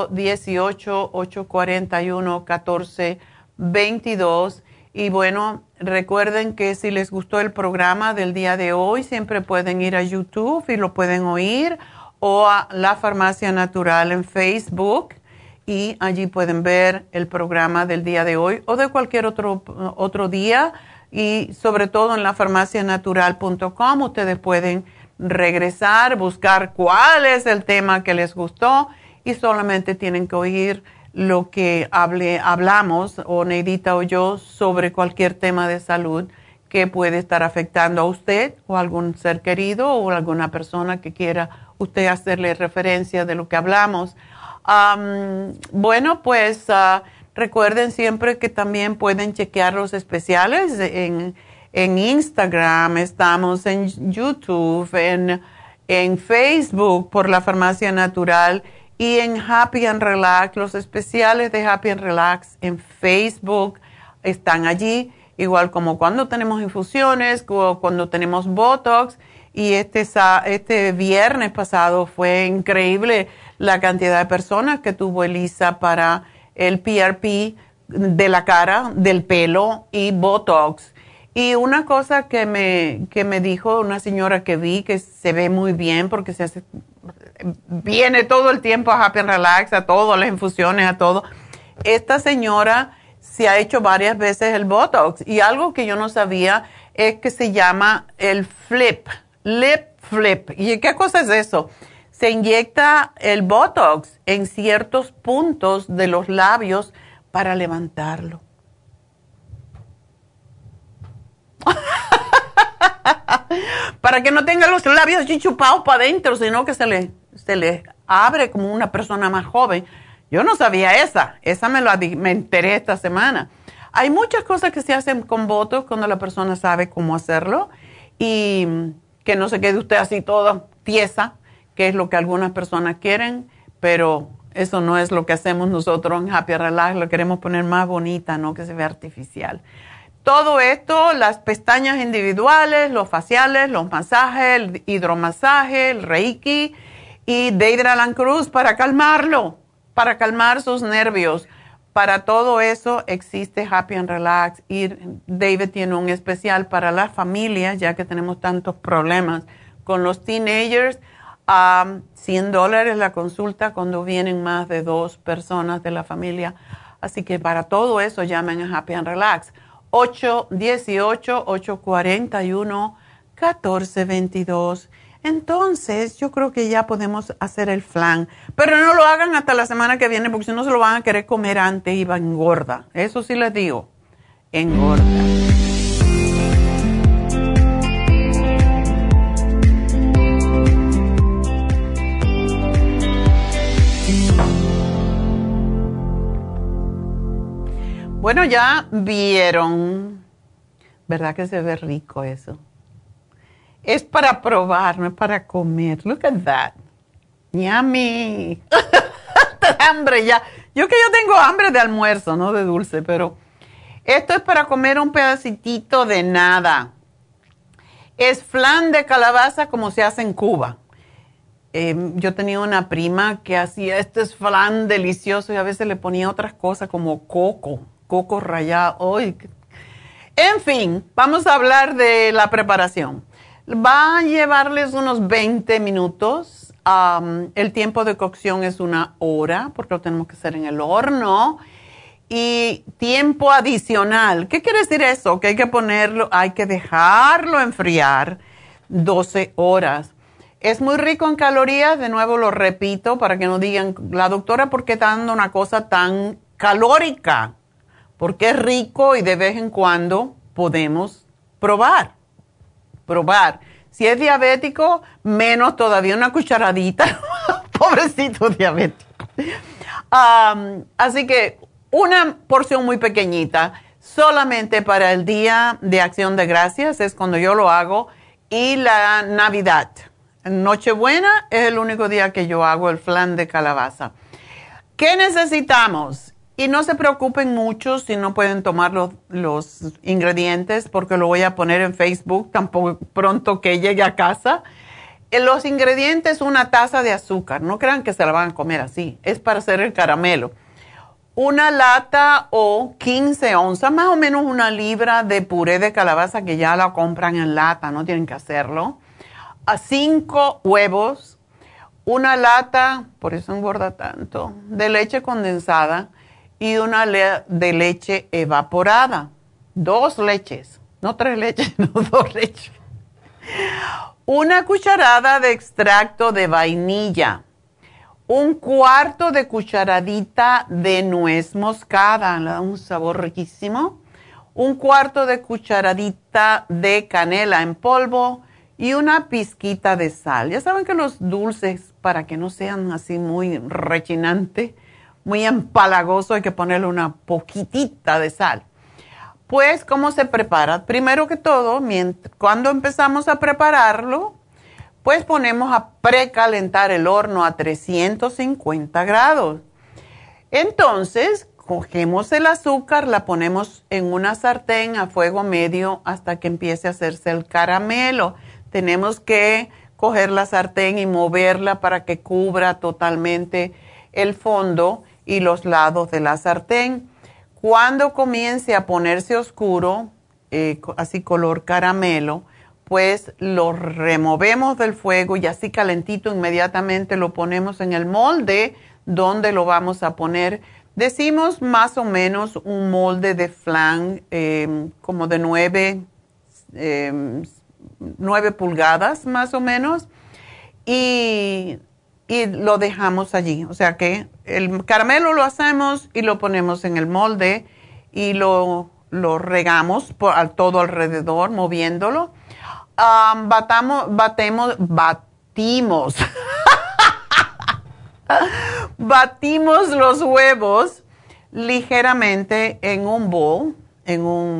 818-841-1422. Y bueno, recuerden que si les gustó el programa del día de hoy, siempre pueden ir a YouTube y lo pueden oír, o a La Farmacia Natural en Facebook, y allí pueden ver el programa del día de hoy o de cualquier otro día, y sobre todo en lafarmacianatural.com ustedes pueden regresar, buscar cuál es el tema que les gustó y solamente tienen que oír lo que hablamos, o Neidita o yo, sobre cualquier tema de salud que puede estar afectando a usted o a algún ser querido o a alguna persona que quiera usted hacerle referencia de lo que hablamos. Bueno, pues recuerden siempre que también pueden chequear los especiales en Instagram, estamos en YouTube, en Facebook por La Farmacia Natural, y en Happy and Relax. Los especiales de Happy and Relax en Facebook están allí, igual como cuando tenemos infusiones, cuando tenemos Botox. Y este viernes pasado fue increíble la cantidad de personas que tuvo Elisa para el PRP de la cara, del pelo y Botox. Y una cosa que me dijo una señora que vi, que se ve muy bien porque viene todo el tiempo a Happy and Relax, a todas las infusiones, a todo. Esta señora se ha hecho varias veces el Botox, y algo que yo no sabía es que se llama el lip flip. ¿Y qué cosa es eso? Se inyecta el Botox en ciertos puntos de los labios para levantarlo. Para que no tenga los labios así chupados para adentro, sino que se le abre como una persona más joven. Yo no sabía esa me enteré esta semana. Hay muchas cosas que se hacen con Botox cuando la persona sabe cómo hacerlo, y que no se quede usted así toda tiesa, que es lo que algunas personas quieren, pero eso no es lo que hacemos nosotros en Happy Relax. Lo queremos poner más bonita, no que se vea artificial. Todo esto, las pestañas individuales, los faciales, los masajes, el hidromasaje, el Reiki y Deidre Alan Cruz para calmarlo, para calmar sus nervios. Para todo eso existe Happy and Relax, y David tiene un especial para las familias, ya que tenemos tantos problemas con los teenagers. $100 la consulta cuando vienen más de 2 personas de la familia. Así que para todo eso llamen a Happy and Relax. 818-841-1422. Entonces, yo creo que ya podemos hacer el flan. Pero no lo hagan hasta la semana que viene, porque si no se lo van a querer comer antes y va engorda. Eso sí les digo, engorda. Bueno, ya vieron, ¿verdad que se ve rico eso? Es para probar, no es para comer. Look at that. Yummy. Te da hambre ya. Yo tengo hambre de almuerzo, no de dulce, pero esto es para comer un pedacitito de nada. Es flan de calabaza como se hace en Cuba. Yo tenía una prima que hacía este flan delicioso y a veces le ponía otras cosas como coco rallado. ¡Ay! En fin, vamos a hablar de la preparación. Va a llevarles unos 20 minutos. El tiempo de cocción es 1 hora, porque lo tenemos que hacer en el horno. Y tiempo adicional. ¿Qué quiere decir eso? Que hay que ponerlo, hay que dejarlo enfriar 12 horas. Es muy rico en calorías, de nuevo lo repito para que no digan, la doctora, ¿por qué está dando una cosa tan calórica? Porque es rico y de vez en cuando podemos probar. Si es diabético, menos todavía, una cucharadita. Pobrecito diabético. Así que una porción muy pequeñita, solamente para el Día de Acción de Gracias, es cuando yo lo hago, y la Navidad. Nochebuena es el único día que yo hago el flan de calabaza. ¿Qué necesitamos? Y no se preocupen mucho si no pueden tomar los ingredientes, porque lo voy a poner en Facebook tampoco pronto que llegue a casa. Los ingredientes, una taza de azúcar. No crean que se la van a comer así. Es para hacer el caramelo. Una lata o 15 onzas, más o menos una libra de puré de calabaza que ya la compran en lata, no tienen que hacerlo. A 5 huevos, una lata, por eso engorda tanto, de leche condensada y una de leche evaporada. 2 leches, no 3 leches, no 2 leches. Una cucharada de extracto de vainilla. 1/4 de cucharadita de nuez moscada, le da un sabor riquísimo. 1/4 de cucharadita de canela en polvo y una pizquita de sal. Ya saben que los dulces, para que no sean así muy rechinantes, muy empalagosos, hay que ponerle una poquitita de sal. Pues, ¿cómo se prepara? Primero que todo, cuando empezamos a prepararlo, pues ponemos a precalentar el horno a 350 grados. Entonces, cogemos el azúcar, la ponemos en una sartén a fuego medio hasta que empiece a hacerse el caramelo. Tenemos que coger la sartén y moverla para que cubra totalmente el fondo y los lados de la sartén. Cuando comience a ponerse oscuro, así color caramelo, pues lo removemos del fuego y así calentito inmediatamente lo ponemos en el molde donde lo vamos a poner. Decimos más o menos un molde de flan como de 9 pulgadas más o menos y lo dejamos allí. O sea que el caramelo lo hacemos y lo ponemos en el molde y lo regamos todo alrededor moviéndolo. Batimos los huevos ligeramente en un bowl, en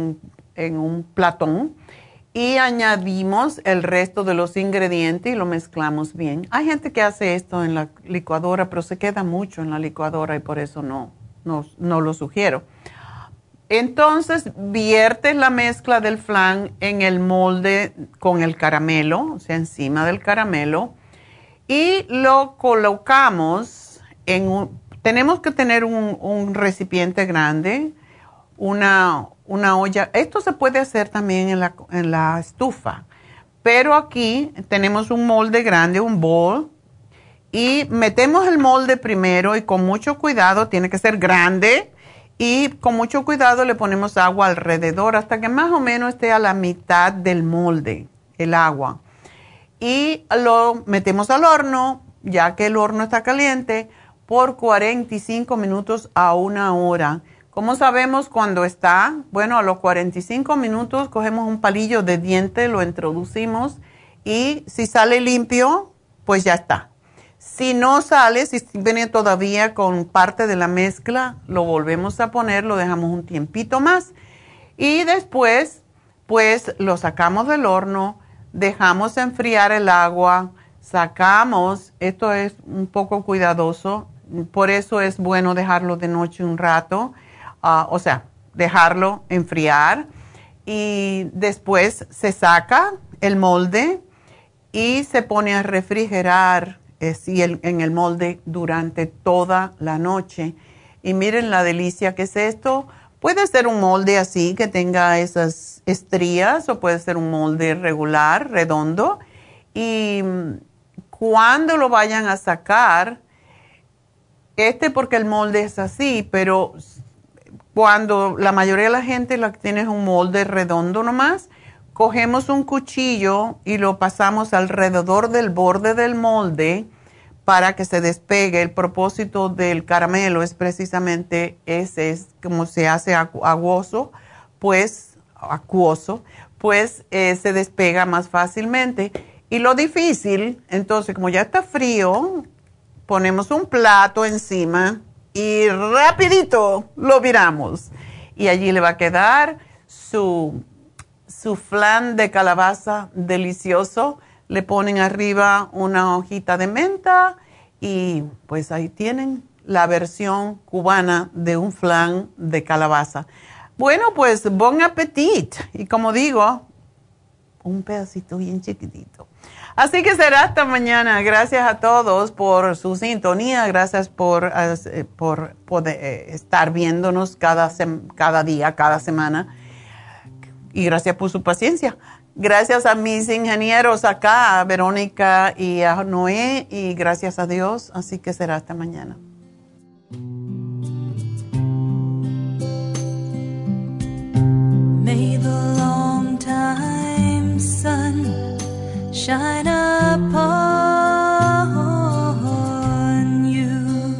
un platón, y añadimos el resto de los ingredientes y lo mezclamos bien. Hay gente que hace esto en la licuadora, pero se queda mucho en la licuadora y por eso no lo sugiero. Entonces, viertes la mezcla del flan en el molde con el caramelo, o sea, encima del caramelo, y lo colocamos tenemos que tener un recipiente grande, una olla. Esto se puede hacer también en la estufa, pero aquí tenemos un molde grande, un bowl, y metemos el molde primero y con mucho cuidado, tiene que ser grande, y con mucho cuidado le ponemos agua alrededor hasta que más o menos esté a la mitad del molde, el agua. Y lo metemos al horno, ya que el horno está caliente, por 45 minutos a 1 hora. ¿Cómo sabemos cuándo está? Bueno, a los 45 minutos cogemos un palillo de diente, lo introducimos y si sale limpio, pues ya está. Si no sale, si viene todavía con parte de la mezcla, lo volvemos a poner, lo dejamos un tiempito más y después, pues lo sacamos del horno, dejamos enfriar el agua, sacamos, esto es un poco cuidadoso, por eso es bueno dejarlo de noche un rato, o sea, dejarlo enfriar y después se saca el molde y se pone a refrigerar en el molde durante toda la noche. Y miren la delicia que es esto. Puede ser un molde así que tenga esas estrías o puede ser un molde regular, redondo. Y cuando lo vayan a sacar, porque el molde es así, pero cuando la mayoría de la gente la tiene es un molde redondo nomás, cogemos un cuchillo y lo pasamos alrededor del borde del molde para que se despegue. El propósito del caramelo es precisamente ese, es como se hace acuoso, pues se despega más fácilmente. Y lo difícil, entonces, como ya está frío, ponemos un plato encima y rapidito lo viramos. Y allí le va a quedar su flan de calabaza delicioso. Le ponen arriba una hojita de menta y pues ahí tienen la versión cubana de un flan de calabaza. Bueno, pues bon appetit. Y como digo, un pedacito bien chiquitito. Así que será hasta mañana. Gracias a todos por su sintonía. Gracias por estar viéndonos cada día, cada semana. Y gracias por su paciencia. Gracias a mis ingenieros acá, a Verónica y a Noé. Y gracias a Dios. Así que será hasta mañana. May the long time sun shine upon you.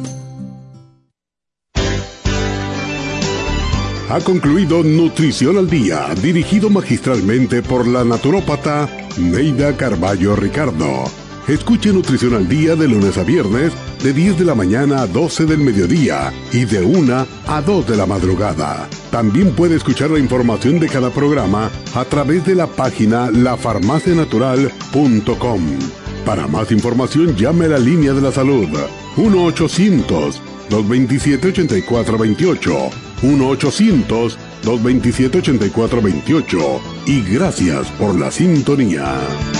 Ha concluido Nutrición al Día, dirigido magistralmente por la naturópata Neida Carballo Ricardo. Escuche Nutrición al Día de lunes a viernes, de 10 de la mañana a 12 del mediodía y de 1 a 2 de la madrugada. También puede escuchar la información de cada programa a través de la página lafarmacianatural.com. Para más información, llame a la línea de la salud 1-800-227-8428. 1-800-227-8428. Y gracias por la sintonía.